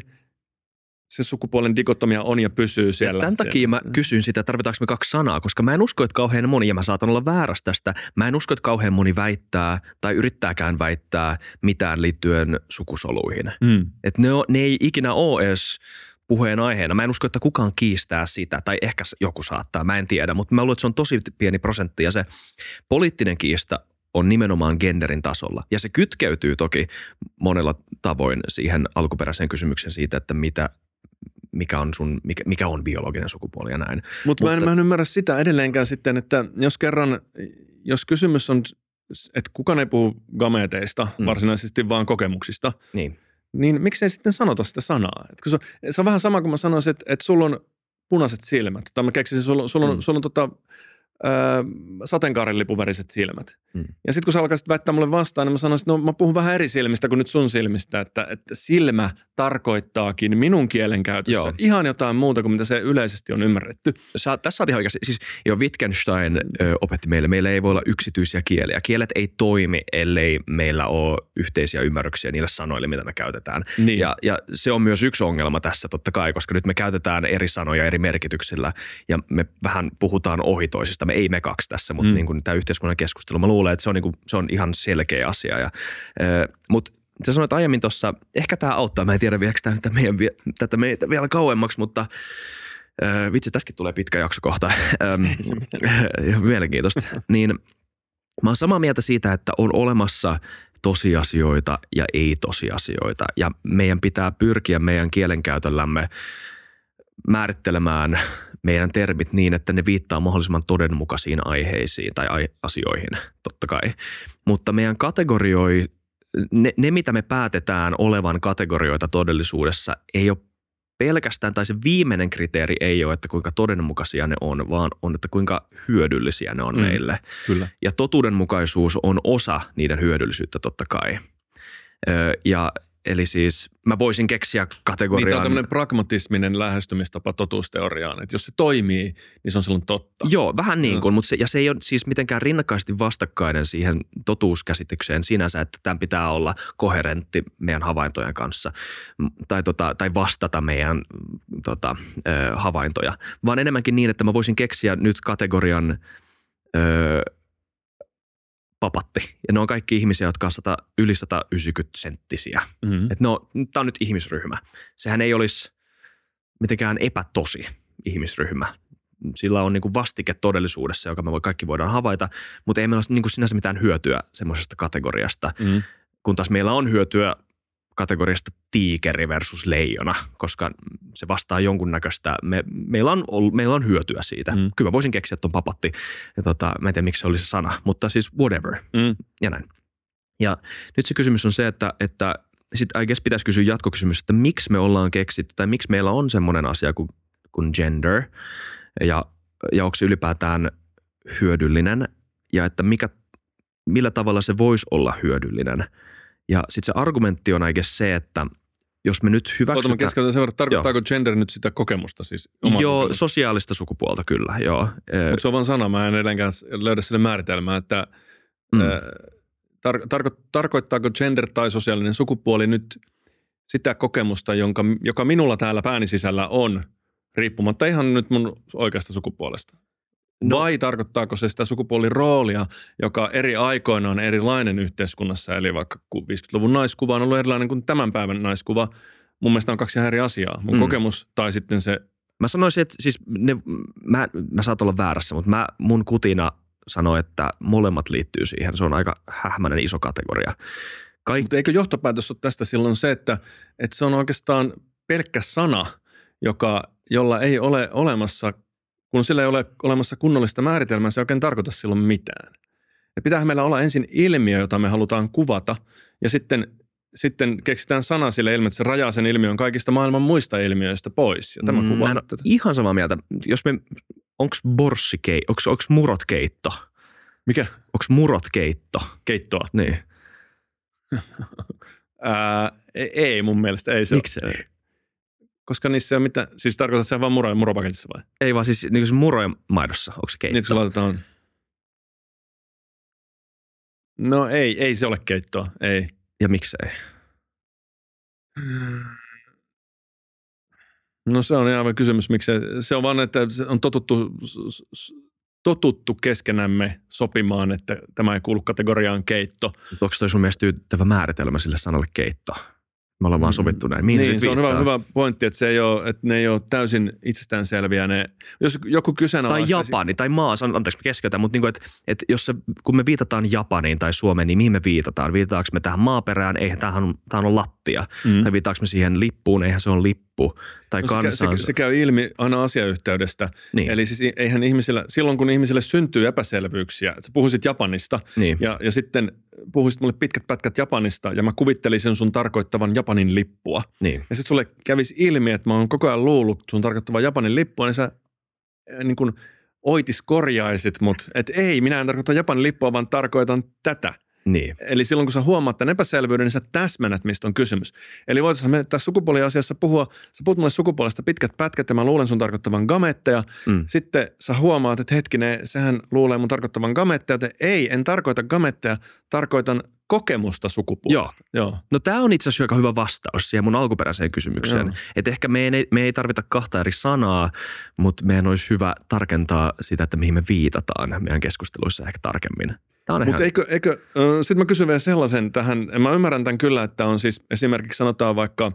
se sukupuolen dikotomia on ja pysyy siellä. Ja tämän takia siellä. mä kysyn sitä, tarvitaanko me kaksi sanaa, koska mä en usko, että kauhean moni, ja mä saatan olla väärässä tästä, mä en usko, että kauhean moni väittää tai yrittääkään väittää mitään liittyen sukusoluihin. Mm. Että ne, ne ei ikinä ole edes puheen aiheena. Mä en usko, että kukaan kiistää sitä, tai ehkä joku saattaa, mä en tiedä, mutta mä luulen, että se on tosi pieni prosentti, ja se poliittinen kiista on nimenomaan genderin tasolla. Ja se kytkeytyy toki monella tavoin siihen alkuperäiseen kysymykseen siitä, että mitä mikä on sun, mikä, mikä on biologinen sukupuoli ja näin. Mut Mutta mä en, mä en ymmärrä sitä edelleenkään sitten, että jos kerran, jos kysymys on, että kukaan ei puhu gameteista mm. varsinaisesti, vaan kokemuksista, niin, niin miksei sitten sanota sitä sanaa? Et kun se, on, se on vähän sama kuin mä sanoisin, että, että sulla on punaiset silmät, tai mä keksisin, sulla, sulla on, mm. sulla on tota, Öö, sateenkaarenlipuväriset silmät. Hmm. Ja sitten kun sä alkaisit väittää mulle vastaan, niin mä sanoisin, että no mä puhun vähän eri silmistä kuin nyt sun silmistä, että, että silmä tarkoittaakin minun kielenkäytössä Joo. ihan jotain muuta kuin mitä se yleisesti on ymmärretty. Sä, tässä on ihan oikeasti, siis jo Wittgenstein ö, opetti meille, meillä ei voi olla yksityisiä kieliä. Kielet ei toimi, ellei meillä ole yhteisiä ymmärryksiä niille sanoille, mitä me käytetään. Niin. Ja, ja se on myös yksi ongelma tässä totta kai, koska nyt me käytetään eri sanoja eri merkityksillä ja me vähän puhutaan ohi toisista. Me ei me kaksi tässä, mutta mm. niin kuin tämä yhteiskunnan keskustelu, mä luulen, että se on, niin kuin, se on ihan selkeä asia. Ja, äh, mutta sä sanoit aiemmin tuossa, ehkä tämä auttaa, mä en tiedä viedäänkö tätä, meidän, tätä meitä vielä kauemmaksi, mutta äh, vitsi, tässäkin tulee pitkä jakso kohta. ähm, mielenkiintoista. Niin mä oon samaa mieltä siitä, että on olemassa tosiasioita ja ei-tosiasioita ja meidän pitää pyrkiä meidän kielenkäytöllämme määrittelemään meidän termit niin, että ne viittaa mahdollisimman todenmukaisiin aiheisiin tai asioihin, totta kai. Mutta meidän kategorioi, ne, ne mitä me päätetään olevan kategorioita todellisuudessa, ei ole pelkästään, tai se viimeinen kriteeri ei ole, että kuinka todenmukaisia ne on, vaan on, että kuinka hyödyllisiä ne on mm, meille. Kyllä. Ja totuudenmukaisuus on osa niiden hyödyllisyyttä totta kai. Ö, ja eli siis mä voisin keksiä Niin kategorian. tämä on tämmöinen pragmatisminen lähestymistapa totuusteoriaan, että jos se toimii, niin se on silloin totta. Joo, vähän niin kuin, mutta se, ja se ei ole siis mitenkään rinnakkaisesti vastakkainen siihen totuuskäsitykseen sinänsä, että tämän pitää olla koherentti meidän havaintojen kanssa tai, tota, tai vastata meidän tota, ö, havaintoja, vaan enemmänkin niin, että mä voisin keksiä nyt kategorian ö, papatti. Ja ne on kaikki ihmisiä, jotka on sata, yli sata yhdeksänkymmentä senttisiä. Mm-hmm. Että no, tämä on nyt ihmisryhmä. Sehän ei olisi mitenkään epätosi ihmisryhmä. Sillä on niin kuin vastike todellisuudessa, joka me voi, kaikki voidaan havaita, mutta ei meillä ole niin kuin sinänsä mitään hyötyä semmoisesta kategoriasta. Mm. Kun taas meillä on hyötyä kategoriasta tiikeri versus leijona, koska se vastaa jonkunnäköistä, me, meillä, on, meillä on hyötyä siitä. Mm. Kyllä mä voisin keksiä, että on papatti. Ja tota, mä en tiedä, miksi se oli se sana, mutta siis whatever. Mm. Ja näin. Ja nyt se kysymys on se, että, että sitten I guess pitäisi kysyä jatkokysymys, että miksi me ollaan keksitty, tai miksi meillä on semmoinen asia kuin, kuin gender, ja, ja onko se ylipäätään hyödyllinen, ja että mikä, millä tavalla se voisi olla hyödyllinen. Ja sitten se argumentti on ainakin se, että jos me nyt hyväksytään... Oota, mä keskeytän sen verran, tarkoittaako joo. gender nyt sitä kokemusta siis? Joo, kokemusta? Sosiaalista sukupuolta kyllä, joo. Mutta se on vaan sana, mä en edelleenkään löydä sille määritelmää, että mm. äh, tar- tarko- tarkoittaako gender tai sosiaalinen sukupuoli nyt sitä kokemusta, jonka, joka minulla täällä pääni sisällä on, riippumatta ihan nyt mun oikeasta sukupuolesta? No. Vai tarkoittaako se sitä sukupuoliroolia, joka eri aikoina on erilainen yhteiskunnassa, eli vaikka viisikymmentäluvun naiskuva on ollut erilainen kuin tämän päivän naiskuva. Mun mielestä on kaksi ihan eri asiaa. Mun mm. kokemus tai sitten se... Mä sanoisin, että siis ne, mä, mä saat olla väärässä, mutta mä, mun kutina sanoi, että molemmat liittyy siihen. Se on aika hähmäinen iso kategoria. Kaik... Mutta eikö johtopäätös ole tästä silloin se, että, että se on oikeastaan pelkkä sana, joka, jolla ei ole olemassa... Kun sillä ei ole olemassa kunnollista määritelmää, se ei oikein tarkoita silloin mitään. Ja pitäähän meillä olla ensin ilmiö, jota me halutaan kuvata, ja sitten, sitten keksitään sana sille ilmiölle, että se rajaa sen ilmiön kaikista maailman muista ilmiöistä pois. Ja tämä mm, kuvaa mä en ihan samaa mieltä. Jos me, onko borssikei, onko, onko murotkeitto? Mikä? Onko murotkeitto? Keittoa? Niin. Ää, ei mun mielestä, ei se Miksei? ole. Koska niissä ei ole mitään, siis tarkoitat sä vaan muroja muro-paketissa vai? Ei vaan siis niin murojen maidossa, onko se keitto? Niin, kun laitetaan... No ei, ei se ole keittoa, ei. Ja miksei? No se on ihan kysymys, miksi se, se on vaan, että on totuttu, totuttu keskenämme sopimaan, että tämä ei kuulu kategoriaan keitto. Onko toi sun mielestä tyydyttävä määritelmä sille sanalle keitto? Me ollaan vaan sovittu näin. Mihin niin, se, se on hyvä, hyvä pointti, että, se ei ole, että ne ei ole täysin itsestäänselviä. Ne, jos joku kyseenalaista... Tai Japani tai maa, anteeksi mä keskeytän, mutta niin että, että jos se, kun me viitataan Japaniin tai Suomeen, niin mihin me viitataan? Viitataanko me tähän maaperään? Eihän tämähän on, tämähän on lattia. Mm. Tai viitataanko me siihen lippuun? Eihän se on lippu. Tai no kansaan... se, se, se käy ilmi aina asiayhteydestä. Niin. Eli siis eihän ihmisillä, silloin kun ihmisille syntyy epäselvyyksiä, että sä puhuisit Japanista niin. ja, ja sitten puhuisit mulle pitkät pätkät Japanista ja mä kuvittelisin sun tarkoittavan Japanin lippua. Niin. Ja sitten sulle kävisi ilmi, että mä oon koko ajan luullut sun tarkoittavan Japanin lippua, niin sä niin kuin oitis korjaisit mut, että ei, minä en tarkoita Japanin lippua, vaan tarkoitan tätä. Niin. Eli silloin, kun sä huomaat tämän epäselvyyden, niin sä täsmennät, mistä on kysymys. Eli voitaisiin me tässä sukupuoliasiassa puhua, sä puhut mulle sukupuolesta pitkät pätkät ja mä luulen sun tarkoittavan gametteja. Mm. Sitten sä huomaat, että hetkinen, sehän luulee mun tarkoittavan gametteja, että ei, en tarkoita gametteja, tarkoitan kokemusta sukupuolesta. Joo. Joo. No tää on itse asiassa aika hyvä vastaus siihen mun alkuperäiseen kysymykseen. Että ehkä me ei, me ei tarvita kahta eri sanaa, mutta meidän olisi hyvä tarkentaa sitä, että mihin me viitataan meidän keskusteluissa ehkä tarkemmin. Mutta ihan... eikö, eikö äh, sitten mä kysyn vielä sellaisen tähän, mä ymmärrän tämän kyllä, että on siis esimerkiksi sanotaan vaikka,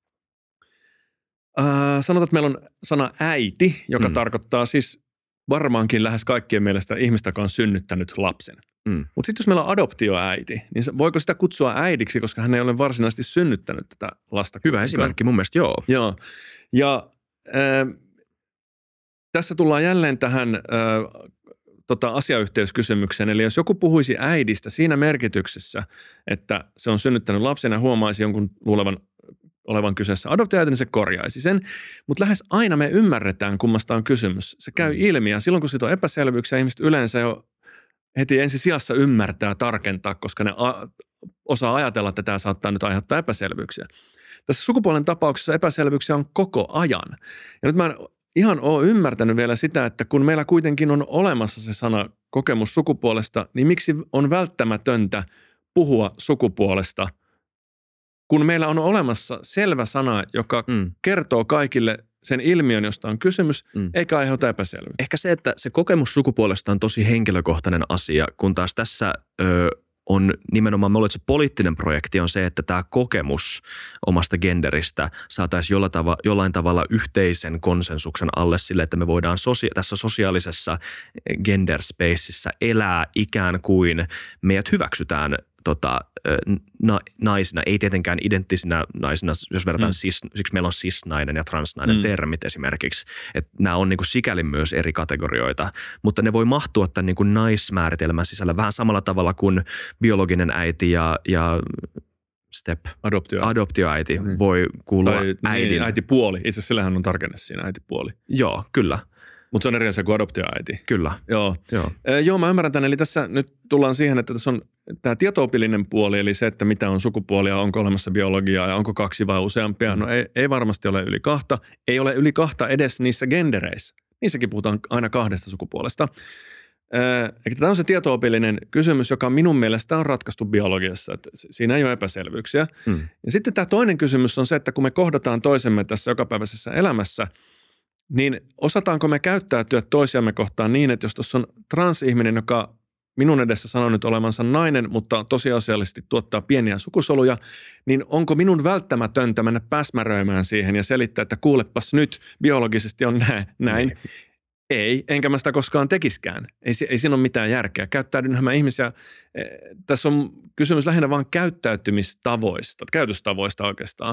äh, sanotaan, että meillä on sana äiti, joka mm. tarkoittaa siis varmaankin lähes kaikkien mielestä ihmistä, joka on synnyttänyt lapsen. Mm. Mutta sitten jos meillä on adoptioäiti, niin voiko sitä kutsua äidiksi, koska hän ei ole varsinaisesti synnyttänyt tätä lasta? Hyvä esimerkki mun mielestä, joo. Joo, ja äh, tässä tullaan jälleen tähän... Äh, Tota, asiayhteyskysymykseen. Eli jos joku puhuisi äidistä siinä merkityksessä, että se on synnyttänyt lapsen ja huomaisi jonkun luulevan olevan kyseessä adoptioäiti, niin se korjaisi sen. Mutta lähes aina me ymmärretään, kummasta on kysymys. Se käy ilmi ja silloin, kun siitä on epäselvyyksiä, ihmiset yleensä jo heti ensi sijassa ymmärtää tarkentaa, koska ne a- osaa ajatella, että tämä saattaa nyt aiheuttaa epäselvyyksiä. Tässä sukupuolen tapauksessa epäselvyyksiä on koko ajan. Ja nyt mä en ihan ole ymmärtänyt vielä sitä, että kun meillä kuitenkin on olemassa se sana kokemus sukupuolesta, niin miksi on välttämätöntä puhua sukupuolesta, kun meillä on olemassa selvä sana, joka mm. kertoo kaikille sen ilmiön, josta on kysymys, mm. eikä aiheuta epäselvyyttä. Ehkä se, että se kokemus sukupuolesta on tosi henkilökohtainen asia, kun taas tässä ö, on nimenomaan, me luulen, että se poliittinen projekti on se, että tämä kokemus omasta genderistä saataisiin jollain, tava, jollain tavalla yhteisen konsensuksen alle sille, että me voidaan sosia- tässä sosiaalisessa gender spaceissa elää ikään kuin meidät hyväksytään tota, na, naisina, ei tietenkään identtisinä naisina, jos verrataan mm. cis, siksi meillä on cis-nainen ja transnainen mm. termit esimerkiksi, että nämä on niin kuin sikäli myös eri kategorioita, mutta ne voi mahtua tämän niin kuin naismääritelmän sisällä vähän samalla tavalla kuin biologinen äiti ja, ja step, Adoptio. adoptioäiti mm. voi kuulua tai, äidin. Niin, äitipuoli, itse asiassa sillähän on tarkenne siinä äitipuoli. Joo, kyllä. Mutta se on eri asia kuin adoptioäiti. Kyllä. Joo. Joo. E, joo, mä ymmärrän tämän. Eli tässä nyt tullaan siihen, että tässä on tämä tieto-opillinen puoli, eli se, että mitä on sukupuolia, onko olemassa biologiaa ja onko kaksi vai useampia. No ei, ei varmasti ole yli kahta. Ei ole yli kahta edes niissä gendereissä. Niissäkin puhutaan aina kahdesta sukupuolesta. Eli tämä on se tieto-opillinen kysymys, joka minun mielestä on ratkaistu biologiassa. Että siinä ei ole epäselvyyksiä. Hmm. Ja sitten tämä toinen kysymys on se, että kun me kohdataan toisemme tässä jokapäiväisessä elämässä, niin osataanko me käyttäytyä toisiamme kohtaan niin, että jos tuossa on transihminen, joka minun edessä sanoo nyt olevansa nainen, mutta tosiasiallisesti tuottaa pieniä sukusoluja, niin onko minun välttämätöntä mennä päsmäröimään siihen ja selittää, että kuulepas nyt, biologisesti on näin. näin. Ei, enkä mä sitä koskaan tekiskään. Ei, ei siinä ole mitään järkeä. Käyttäydynhän mä ihmisiä, tässä on kysymys lähinnä vaan käyttäytymistavoista, käytöstavoista oikeastaan.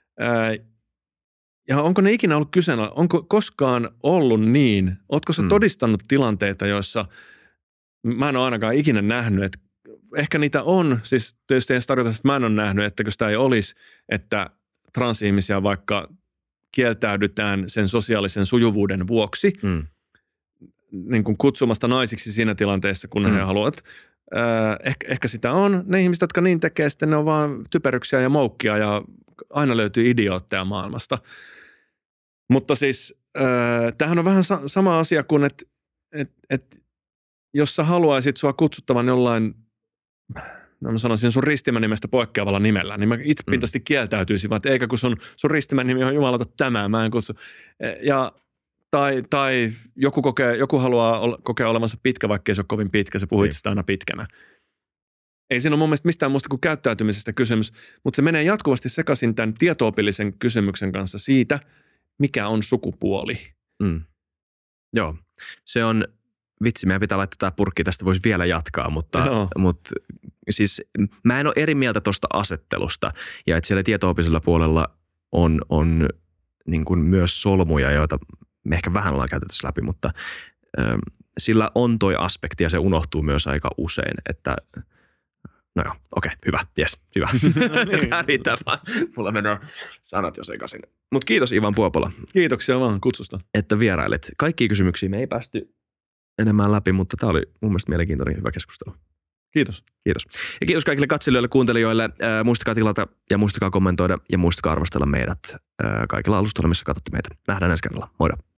Ja onko ne ikinä ollut kyseenä, onko koskaan ollut niin, ootko sä todistanut tilanteita, joissa mä en ole ainakaan ikinä nähnyt, että ehkä niitä on, siis tietysti ei tarkoita, että mä en ole nähnyt, että kun sitä ei olisi, että transihmisiä vaikka kieltäydytään sen sosiaalisen sujuvuuden vuoksi, mm. niin kuin kutsumasta naisiksi siinä tilanteessa, kun mm. he haluavat. Ehkä, ehkä sitä on. Ne ihmiset, jotka niin tekee, sitten ne on vaan typeryksiä ja moukkia ja aina löytyy idiootteja maailmasta. Mutta siis äh, tämähän on vähän sa- sama asia kuin, että et, et, jos sä haluaisit sua kutsuttavan jollain, no mä sanoisin sun ristimänimestä poikkeavalla nimellä, niin mä itsepintaisesti mm. kieltäytyisin, vaan että eikä kun sun, sun ristimänimi on jumalauta tämä, mä en kutsu. Ja, tai, tai joku, kokee, joku haluaa ol, kokea olevansa pitkä, vaikka ei se ole kovin pitkä, se puhuu itsestä aina pitkänä. Ei siinä ole mun mielestä mistään muusta kuin käyttäytymisestä kysymys, mutta se menee jatkuvasti sekaisin tämän tieto-opillisen kysymyksen kanssa siitä, mikä on sukupuoli. Mm. Joo, se on, vitsi, meidän pitää laittaa tämä purkki, tästä voisi vielä jatkaa, mutta, mutta siis mä en ole eri mieltä tuosta asettelusta ja että siellä tieto-opillisella puolella on, on niin kuin myös solmuja, joita me ehkä vähän ollaan käyty tässä läpi, mutta ö, sillä on toi aspekti ja se unohtuu myös aika usein, että no joo, okei, hyvä, jes, hyvä. Tämä riittää vaan. Mulla menee sanat jo sekaisin. Mutta kiitos Ivan Puopola. Kiitoksia vaan kutsusta. Että vierailet. Kaikkia kysymyksiä me ei päästy enemmän läpi, mutta tämä oli mun mielestä mielenkiintoinen hyvä keskustelu. Kiitos. Kiitos. Ja kiitos kaikille katselijoille, kuuntelijoille. Äh, muistakaa tilata ja muistakaa kommentoida ja muistakaa arvostella meidät äh, kaikilla alustoilla, missä katsotte meitä. Nähdään ensi kerralla. Moida.